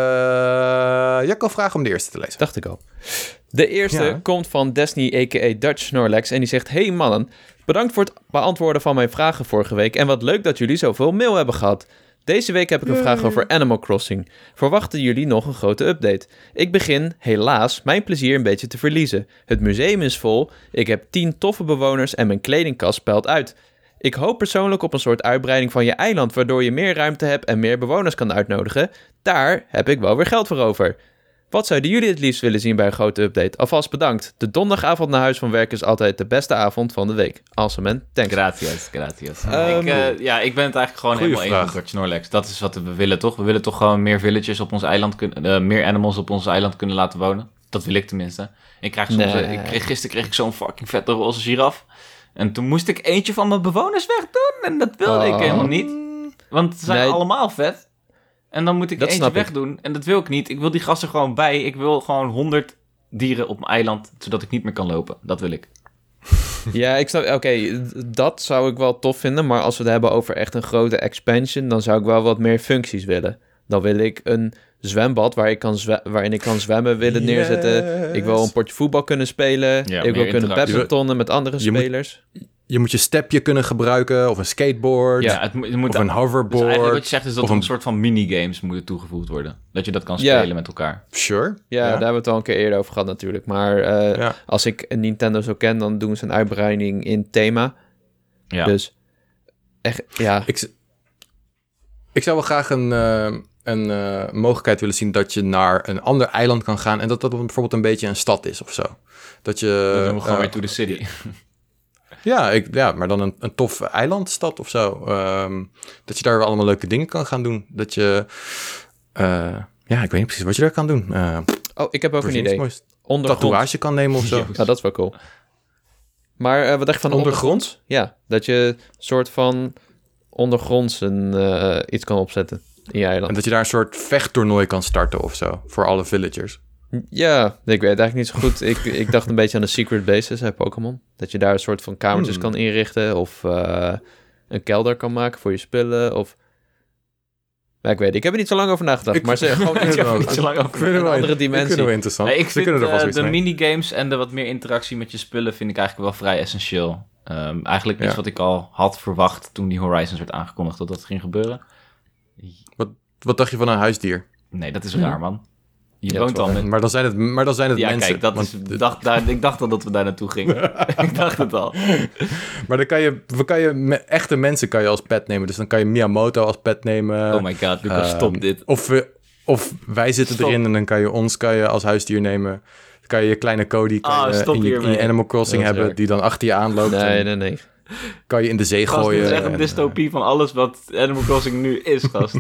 Jacco vragen om de eerste te lezen. Dacht ik al. De eerste ja. komt van Destiny, a k a. Dutch Snorlax. En die zegt, hey mannen, bedankt voor het beantwoorden van mijn vragen vorige week. En wat leuk dat jullie zoveel mail hebben gehad. Deze week heb ik een Yay. vraag over Animal Crossing. Verwachten jullie nog een grote update? Ik begin, helaas, mijn plezier een beetje te verliezen. Het museum is vol, ik heb tien toffe bewoners en mijn kledingkast peilt uit. Ik hoop persoonlijk op een soort uitbreiding van je eiland, waardoor je meer ruimte hebt en meer bewoners kan uitnodigen. Daar heb ik wel weer geld voor over. Wat zouden jullie het liefst willen zien bij een grote update? Alvast bedankt. De donderdagavond naar huis van werk is altijd de beste avond van de week. Awesome man, thanks. Gracias, gracias. Um, ik, uh, ja, ik ben het eigenlijk gewoon helemaal eens met Dutch Snorlax. Dat is wat we willen, toch? We willen toch gewoon meer villages op ons eiland kunnen, uh, meer animals op ons eiland kunnen laten wonen. Dat wil ik tenminste. Ik krijg soms, nee. uh, ik kreeg, gisteren kreeg ik zo'n fucking vette roze giraf. En toen moest ik eentje van mijn bewoners wegdoen. En dat wilde oh. ik helemaal niet. Want ze zijn nee. allemaal vet. En dan moet ik dat eentje wegdoen. En dat wil ik niet. Ik wil die gasten gewoon bij. Ik wil gewoon honderd dieren op mijn eiland. Zodat ik niet meer kan lopen. Dat wil ik. Ja, ik snap. Oké, okay, dat zou ik wel tof vinden. Maar als we het hebben over echt een grote expansion, dan zou ik wel wat meer functies willen. Dan wil ik een zwembad waar ik kan zwe- waarin ik kan zwemmen willen yes. neerzetten. Ik wil een potje voetbal kunnen spelen. Ja, ik wil kunnen badmintonnen met andere je spelers. Moet, je moet je stepje kunnen gebruiken, of een skateboard, Ja, het, mo- het moet of een Dus hoverboard. eigenlijk wat je zegt is dat of er een een- soort van minigames moeten toegevoegd worden. Dat je dat kan Ja. spelen met elkaar. Sure. Ja, daar hebben we het al een keer eerder over gehad natuurlijk. Maar eh, Ja. als ik een Nintendo zo ken, dan doen ze een uitbreiding in thema. Ja. Dus echt, ja. Ik, z- ik zou wel graag een, eh, een eh, mogelijkheid willen zien dat je naar een ander eiland kan gaan en dat dat bijvoorbeeld een beetje een stad is of zo. Dat je... Dan doen we gewoon eh, weer to the city. Ja, ik, ja, maar dan een, een tof eilandstad of zo. Ehm, dat je daar allemaal leuke dingen kan gaan doen. Dat je... eh, ja, ik weet niet precies wat je daar kan doen. Eh Oh, ik heb ook een precies, idee. mooi Ondergrond. tatoeage kan nemen of zo. Nou, dat is wel cool. Maar eh, wat dacht je van Ondergrond? Ja, dat je een soort van ondergronds een, eh, iets kan opzetten in je En eiland. dat je daar een soort vechttoernooi kan starten of zo. Voor alle villagers. Ja, ik weet het eigenlijk niet zo goed. Ik, ik dacht een beetje aan de secret bases bij Pokémon. Dat je daar een soort van kamertjes Hmm. kan inrichten of eh, een kelder kan maken voor je spullen. Of... Ja, ik weet het. Ik heb er niet zo lang over nagedacht. Ik- maar ze gewoon Ik vind het wel- Niet zo lang over. ik vind het wel- andere ik vind dimensie. het wel interessant. Nee, ik Ze vind kunnen er vast eh, iets de mee. minigames en de wat meer interactie met je spullen vind ik eigenlijk wel vrij essentieel. Ehm, eigenlijk iets Ja. wat ik al had verwacht toen die Horizons werd aangekondigd dat dat ging gebeuren. Wat dacht je van een huisdier? Nee, dat is raar, man. Je Ja, woont dat al is met... Maar dan zijn het, maar dan zijn het Ja, mensen. kijk, dat want is, de- dacht, daar, ik dacht al dat we daar naartoe gingen. ik dacht het al. Maar dan kan je, dan kan je me- echte mensen kan je als pet nemen. Dus dan kan je Miyamoto als pet nemen. Oh my god, Lucas, Ehm, stop dit. Of, we, of wij zitten Stop. erin en dan kan je ons kan je als huisdier nemen. Dan kan je je kleine Cody kan Ah, je stop in, je, in hiermee. je Animal Crossing Dat is hebben. erg. Die dan achter je aanloopt. Nee, en nee, nee. kan je in de zee Gast, gooien. dit is echt en, een eh, dystopie van alles wat Animal Crossing nu is, gast.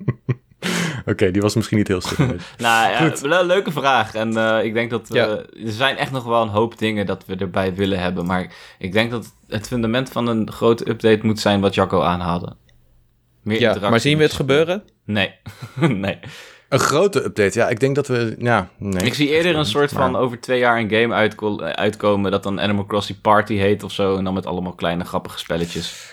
Oké, die was misschien niet heel stuk. nou ja, le- leuke vraag. En eh, ik denk dat... eh, Ja. er zijn echt nog wel een hoop dingen dat we erbij willen hebben. Maar ik denk dat het fundament van een grote update moet zijn wat Jacco aanhaalde. Meer Ja, interactie maar zien we met het je gebeuren? Nee. nee. Een grote update. Ja, ik denk dat we... Ja, nee. Ik zie eerder een soort van Maar- over twee jaar een game uitko- uitkomen dat dan Animal Crossing Party heet of zo. En dan met allemaal kleine grappige spelletjes.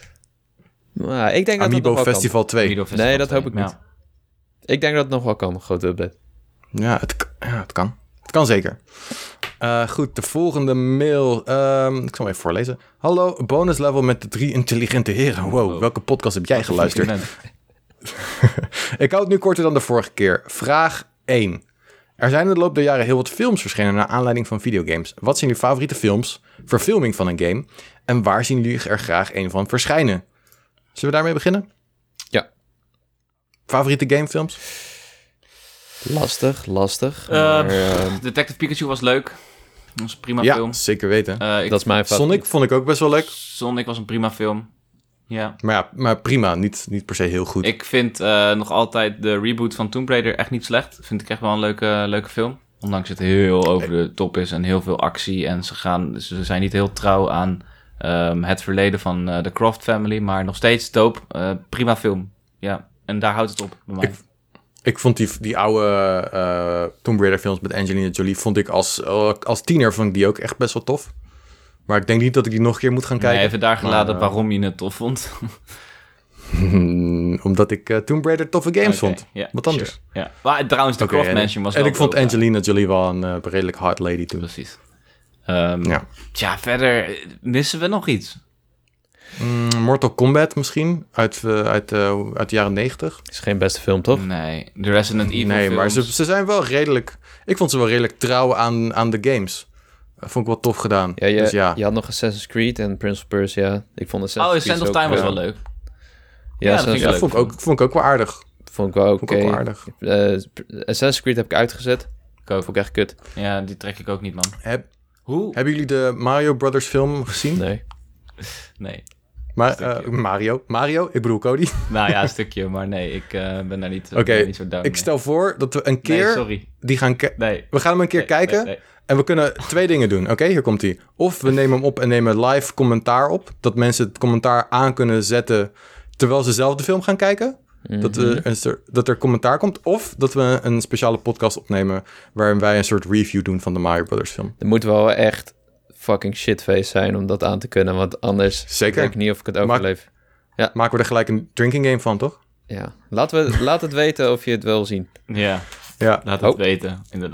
Nou, ik denk dat dat Amiibo nog wel Festival twee. Amiibo Festival Nee, dat twee. hoop ik Ja. niet. kan. Ik denk dat het nog wel kan, een grote update. Ja, het, k- ja, het kan. Het kan zeker. Eh, goed, de volgende mail. Ehm, ik zal hem even voorlezen. Hallo, bonus level met de drie intelligente heren. Wow, Wow. welke podcast heb jij geluisterd? Compliment. Ik hou het nu korter dan de vorige keer. Vraag één. Er zijn in de loop der jaren heel wat films verschenen naar aanleiding van videogames. Wat zijn jullie favoriete films, verfilming van een game? En waar zien jullie er graag een van verschijnen? Zullen we daarmee beginnen? Ja. Favoriete gamefilms? Lastig, lastig. Eh, maar, eh, Detective Pikachu was leuk. Dat was een prima Ja, film. zeker weten. Eh, ik- dat is mijn favoriet. Sonic vond ik ook best wel leuk. Sonic was een prima film. Ja. Maar ja, maar prima. Niet, niet per se heel goed. Ik vind eh, nog altijd de reboot van Tomb Raider echt niet slecht. Vind ik echt wel een leuke, leuke film. Ondanks het heel over de top is en heel veel actie. En ze, gaan, ze zijn niet heel trouw aan ehm, het verleden van eh, de Croft family. Maar nog steeds dope. Eh, prima film. Ja, en daar houdt het op bij mij. Ik- Ik vond die, die oude eh Tomb Raider films met Angelina Jolie... vond ik als, eh, als tiener vond ik die ook echt best wel tof. Maar ik denk niet dat ik die nog een keer moet gaan kijken. Nee, even daar gelaten Maar, eh, waarom je het tof vond. Omdat ik eh, Tomb Raider toffe games Oké, vond. ja, Wat anders. sure. Ja. Maar trouwens, de Oké, Croft en- Mansion was En wel ik vond dope, ja. Angelina Jolie wel een eh, redelijk hard lady toen. Precies. Ehm, Ja. Tja, verder eh, missen we nog iets. Mm, Mortal Kombat misschien, uit, eh, uit, eh, uit de jaren negentig. is geen beste film, toch? Nee, de Resident Evil Nee, films. maar ze, ze zijn wel redelijk... Ik vond ze wel redelijk trouw aan, aan de games. Dat vond ik wel tof gedaan. Ja, je, dus ja. je had nog Assassin's Creed en Prince of Persia. Ik vond Oh, Assassin's Sands Creed of Time was ook, wel eh, leuk. Ja, Ja, dat Assassin's vind ik Ja, leuk. vond ik, ook, vond ik ook wel aardig. vond ik wel oké. Vond ik ook wel aardig. Eh, Assassin's Creed heb ik uitgezet. Ik ook. Vond ik echt kut. Ja, die trek ik ook niet, man. Heb, Hoe? hebben jullie de Mario Brothers film gezien? Nee. Nee. Maar, Stukje. eh, Mario. Mario, ik bedoel Cody. Nou ja, een stukje, maar nee, ik eh, ben daar niet, Oké, ben daar niet zo down Ik mee. stel voor dat we een keer Nee, sorry. die gaan... ki- Nee. We gaan hem een keer Nee, kijken. nee, nee. En we kunnen twee dingen doen. Oké, hier komt hij. Of we nemen hem op en nemen live commentaar op. Dat mensen het commentaar aan kunnen zetten terwijl ze zelf de film gaan kijken. Dat, we een soort- dat er commentaar komt. Of dat we een speciale podcast opnemen waarin wij een soort review doen van de Mario Brothers film. Er moet wel echt fucking shitface zijn om dat aan te kunnen. Want anders Zeker. weet ik niet of ik het overleef. Maken we er gelijk een drinking game van, toch? Ja. Laten we, laat het weten of je het wil zien. Ja, Ja. laat het Oh. weten, inderdaad.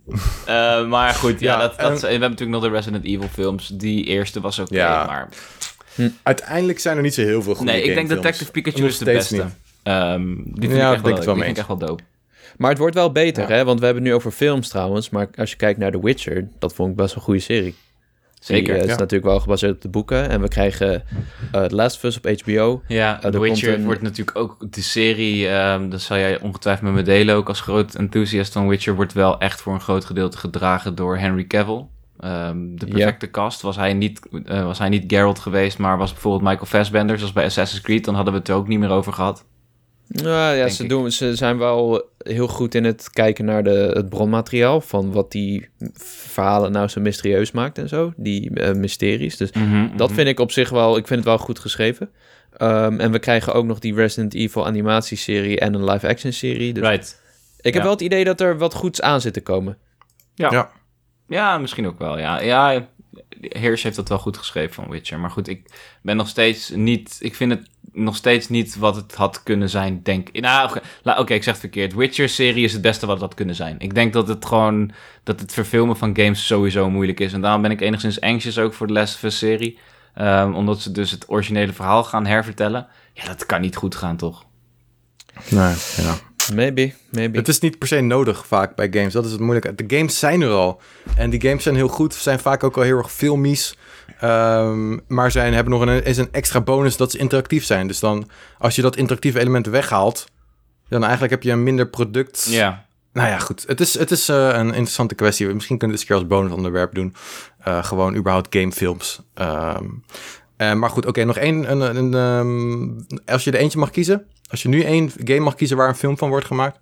Uh, maar goed, ja, Ja, dat, dat, en- we hebben natuurlijk nog de Resident Evil films. Die eerste was oké, Ja. maar... Uiteindelijk zijn er niet zo heel veel goede Nee, ik denk gamefilms. Detective Pikachu Nog is de steeds beste. niet. Um, die vind Ja, ik ik echt denk wel, het wel die mee vind ik echt wel dope. Maar het wordt wel beter, Ja. hè? Want we hebben het nu over films trouwens. Maar als je kijkt naar The Witcher, dat vond ik best wel een goede serie. Zeker, Die, uh, is ja. natuurlijk wel gebaseerd op de boeken. En we krijgen uh, The Last of Us op H B O. Ja, er The komt Witcher een- wordt natuurlijk ook de serie, um, dat zal jij ongetwijfeld met me delen, ook als groot enthousiast van Witcher, wordt wel echt voor een groot gedeelte gedragen door Henry Cavill. Um, de perfecte cast. Was hij, niet, uh, was hij niet Geralt geweest, maar was bijvoorbeeld Michael Fassbender, zoals bij Assassin's Creed, dan hadden we het er ook niet meer over gehad. Nou ja, Denk ze, ik. doen, ze zijn wel heel goed in het kijken naar de, het bronmateriaal. Van wat die verhalen nou zo mysterieus maakt en zo. Die uh, mysteries. Dus Mm-hmm, dat vind ik op zich wel, ik vind het wel goed geschreven. Um, en we krijgen ook nog die Resident Evil animatieserie en een live-action serie. Dus Right. ik heb ja. wel het idee dat er wat goeds aan zit te komen. Ja. Ja. Ja, misschien ook wel. Ja, ja Heers heeft dat wel goed geschreven van Witcher. Maar goed, ik ben nog steeds niet... Ik vind het nog steeds niet wat het had kunnen zijn, denk ik. Nou, oké, okay, okay, ik zeg het verkeerd. Witcher-serie is het beste wat het had kunnen zijn. Ik denk dat het gewoon... Dat het verfilmen van games sowieso moeilijk is. En daarom ben ik enigszins anxious ook voor de Last of Us-serie. Um, omdat ze dus het originele verhaal gaan hervertellen. Ja, dat kan niet goed gaan, toch? Nee, ja. Maybe, maybe. Het is niet per se nodig vaak bij games. Dat is het moeilijke. De games zijn er al. En die games zijn heel goed. Zijn vaak ook al heel erg filmies. Um, maar zijn, hebben nog een, is een extra bonus dat ze interactief zijn. Dus dan, als je dat interactieve element weghaalt, dan eigenlijk heb je een minder product. Ja. Nou ja, goed. Het is, het is uh, een interessante kwestie. Misschien kunnen we het eens een keer als bonusonderwerp doen. Uh, gewoon überhaupt gamefilms. Um, uh, maar goed, oké. Okay, nog één. Een, een, um, als je er eentje mag kiezen. Als je nu één game mag kiezen waar een film van wordt gemaakt.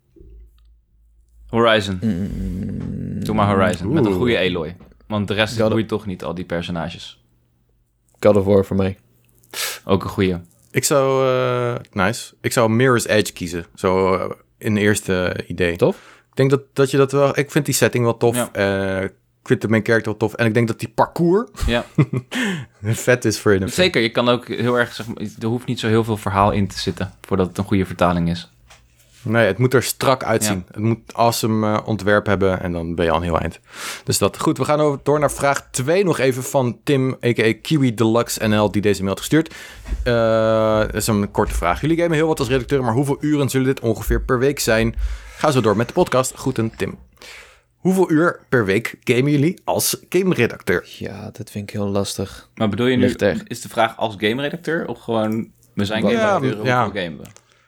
Horizon. Mm, Doe maar Horizon. Oeh. Met een goede Aloy. Want de rest God of- boeit toch niet, al die personages. God of War voor mij. Ook een goede. Ik zou... Uh, nice. Ik zou Mirror's Edge kiezen. Zo uh, in eerste uh, idee. Tof? Ik denk dat, dat je dat wel... Ik vind die setting wel tof. Ja. Uh, ik vind de main character wel tof. En ik denk dat die parcours Ja. vet is voor in een film. Zeker, je kan ook heel erg... Zeg maar, er hoeft niet zo heel veel verhaal in te zitten voordat het een goede vertaling is. Nee, het moet er strak uitzien. Ja. Het moet awesome uh, ontwerp hebben en dan ben je al een heel eind. Dus dat. Goed, we gaan over, door naar vraag twee nog even van Tim, a k a. Kiwi Deluxe N L, die deze mail had gestuurd. Uh, dat is een korte vraag. Jullie gamen heel wat als redacteur, maar hoeveel uren zullen dit ongeveer per week zijn? Ga zo door met de podcast. Groeten, Tim. Hoeveel uur per week gamen jullie als game-redacteur? Ja, dat vind ik heel lastig. Maar bedoel je nu, Ligt er. is de vraag als game-redacteur of gewoon... We zijn Ja, game-redacteuren, ja. hoeveel gamen we?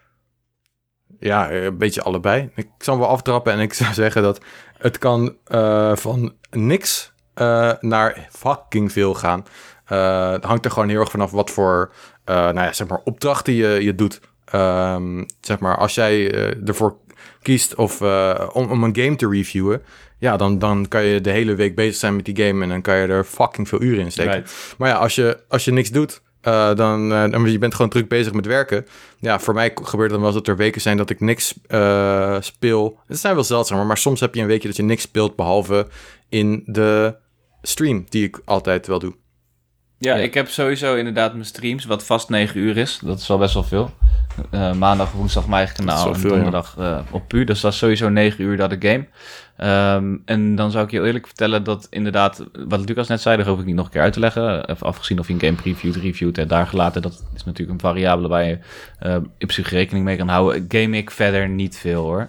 Ja, een beetje allebei. Ik zal hem wel aftrappen en ik zou zeggen dat het kan uh, van niks uh, naar fucking veel gaan. Uh, het hangt er gewoon heel erg vanaf wat voor uh, nou ja, zeg maar opdrachten je, je doet. Um, zeg maar, als jij uh, ervoor kiest of, uh, om, om een game te reviewen, ja, dan, dan kan je de hele week bezig zijn met die game en dan kan je er fucking veel uren in steken. Right. Maar ja, als je, als je niks doet, Uh, dan, uh, dan je bent gewoon druk bezig met werken. Ja, voor mij gebeurt het dan wel eens dat er weken zijn dat ik niks uh, speel. Het zijn wel zeldzaam, maar soms heb je een weekje dat je niks speelt, behalve in de stream, die ik altijd wel doe. Ja, Ja. ik heb sowieso inderdaad mijn streams, wat vast negen uur is. Dat is al best wel veel. Uh, maandag, woensdag op mijn eigen Dat is kanaal wel en veel, donderdag uh, op Pu. Dus dat is sowieso negen uur dat ik game. Um, en dan zou ik je heel eerlijk vertellen dat inderdaad, wat Lucas net zei, daar hoef ik niet nog een keer uit te leggen. Even afgezien of je een game previewt, reviewt en daar gelaten. Dat is natuurlijk een variabele waar je uh, in principe rekening mee kan houden. Game ik verder niet veel hoor.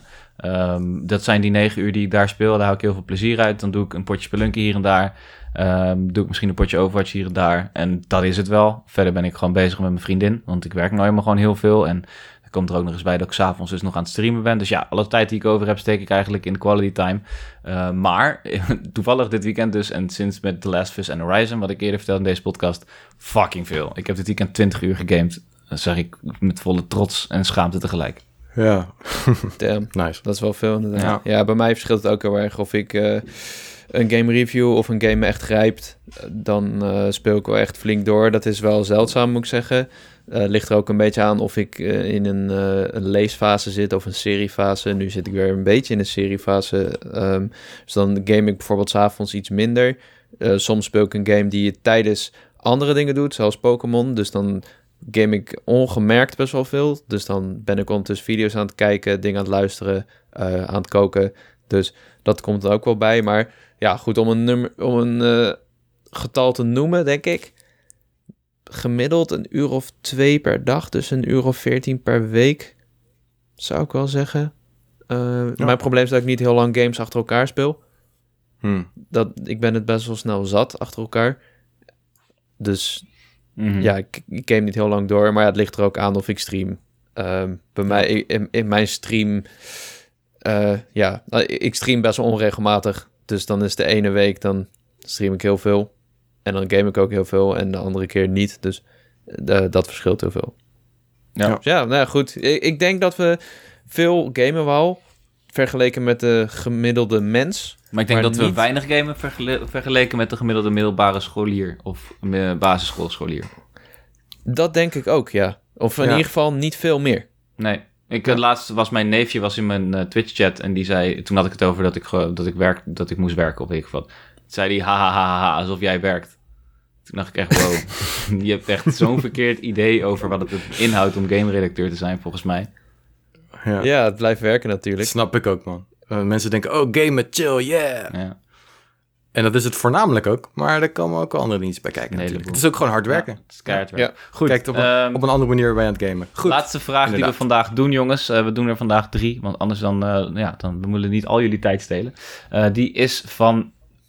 Um, dat zijn die negen uur die ik daar speel. Daar hou ik heel veel plezier uit. Dan doe ik een potje Spelunky hier en daar. Um, doe ik misschien een potje Overwatch hier en daar. En dat is het wel. Verder ben ik gewoon bezig met mijn vriendin. Want ik werk nou helemaal gewoon heel veel. En er komt er ook nog eens bij dat ik 's avonds dus nog aan het streamen ben. Dus ja, alle tijd die ik over heb steek ik eigenlijk in de quality time. Uh, maar toevallig dit weekend dus. En sinds met The Last of Us en Horizon, wat ik eerder vertelde in deze podcast. Fucking veel. Ik heb dit weekend twintig uur gegamed. Dat zeg ik met volle trots en schaamte tegelijk. Ja, Damn, nice. dat is wel veel inderdaad. Ja. Ja, bij mij verschilt het ook heel erg of ik uh, een game review of een game me echt grijpt. Dan uh, speel ik wel echt flink door. Dat is wel zeldzaam, moet ik zeggen. Uh, ligt er ook een beetje aan of ik uh, in een, uh, een leesfase zit of een seriefase. Nu zit ik weer een beetje in een seriefase. Um, dus dan game ik bijvoorbeeld 's avonds iets minder. Uh, soms speel ik een game die je tijdens andere dingen doet, zoals Pokémon. Dus dan game ik ongemerkt best wel veel. Dus dan ben ik ondertussen video's aan het kijken, dingen aan het luisteren, uh, aan het koken. Dus Dat komt er ook wel bij. Maar ja, goed, om een, nummer, om een uh, getal te noemen, denk ik. Gemiddeld een uur of twee per dag. Dus een uur of veertien per week, zou ik wel zeggen. Uh, ja. Mijn probleem is dat ik niet heel lang games achter elkaar speel. Hmm. Dat, ik ben het best wel snel zat achter elkaar. Dus mm-hmm. ja, ik, ik game niet heel lang door. Maar ja, het ligt er ook aan of ik stream. Uh, bij mij, in, in mijn stream... Uh, ja, ik stream best wel onregelmatig. Dus dan is de ene week, dan stream ik heel veel. En dan game ik ook heel veel. En de andere keer niet. Dus uh, dat verschilt heel veel. Ja, dus ja nou ja, goed. Ik, ik denk dat we veel gamen wel. Vergeleken met de gemiddelde mens. Maar ik denk maar dat niet... we weinig gamen vergele- vergeleken met de gemiddelde middelbare scholier. Of uh, basisschoolscholier. Dat denk ik ook, ja. Of in ja. ieder geval niet veel meer. Nee. Ik, ja. Laatst was mijn neefje was in mijn uh, Twitch-chat en die zei... Toen had ik het over dat ik, dat ik, werk, dat ik moest werken of weet ik wat. Toen zei hij, ha, ha, ha, ha, alsof jij werkt. Toen dacht ik echt, wow. Je hebt echt zo'n verkeerd idee over wat het inhoudt om game-redacteur te zijn, volgens mij. Ja, ja het blijft werken natuurlijk. Snap ik ook, man. Uh, mensen denken, oh, gamen, chill, yeah. Ja. En dat is het voornamelijk ook. Maar er komen ook wel andere dingen bij kijken natuurlijk. Het is ook gewoon hard werken. Ja, het is keihard werken. Ja, goed. Kijk, op een, um, op een andere manier ben je aan het gamen. Goed. Laatste vraag Inderdaad. die we vandaag doen, jongens. Uh, we doen er vandaag drie, want anders dan, uh, ja, dan we moeten niet al jullie tijd stelen. Uh, die is van...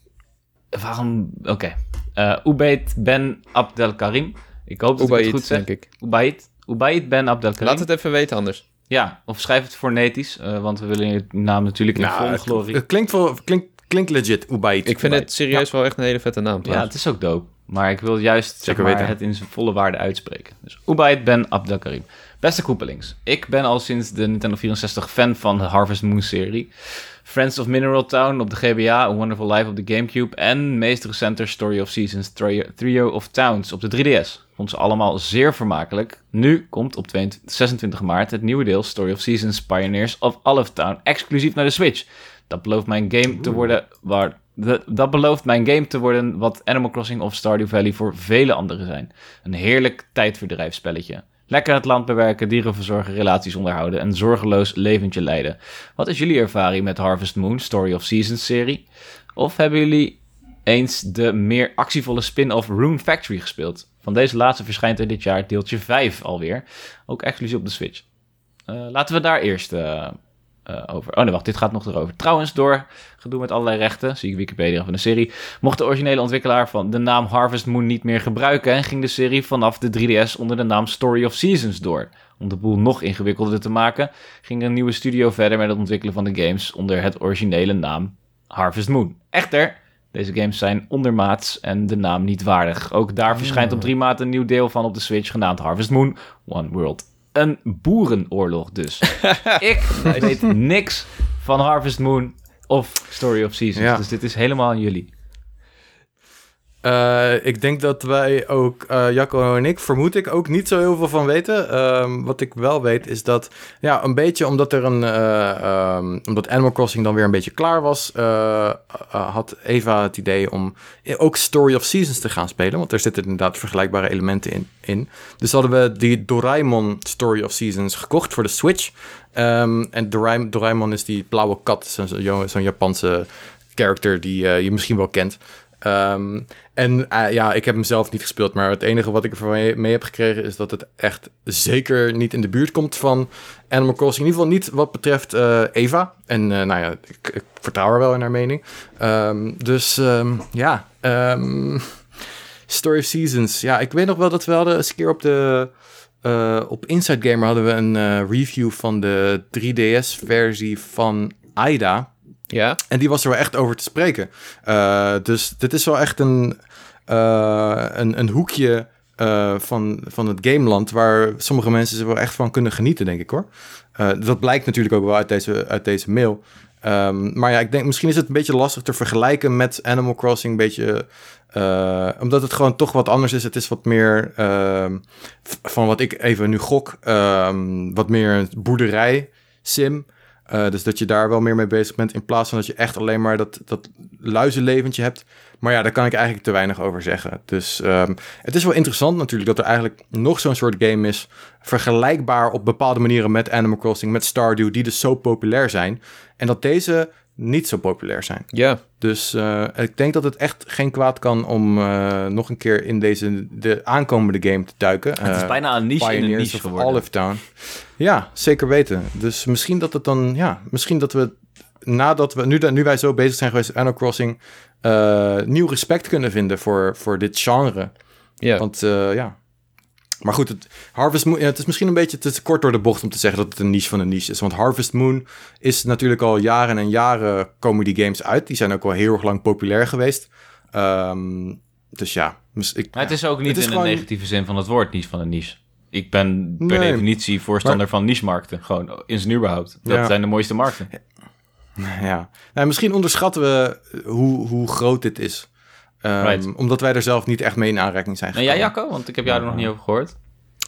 Waarom... Oké. Okay. Uh, Ubaid Ben Abdelkarim. Ik hoop dat Ubaid, ik het goed zeg. denk ik. Ubaid. Ubaid Ben Abdelkarim. Laat het even weten anders. Ja, of schrijf het fonetisch, uh, want we willen je naam natuurlijk in nou, volle glorie. Het klinkt, wel, klinkt, klinkt legit, Ubaid. Ik vind Ubaid. het serieus ja. wel echt een hele vette naam. Ja, het is ook dope. Maar ik wil juist zeg maar, het in zijn volle waarde uitspreken. Dus Ubaid Ben Abdelkarim. Beste Koepelings. Ik ben al sinds de Nintendo vierenzestig fan van de Harvest Moon serie. Friends of Mineral Town op de G B A, A Wonderful Life op de Gamecube en meest recenter Story of Seasons, Trio of Towns op de drie D S. Vond ze allemaal zeer vermakelijk. Nu komt op zesentwintig maart het nieuwe deel Story of Seasons Pioneers of Olive Town exclusief naar de Switch. Dat belooft mijn game te worden waar... De, dat belooft mijn game te worden wat Animal Crossing of Stardew Valley voor vele anderen zijn. Een heerlijk tijdverdrijfspelletje. Lekker het land bewerken, dieren verzorgen, relaties onderhouden en zorgeloos leventje leiden. Wat is jullie ervaring met Harvest Moon, Story of Seasons serie? Of hebben jullie eens de meer actievolle spin-off Rune Factory gespeeld? Van deze laatste verschijnt er dit jaar deeltje vijf alweer. Ook exclusief op de Switch. Uh, laten we daar eerst... Uh, Uh, over. Oh nee, wacht, dit gaat nog erover. Trouwens, door gedoe met allerlei rechten, zie ik Wikipedia van de serie, mocht de originele ontwikkelaar van de naam Harvest Moon niet meer gebruiken en ging de serie vanaf de drie D S onder de naam Story of Seasons door. Om de boel nog ingewikkelder te maken, ging een nieuwe studio verder met het ontwikkelen van de games onder het originele naam Harvest Moon. Echter, deze games zijn ondermaats en de naam niet waardig. Ook daar verschijnt op drie maanden een nieuw deel van op de Switch genaamd Harvest Moon One World. Een boerenoorlog dus. Ik weet niks van Harvest Moon of Story of Seasons. Ja. Dus dit is helemaal aan jullie. Uh, ik denk dat wij ook, uh, Jacco en ik, vermoed ik, ook niet zo heel veel van weten. Uh, wat ik wel weet is dat, ja, een beetje omdat er een, uh, um, omdat Animal Crossing dan weer een beetje klaar was, uh, uh, had Eva het idee om ook Story of Seasons te gaan spelen, want er zitten inderdaad vergelijkbare elementen in. in. Dus hadden we die Doraemon Story of Seasons gekocht voor de Switch. Um, en Doraemon, Doraemon is die blauwe kat, zo'n, zo'n Japanse character die uh, je misschien wel kent. Um, en uh, ja, ik heb hem zelf niet gespeeld, maar het enige wat ik ervan mee, mee heb gekregen is dat het echt zeker niet in de buurt komt van Animal Crossing. In ieder geval niet wat betreft uh, Eva. En uh, nou ja, ik, ik vertrouw haar wel in haar mening. Um, dus um, ja, um, Story of Seasons. Ja, ik weet nog wel dat we hadden eens een keer op de... Uh, op Inside Gamer hadden we een uh, review van de drie D S-versie van Aida. Ja. En die was er wel echt over te spreken. Uh, dus dit is wel echt een, uh, een, een hoekje uh, van, van het gameland waar sommige mensen er wel echt van kunnen genieten, denk ik hoor. Uh, dat blijkt natuurlijk ook wel uit deze, uit deze mail. Um, maar ja, ik denk misschien is het een beetje lastig te vergelijken met Animal Crossing. Een beetje, uh, omdat het gewoon toch wat anders is. Het is wat meer uh, van wat ik even nu gok. Um, wat meer een boerderij sim. Uh, dus dat je daar wel meer mee bezig bent in plaats van dat je echt alleen maar dat, dat luizenleventje hebt. Maar ja, daar kan ik eigenlijk te weinig over zeggen. Dus um, het is wel interessant natuurlijk dat er eigenlijk nog zo'n soort game is, vergelijkbaar op bepaalde manieren met Animal Crossing, met Stardew, die dus zo populair zijn. En dat deze niet zo populair zijn. Ja. Dus uh, ik denk dat het echt geen kwaad kan om uh, nog een keer in deze de aankomende game te duiken. Het is uh, bijna een niche in een niche geworden. Olive Town. Ja, zeker weten. Dus misschien dat het dan, ja, misschien dat we nadat we, nu, nu wij zo bezig zijn geweest met Animal Crossing, uh, nieuw respect kunnen vinden voor, voor dit genre. Ja. Want uh, ja... Maar goed, het, Harvest Moon, ja, het is misschien een beetje te kort door de bocht om te zeggen dat het een niche van een niche is. Want Harvest Moon is natuurlijk al jaren en jaren comedy games uit. Die zijn ook al heel erg lang populair geweest. Um, dus ja. Ik, maar het is ook niet is in gewoon... een negatieve zin van het woord niche van een niche. Ik ben per nee, definitie voorstander maar... van niche-markten. Gewoon in zijn überhaupt. Dat ja. zijn de mooiste markten. Ja. Nou, misschien onderschatten we hoe, hoe groot dit is. Um, right. Omdat wij er zelf niet echt mee in aanraking zijn gekomen. En jij, Jacco? Want ik heb jou er nog niet over gehoord.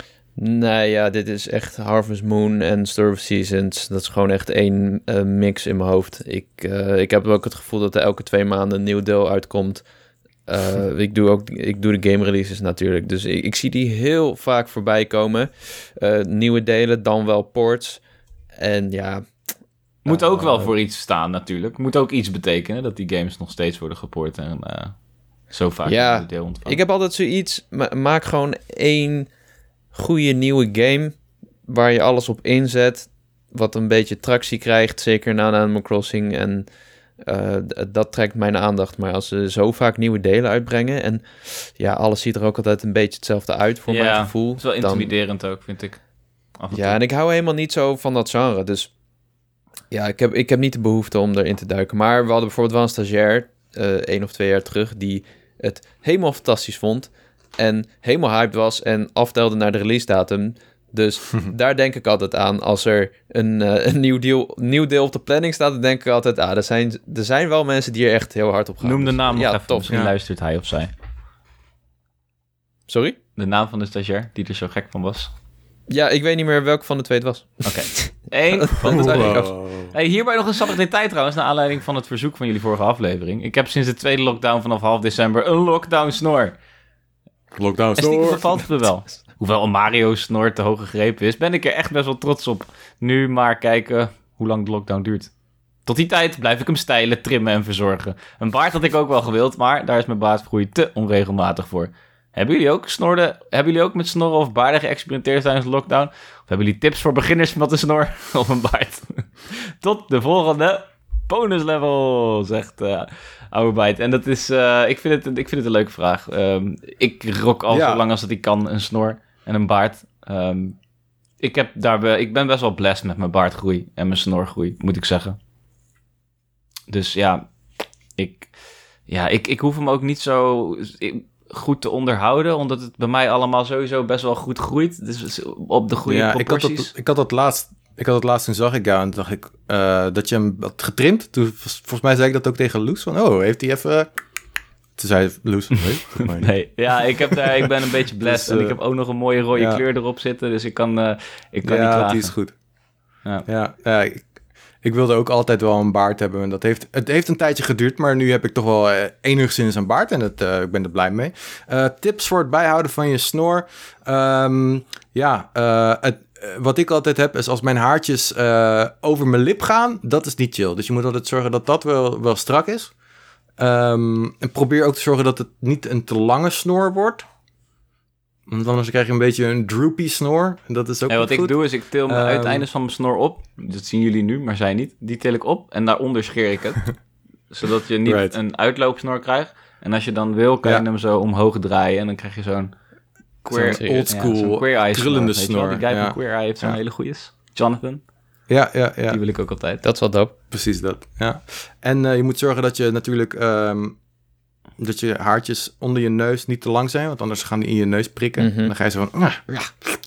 Nee, ja, dit is echt Harvest Moon en Story of Seasons. Dat is gewoon echt één uh, mix in mijn hoofd. Ik, uh, ik heb ook het gevoel dat er elke twee maanden een nieuw deel uitkomt. Uh, ik doe ook ik doe de game releases natuurlijk. Dus ik, ik zie die heel vaak voorbij komen. Uh, nieuwe delen, dan wel ports. En ja... Moet uh, ook wel voor iets staan natuurlijk. Moet ook iets betekenen dat die games nog steeds worden geport en... Uh... Zo vaak ja, een deel ontvangen. Ik heb altijd zoiets... Ma- maak gewoon één goede nieuwe game... waar je alles op inzet... wat een beetje tractie krijgt... zeker na Animal Crossing... en uh, d- dat trekt mijn aandacht. Maar als ze zo vaak nieuwe delen uitbrengen... en ja, alles ziet er ook altijd een beetje hetzelfde uit... voor ja, mijn gevoel. Ja, het is wel intimiderend dan... ook, vind ik. En ja, en ik hou helemaal niet zo van dat genre. Dus ja, ik heb, ik heb niet de behoefte om erin te duiken. Maar we hadden bijvoorbeeld wel een stagiair... Uh, één of twee jaar terug... die het helemaal fantastisch vond en helemaal hyped was en aftelde naar de release datum. Dus daar denk ik altijd aan. Als er een, uh, een nieuw, deel, nieuw deel op de planning staat, dan denk ik altijd, ah, er zijn, er zijn wel mensen die er echt heel hard op gaan. Noem de naam dus, nog ja, even, top. misschien ja. luistert hij of zij. Sorry? De naam van de stagiair die er zo gek van was. Ja, ik weet niet meer welke van de twee het was. Oké. Okay. Eén van de twee. Hey, hierbij nog een sappig detail trouwens, naar aanleiding van het verzoek van jullie vorige aflevering. Ik heb sinds de tweede lockdown vanaf half december een lockdown snor. Lockdown snor. En stiekem bevalt het me wel. Hoewel een Mario snor te hoog gegrepen is, ben ik er echt best wel trots op. Nu maar kijken hoe lang de lockdown duurt. Tot die tijd blijf ik hem stijlen, trimmen en verzorgen. Een baard had ik ook wel gewild, maar daar is mijn baardgroei te onregelmatig voor. Hebben jullie ook snorden? Hebben jullie ook met snorren of baarden geëxperimenteerd tijdens de lockdown? Of hebben jullie tips voor beginners met een snor of een baard? Tot de volgende bonus level, zegt uh, Oude Bijt. En dat is, uh, ik, vind het, ik vind het een leuke vraag. Um, ik rock al ja. zo lang als dat ik kan een snor en een baard. Um, ik, heb daar, ik ben best wel blessed met mijn baardgroei en mijn snorgroei, moet ik zeggen. Dus ja, ik, ja, ik, ik hoef hem ook niet zo... Ik, goed te onderhouden, omdat het bij mij allemaal sowieso best wel goed groeit. Dus op de goede ja, proporties. Ik had, dat, ik had dat laatst, ik had dat laatst toen zag ik jou en dacht ik uh, dat je hem had getrimd. Toen, volgens mij zei ik dat ook tegen Loes van, oh, heeft hij even... Toen zei Loes, nee. nee, ja, ik, heb daar, ik ben een beetje blessed dus, uh, en ik heb ook nog een mooie rode ja. kleur erop zitten, dus ik kan, uh, ik kan ja, niet klagen. Ja, die is goed. Ja, ja, ja ik, ik wilde ook altijd wel een baard hebben. En dat heeft, het heeft een tijdje geduurd, maar nu heb ik toch wel uh, enigszins een baard. En het, uh, ik ben er blij mee. Uh, tips voor het bijhouden van je snor. Um, ja, uh, het, uh, wat ik altijd heb is als mijn haartjes uh, over mijn lip gaan, dat is niet chill. Dus je moet altijd zorgen dat dat wel, wel strak is. Um, en probeer ook te zorgen dat het niet een te lange snor wordt. Want anders krijg je een beetje een droopy snor. En dat is ook ja, wat goed. ik doe is, ik til mijn um, uiteindes van mijn snor op. Dat zien jullie nu, maar zij niet. Die til ik op en daaronder scheer ik het. Zodat je niet right. een uitloopsnor krijgt. En als je dan wil, kan ja. je hem zo omhoog draaien. En dan krijg je zo'n queer, zo'n oldschool, ja, zo'n queer eye krullende snor. Die guy ja. van Queer Eye heeft zo'n ja. hele goeie. Jonathan. Ja, ja, ja. Die wil ik ook altijd. Dat is wel dope. Precies dat, ja. En uh, je moet zorgen dat je natuurlijk... Um, dat je haartjes onder je neus niet te lang zijn, want anders gaan die in je neus prikken. Mm-hmm. Dan ga je zo van... Uh, ja,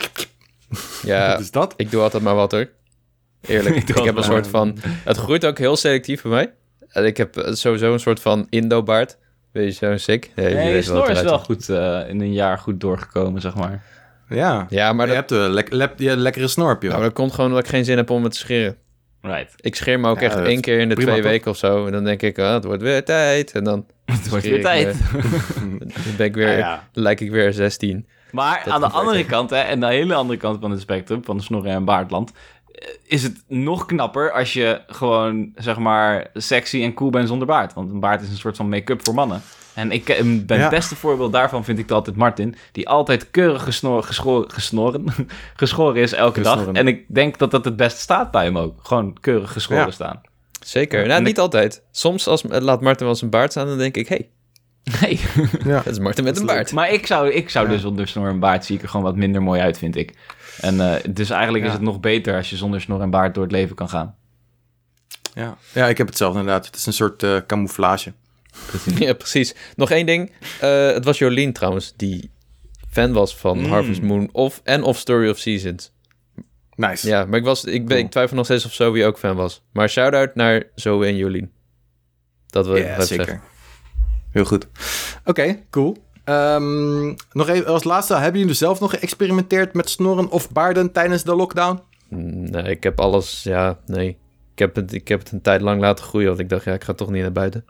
ja is dat? Ik doe altijd maar wat hoor. Eerlijk, ik, ik heb een soort van... Het groeit ook heel selectief bij mij. En ik heb sowieso een soort van Indo-baard. Weet je, zo sick. Nee, nee je snor is wel goed uh, in een jaar goed doorgekomen, zeg maar. Ja, ja maar je dat... hebt een le- le- le- lekkere snor op je. Nou, dat komt gewoon omdat ik geen zin heb om het te scheren. Right. Ik scheer me ook ja, echt één keer in de twee toch? weken of zo. En dan denk ik, oh, het wordt weer tijd. En dan het wordt weer tijd. dan ben ik weer, ja, ja. lijk ik weer zestien. Maar dat aan de andere kant, hè, en de hele andere kant van het spectrum, van de snorren en baardland, is het nog knapper als je gewoon, zeg maar, sexy en cool bent zonder baard. Want een baard is een soort van make-up voor mannen. En ik, mijn ja. beste voorbeeld daarvan vind ik altijd Martin, die altijd keurig gesnor, geschoren, gesnoren, geschoren is elke gesnoren. dag. En ik denk dat dat het best staat bij hem ook. Gewoon keurig geschoren ja. staan. Zeker. Nou, niet ik... altijd. Soms als, laat Martin wel zijn baard staan, dan denk ik, hey. Nee. Ja. Dat is Martin met een baard. Maar ik zou, ik zou ja. dus zonder snor en baard zie ik er gewoon wat minder mooi uit, vind ik. En uh, dus eigenlijk ja. is het nog beter als je zonder snor en baard door het leven kan gaan. Ja, ja ik heb hetzelfde inderdaad. Het is een soort uh, camouflage. Ja, precies. Nog één ding. Uh, het was Jolien trouwens, die fan was van mm. Harvest Moon of, en of Story of Seasons. Nice. Ja, maar ik, was, ik, ben, ik twijfel nog steeds of Zoe ook fan was. Maar shout-out naar Zoe en Jolien. Dat wil ik yeah, nog zeker. zeggen. Heel goed. Oké, okay, cool. Um, nog even als laatste. Hebben jullie zelf nog geëxperimenteerd met snorren of baarden tijdens de lockdown? Nee, ik heb alles... Ja, nee. Ik heb het, ik heb het een tijd lang laten groeien, want ik dacht, ja, ik ga toch niet naar buiten.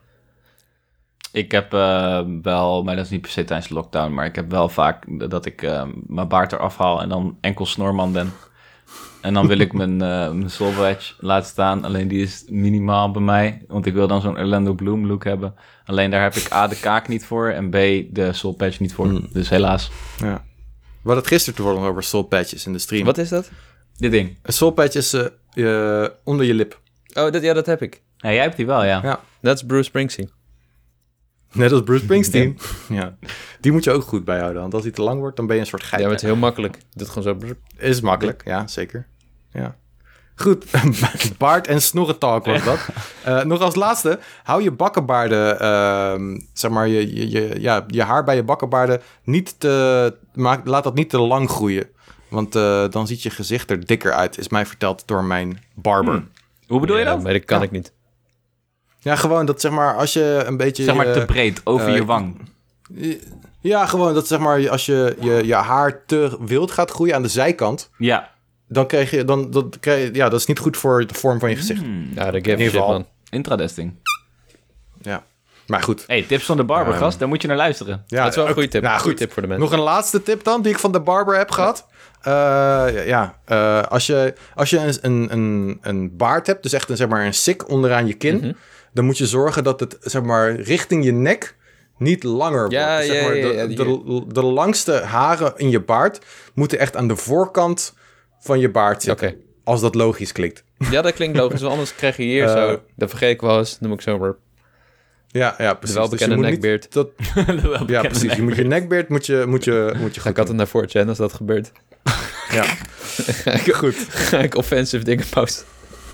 Ik heb uh, wel, maar dat is niet per se tijdens de lockdown, maar ik heb wel vaak dat ik uh, mijn baard eraf haal en dan enkel snorman ben. En dan wil ik mijn, uh, mijn soul patch laten staan. Alleen die is minimaal bij mij. Want ik wil dan zo'n Orlando Bloom look hebben. Alleen daar heb ik A, de kaak niet voor. En B, de soul patch niet voor. Mm. Dus helaas. Ja. We hadden het gisteren toevallig over soul patches in de stream. Wat is dat? Dit ding. Een soul patch is uh, uh, onder je lip. Oh, dat, ja, dat heb ik. Ja, jij hebt die wel, ja. Ja. Dat is Bruce Springsteen. Net als Bruce Springsteen. Ja. ja. Die moet je ook goed bijhouden. Want als die te lang wordt, dan ben je een soort geit. Ja, maar het is heel makkelijk. Doe het gewoon zo. Is makkelijk, ja, zeker. Ja. Goed, baard en snorretalk was dat. Uh, nog als laatste, hou je bakkenbaarden, uh, zeg maar, je, je, je, ja, je haar bij je bakkenbaarden niet te, maak, laat dat niet te lang groeien. Want uh, dan ziet je gezicht er dikker uit, is mij verteld door mijn barber. Hmm. Hoe bedoel je ja, dat? Maar dat kan ja. ik niet. Ja, gewoon dat zeg maar, als je een beetje... Zeg maar uh, te breed, over uh, je wang. Ja, gewoon dat zeg maar, als je je, je haar te wild gaat groeien aan de zijkant... Ja. Dan krijg je, dan, dat krijg je, ja, dat is niet goed voor de vorm van je gezicht. Hmm. Ja, dat geeft shit, man. Interesting. Ja, maar goed. Hey, tips van de barber, gast, um, daar moet je naar luisteren. Ja, dat is wel een goede tip. Nou, goede tip voor de mensen. Nog een laatste tip dan, die ik van de barber heb gehad. Uh, ja, uh, als je, als je een, een, een, een baard hebt, dus echt een, zeg maar, een sik onderaan je kin, mm-hmm. dan moet je zorgen dat het, zeg maar, richting je nek niet langer ja, wordt. Dus, zeg ja, maar, ja, ja, de, de, de langste haren in je baard moeten echt aan de voorkant van je baard zitten. Okay. Als dat logisch klinkt. Ja, dat klinkt logisch. Want anders krijg je hier uh, zo... Dat vergeet ik wel eens. Noem ik zo maar... Ja, ja, precies. De welbekende dus nekbeerd. Dat... ja, precies. Nekbeerd. Je moet je nekbeerd moet je, moet je, moet je Ga ik altijd naar four chan als dat gebeurt. Ja. Goed. Ga ik offensive dingen posten.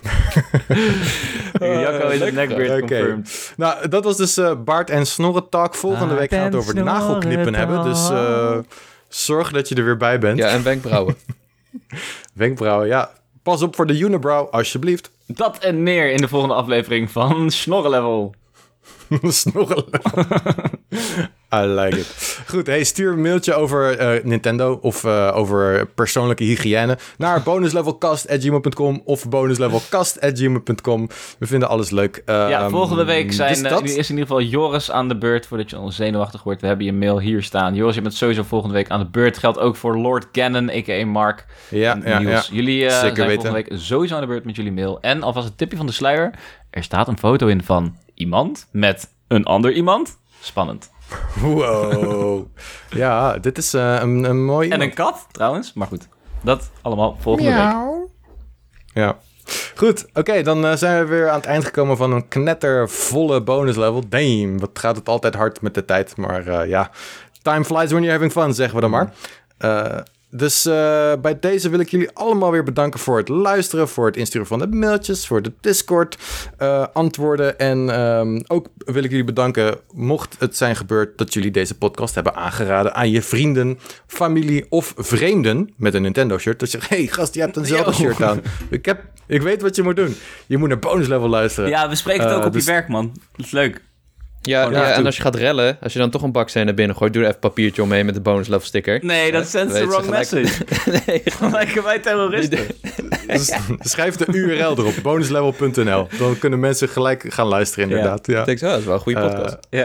Jacco is het nekbeerd confirmed. Okay. Nou, dat was dus uh, Baard en Snorretalk. Volgende week gaan we het over de nagelknippen hebben. Dus uh, zorg dat je er weer bij bent. Ja, en wenkbrauwen. Wenkbrauwen, ja. Pas op voor de unibrow, alsjeblieft. Dat en meer in de volgende aflevering van Snorrelevel. Snorrelevel. I like it. Goed, hey, stuur een mailtje over uh, Nintendo of uh, over persoonlijke hygiëne naar bonuslevelcast at gmail dot com of bonuslevelcast at gmail dot com. We vinden alles leuk. Uh, ja, volgende week zijn, uh, nu is in ieder geval Joris aan de beurt, voordat je al zenuwachtig wordt. We hebben je mail hier staan. Joris, je bent sowieso volgende week aan de beurt. Geldt ook voor Lord Gannon, a k a. Mark. Ja, ja, ja. Jullie uh, zijn weten. volgende week sowieso aan de beurt met jullie mail. En alvast een tipje van de sluier. Er staat een foto in van iemand met een ander iemand. Spannend. Wow. Ja, dit is uh, een, een mooi... En een kat, trouwens. Maar goed, dat allemaal volgende Miauw. week. Ja. Goed, oké, okay, dan uh, zijn we weer aan het eind gekomen van een knettervolle bonuslevel. Damn, wat gaat het altijd hard met de tijd. Maar uh, ja, time flies when you're having fun, zeggen we dan maar. Uh, Dus uh, bij deze wil ik jullie allemaal weer bedanken voor het luisteren, voor het insturen van de mailtjes, voor de Discord uh, antwoorden. En um, ook wil ik jullie bedanken, mocht het zijn gebeurd dat jullie deze podcast hebben aangeraden aan je vrienden, familie of vreemden met een Nintendo shirt. Dat je zegt, hey gast, je hebt eenzelfde shirt aan. Ik, heb, ik weet wat je moet doen. Je moet naar bonus level luisteren. Ja, we spreken het ook uh, op dus... je werk, man. Dat is leuk. Ja, ja en als je gaat rellen, als je dan toch een baksteen naar binnen gooit, doe er even papiertje omheen met de bonus level sticker. Nee, dat sends the wrong message. nee, gelijk wij terroristen. Dus schrijf de U R L erop, bonuslevel punt n l. Dan kunnen mensen gelijk gaan luisteren inderdaad. Ja. Ja. Ik denk zo, dat is wel een goede podcast. Uh, ja.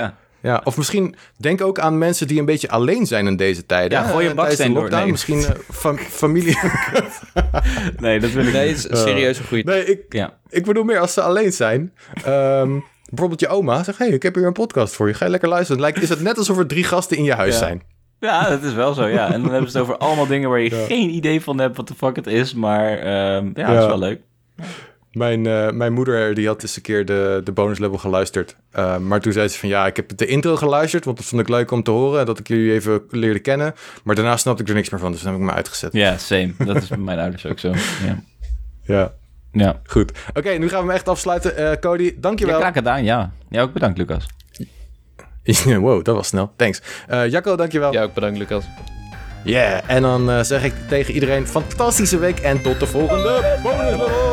Ja, of misschien denk ook aan mensen die een beetje alleen zijn in deze tijden. Ja, gooi een Uh, tijdens de baksteen door. lockdown. Nee. Misschien uh, fam- familie. Nee, dat wil ik Nee, niet. het is serieus een goede. Nee, ik, Ja. ik bedoel meer als ze alleen zijn. Um, bijvoorbeeld je oma zegt, hey, ik heb hier een podcast voor je. Ga je lekker luisteren. Het lijkt, is het net alsof er drie gasten in je huis Ja. zijn. Ja, dat is wel zo, ja. En dan hebben ze het over allemaal dingen waar je Ja. geen idee van hebt wat de fuck het is. Maar ehm, ja, Ja. dat is wel leuk. Mijn, uh, mijn moeder die had eens een keer de, de bonus level geluisterd. Uh, maar toen zei ze van ja, ik heb de intro geluisterd. Want dat vond ik leuk om te horen. Dat ik jullie even leerde kennen. Maar daarna snapte ik er niks meer van. Dus dan heb ik me uitgezet. Ja, same. Dat is bij mijn ouders ook zo. Ja. Ja, Ja. goed. Oké, okay, nu gaan we hem echt afsluiten. Uh, Cody, dankjewel. Ja, graag gedaan, ja. Ja, ook bedankt, Lucas. Wow, dat was snel. Thanks. Uh, Jacco, dankjewel. Ja, ook bedankt, Lucas. Yeah, en dan uh, zeg ik tegen iedereen fantastische week en tot de volgende bonus level.